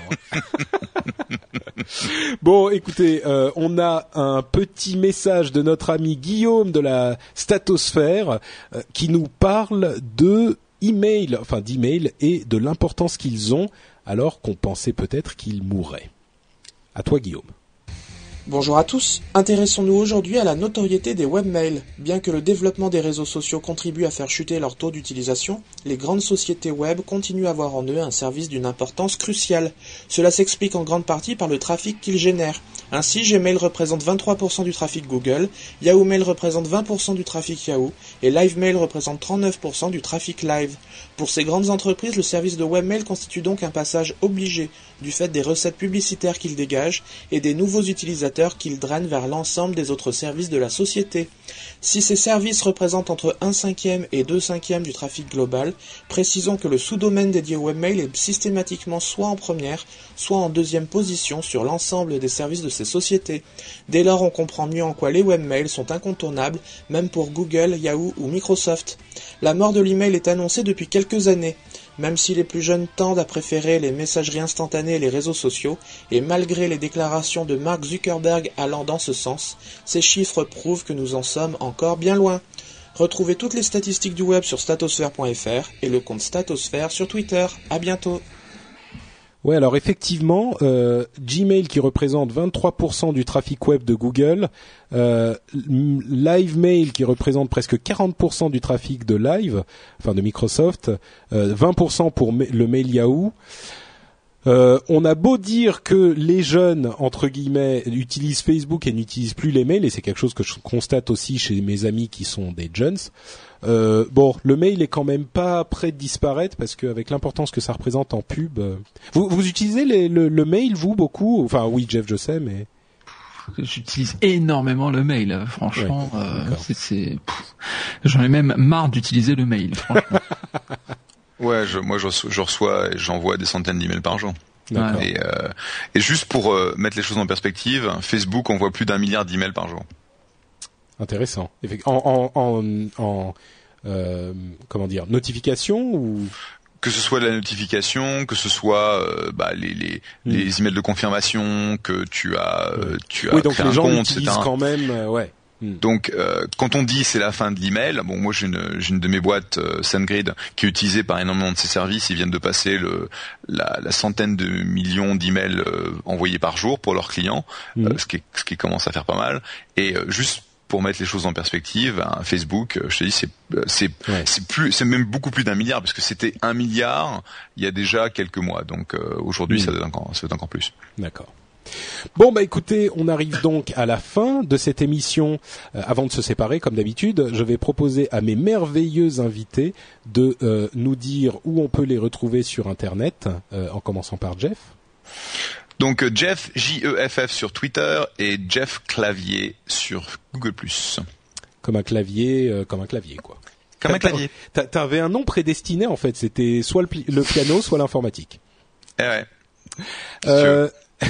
Speaker 2: Bon, écoutez, euh, on a un petit message de notre ami Guillaume de la Statosphère euh, qui nous parle de email, enfin d'email et de l'importance qu'ils ont alors qu'on pensait peut-être qu'ils mourraient. À toi, Guillaume.
Speaker 8: Bonjour à tous, intéressons-nous aujourd'hui à la notoriété des webmails. Bien que le développement des réseaux sociaux contribue à faire chuter leur taux d'utilisation, les grandes sociétés web continuent à avoir en eux un service d'une importance cruciale. Cela s'explique en grande partie par le trafic qu'ils génèrent. Ainsi, Gmail représente vingt-trois pour cent du trafic Google, Yahoo Mail représente vingt pour cent du trafic Yahoo, et LiveMail représente trente-neuf pour cent du trafic Live. Pour ces grandes entreprises, le service de webmail constitue donc un passage obligé, du fait des recettes publicitaires qu'il dégage et des nouveaux utilisateurs utilisateurs qu'il draine vers l'ensemble des autres services de la société. Si ces services représentent entre un cinquième et deux cinquièmes du trafic global, précisons que le sous-domaine dédié au webmail est systématiquement soit en première, soit en deuxième position sur l'ensemble des services de ces sociétés. Dès lors, on comprend mieux en quoi les webmails sont incontournables, même pour Google, Yahoo ou Microsoft. La mort de l'email est annoncée depuis quelques années. Même si les plus jeunes tendent à préférer les messageries instantanées et les réseaux sociaux, et malgré les déclarations de Mark Zuckerberg allant dans ce sens, ces chiffres prouvent que nous en sommes encore bien loin. Retrouvez toutes les statistiques du web sur statosphère point f r et le compte Statosphère sur Twitter. À bientôt.
Speaker 2: Ouais, alors effectivement, euh, Gmail qui représente vingt-trois pour cent du trafic web de Google, euh, Live Mail qui représente presque quarante pour cent du trafic de Live, enfin de Microsoft, euh, vingt pour cent pour le mail Yahoo. Euh, on a beau dire que les jeunes, entre guillemets, utilisent Facebook et n'utilisent plus les mails, et c'est quelque chose que je constate aussi chez mes amis qui sont des jeunes. Euh, bon, le mail est quand même pas prêt de disparaître parce qu'avec l'importance que ça représente en pub, euh... vous, vous utilisez les, le, le mail, vous, beaucoup? Enfin, oui, Jeff, je sais, mais
Speaker 4: j'utilise énormément le mail. Franchement, ouais, euh, c'est, c'est... Pff, j'en ai même marre d'utiliser le mail. Franchement.
Speaker 3: Ouais, je, moi, je, je reçois et j'envoie des centaines d'emails par jour.
Speaker 2: D'accord.
Speaker 3: Et, euh, et juste pour euh, mettre les choses en perspective, Facebook envoie plus d'un milliard d'emails par jour.
Speaker 2: Intéressant. En, en, en, en euh, comment dire, notification ou
Speaker 3: que ce soit la notification, que ce soit euh, bah, les les, mmh. les emails de confirmation que tu as euh, tu as
Speaker 2: oui, donc
Speaker 3: créé
Speaker 2: les
Speaker 3: un
Speaker 2: gens
Speaker 3: compte,
Speaker 2: utilisent
Speaker 3: et cetera.
Speaker 2: Quand même, euh, ouais. Mmh.
Speaker 3: Donc euh, quand on dit c'est la fin de l'email, bon moi j'ai une j'ai une de mes boîtes euh, SendGrid qui est utilisée par énormément de ces services, ils viennent de passer le la, la centaine de millions d'emails euh, envoyés par jour pour leurs clients, mmh. euh, ce qui ce qui commence à faire pas mal et euh, juste pour mettre les choses en perspective, hein, Facebook, je te dis, c'est c'est ouais. c'est plus, c'est même beaucoup plus d'un milliard, parce que c'était un milliard il y a déjà quelques mois. Donc euh, aujourd'hui, mmh. ça va encore, ça va encore plus.
Speaker 2: D'accord. Bon bah écoutez, on arrive donc à la fin de cette émission. Euh, avant de se séparer, comme d'habitude, je vais proposer à mes merveilleux invités de euh, nous dire où on peut les retrouver sur Internet, euh, en commençant par Jeff.
Speaker 3: Donc Jeff, J E F F sur Twitter et Jeff Clavier sur Google plus.
Speaker 2: Comme un clavier, euh, comme un clavier quoi.
Speaker 3: Comme un clavier.
Speaker 2: T'a, t'avais un nom prédestiné en fait, c'était soit le, pli- le piano, soit l'informatique.
Speaker 3: Eh ouais.
Speaker 2: Euh...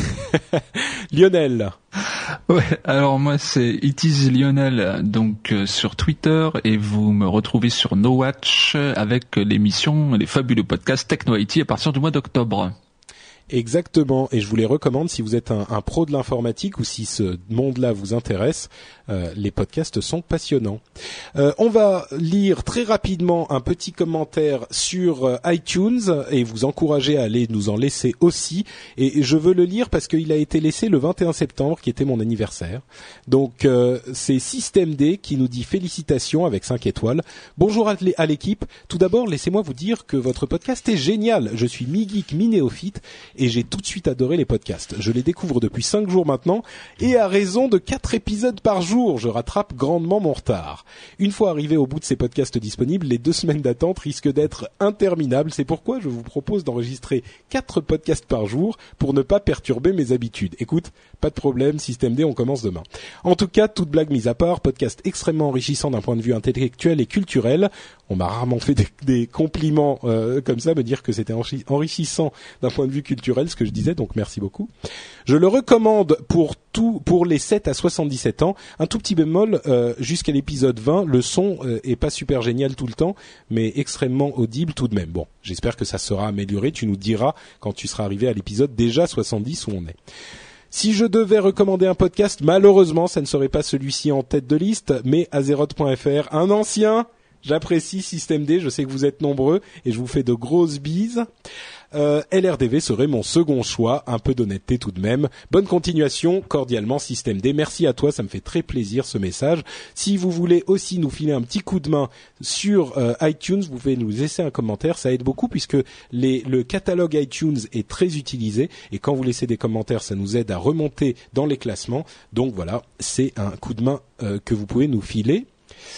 Speaker 2: Lionel.
Speaker 4: Ouais, alors moi c'est It is Lionel donc euh, sur Twitter et vous me retrouvez sur No Watch avec l'émission les fabuleux podcasts Techno I T à partir du mois d'octobre.
Speaker 2: Exactement, et je vous les recommande si vous êtes un, un pro de l'informatique ou si ce monde-là vous intéresse. Euh, les podcasts sont passionnants. Euh, on va lire très rapidement un petit commentaire sur euh, iTunes et vous encourager à aller nous en laisser aussi. Et, et je veux le lire parce qu'il a été laissé le vingt et un septembre, qui était mon anniversaire. Donc euh, c'est System D qui nous dit félicitations avec cinq étoiles. Bonjour à l'équipe. Tout d'abord, laissez-moi vous dire que votre podcast est génial. Je suis mi-geek, mi-néophyte et j'ai tout de suite adoré les podcasts. Je les découvre depuis cinq jours maintenant et à raison de quatre épisodes par jour. Je rattrape grandement mon retard. Une fois arrivé au bout de ces podcasts disponibles, les deux semaines d'attente risquent d'être interminables. C'est pourquoi je vous propose d'enregistrer quatre podcasts par jour pour ne pas perturber mes habitudes. Écoute, pas de problème, Système D, on commence demain. En tout cas, toute blague mise à part, podcast extrêmement enrichissant d'un point de vue intellectuel et culturel. On m'a rarement fait des, des compliments euh, comme ça, me dire que c'était enrichissant d'un point de vue culturel, ce que je disais, donc merci beaucoup. Je le recommande pour tout, pour les sept à soixante-dix-sept ans. Un tout petit bémol, euh, jusqu'à l'épisode vingt, le son euh, est pas super génial tout le temps, mais extrêmement audible tout de même. Bon, j'espère que ça sera amélioré, tu nous diras quand tu seras arrivé à l'épisode déjà soixante-dix où on est. Si je devais recommander un podcast, malheureusement, ça ne serait pas celui-ci en tête de liste, mais Azeroth point F R, un ancien. J'apprécie Système D, je sais que vous êtes nombreux et je vous fais de grosses bises. Euh, L R D V serait mon second choix, un peu d'honnêteté tout de même. Bonne continuation, cordialement Système D. Merci à toi, ça me fait très plaisir ce message. Si vous voulez aussi nous filer un petit coup de main sur euh, iTunes, vous pouvez nous laisser un commentaire, ça aide beaucoup puisque les, le catalogue iTunes est très utilisé et quand vous laissez des commentaires, ça nous aide à remonter dans les classements. Donc voilà, c'est un coup de main euh, que vous pouvez nous filer.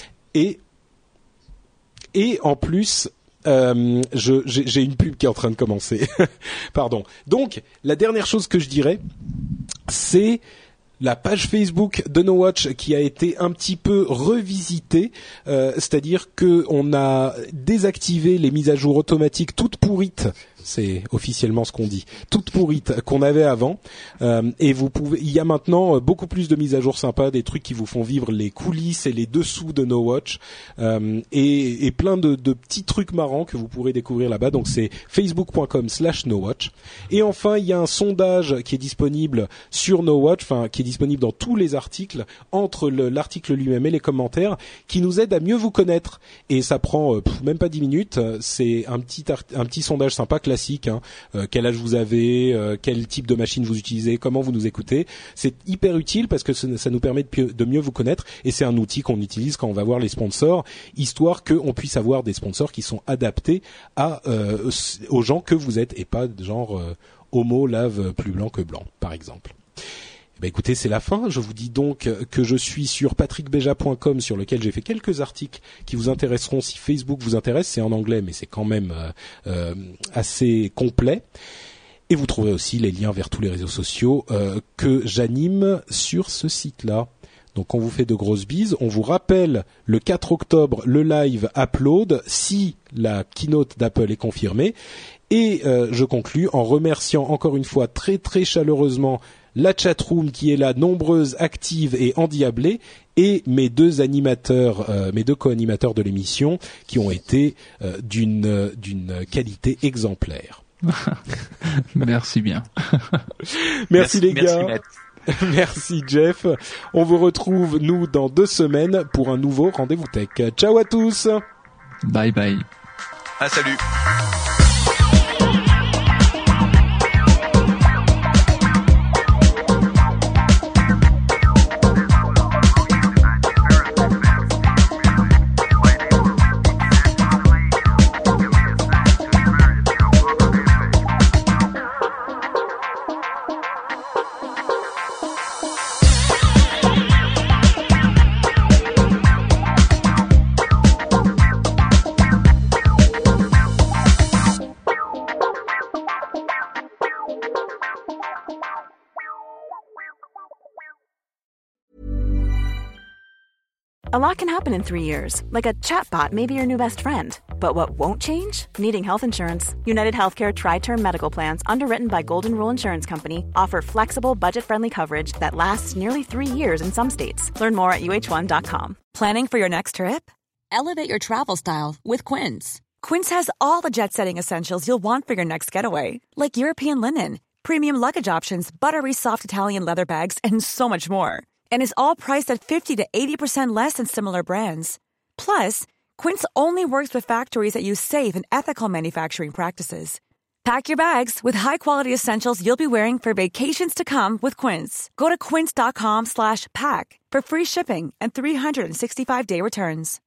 Speaker 2: Et Et en plus, euh, je, j'ai, j'ai une pub qui est en train de commencer. Pardon. Donc, la dernière chose que je dirais, c'est la page Facebook de No Watch qui a été un petit peu revisitée, euh, c'est-à-dire que on a désactivé les mises à jour automatiques toutes pourrites. C'est officiellement ce qu'on dit, toute pourrite qu'on avait avant, euh, et vous pouvez. Il y a maintenant beaucoup plus de mises à jour sympas, des trucs qui vous font vivre les coulisses et les dessous de No Watch, euh, et, et plein de, de petits trucs marrants que vous pourrez découvrir là-bas. Donc c'est facebook point com slash no watch. Et enfin, il y a un sondage qui est disponible sur No Watch, enfin qui est disponible dans tous les articles, entre le, l'article lui-même et les commentaires, qui nous aide à mieux vous connaître. Et ça prend euh, pff, même pas dix minutes. C'est un petit art- un petit sondage sympa classique. Hein. Euh, quel âge vous avez, euh, quel type de machine vous utilisez, comment vous nous écoutez. C'est hyper utile parce que ça nous permet de, pi- de mieux vous connaître, et c'est un outil qu'on utilise quand on va voir les sponsors, histoire qu'on puisse avoir des sponsors qui sont adaptés à euh, aux gens que vous êtes, et pas genre euh, homo lave plus blanc que blanc, par exemple. Eh ben écoutez, c'est la fin. Je vous dis donc que je suis sur patrick beja point com, sur lequel j'ai fait quelques articles qui vous intéresseront si Facebook vous intéresse. C'est en anglais, mais c'est quand même euh, euh, assez complet. Et vous trouverez aussi les liens vers tous les réseaux sociaux euh, que j'anime sur ce site-là. Donc on vous fait de grosses bises. On vous rappelle le quatre octobre le live Upload si la keynote d'Apple est confirmée. Et euh, je conclus en remerciant encore une fois très très chaleureusement la chatroom qui est là, nombreuse, active et endiablée, et mes deux animateurs, euh, mes deux co-animateurs de l'émission qui ont été euh, d'une euh, d'une qualité exemplaire.
Speaker 4: Merci bien.
Speaker 2: Merci, merci les gars.
Speaker 3: Merci,
Speaker 2: merci Jeff. On vous retrouve nous dans deux semaines pour un nouveau rendez-vous tech. Ciao à tous.
Speaker 4: Bye bye.
Speaker 3: Ah salut.
Speaker 9: A lot can happen in three years, like a chatbot may be your new best friend. But what won't change? Needing health insurance. United Healthcare Tri-Term Medical Plans, underwritten by Golden Rule Insurance Company, offer flexible, budget-friendly coverage that lasts nearly three years in some states. Learn more at U H one dot com.
Speaker 10: Planning for your next trip? Elevate your travel style with Quince. Quince has all the jet-setting essentials you'll want for your next getaway, like European linen, premium luggage options, buttery soft Italian leather bags, and so much more. And is all priced at fifty to eighty percent less than similar brands. Plus, Quince only works with factories that use safe and ethical manufacturing practices. Pack your bags with high-quality essentials you'll be wearing for vacations to come with Quince. Go to quince dot com slash pack for free shipping and three sixty-five day returns.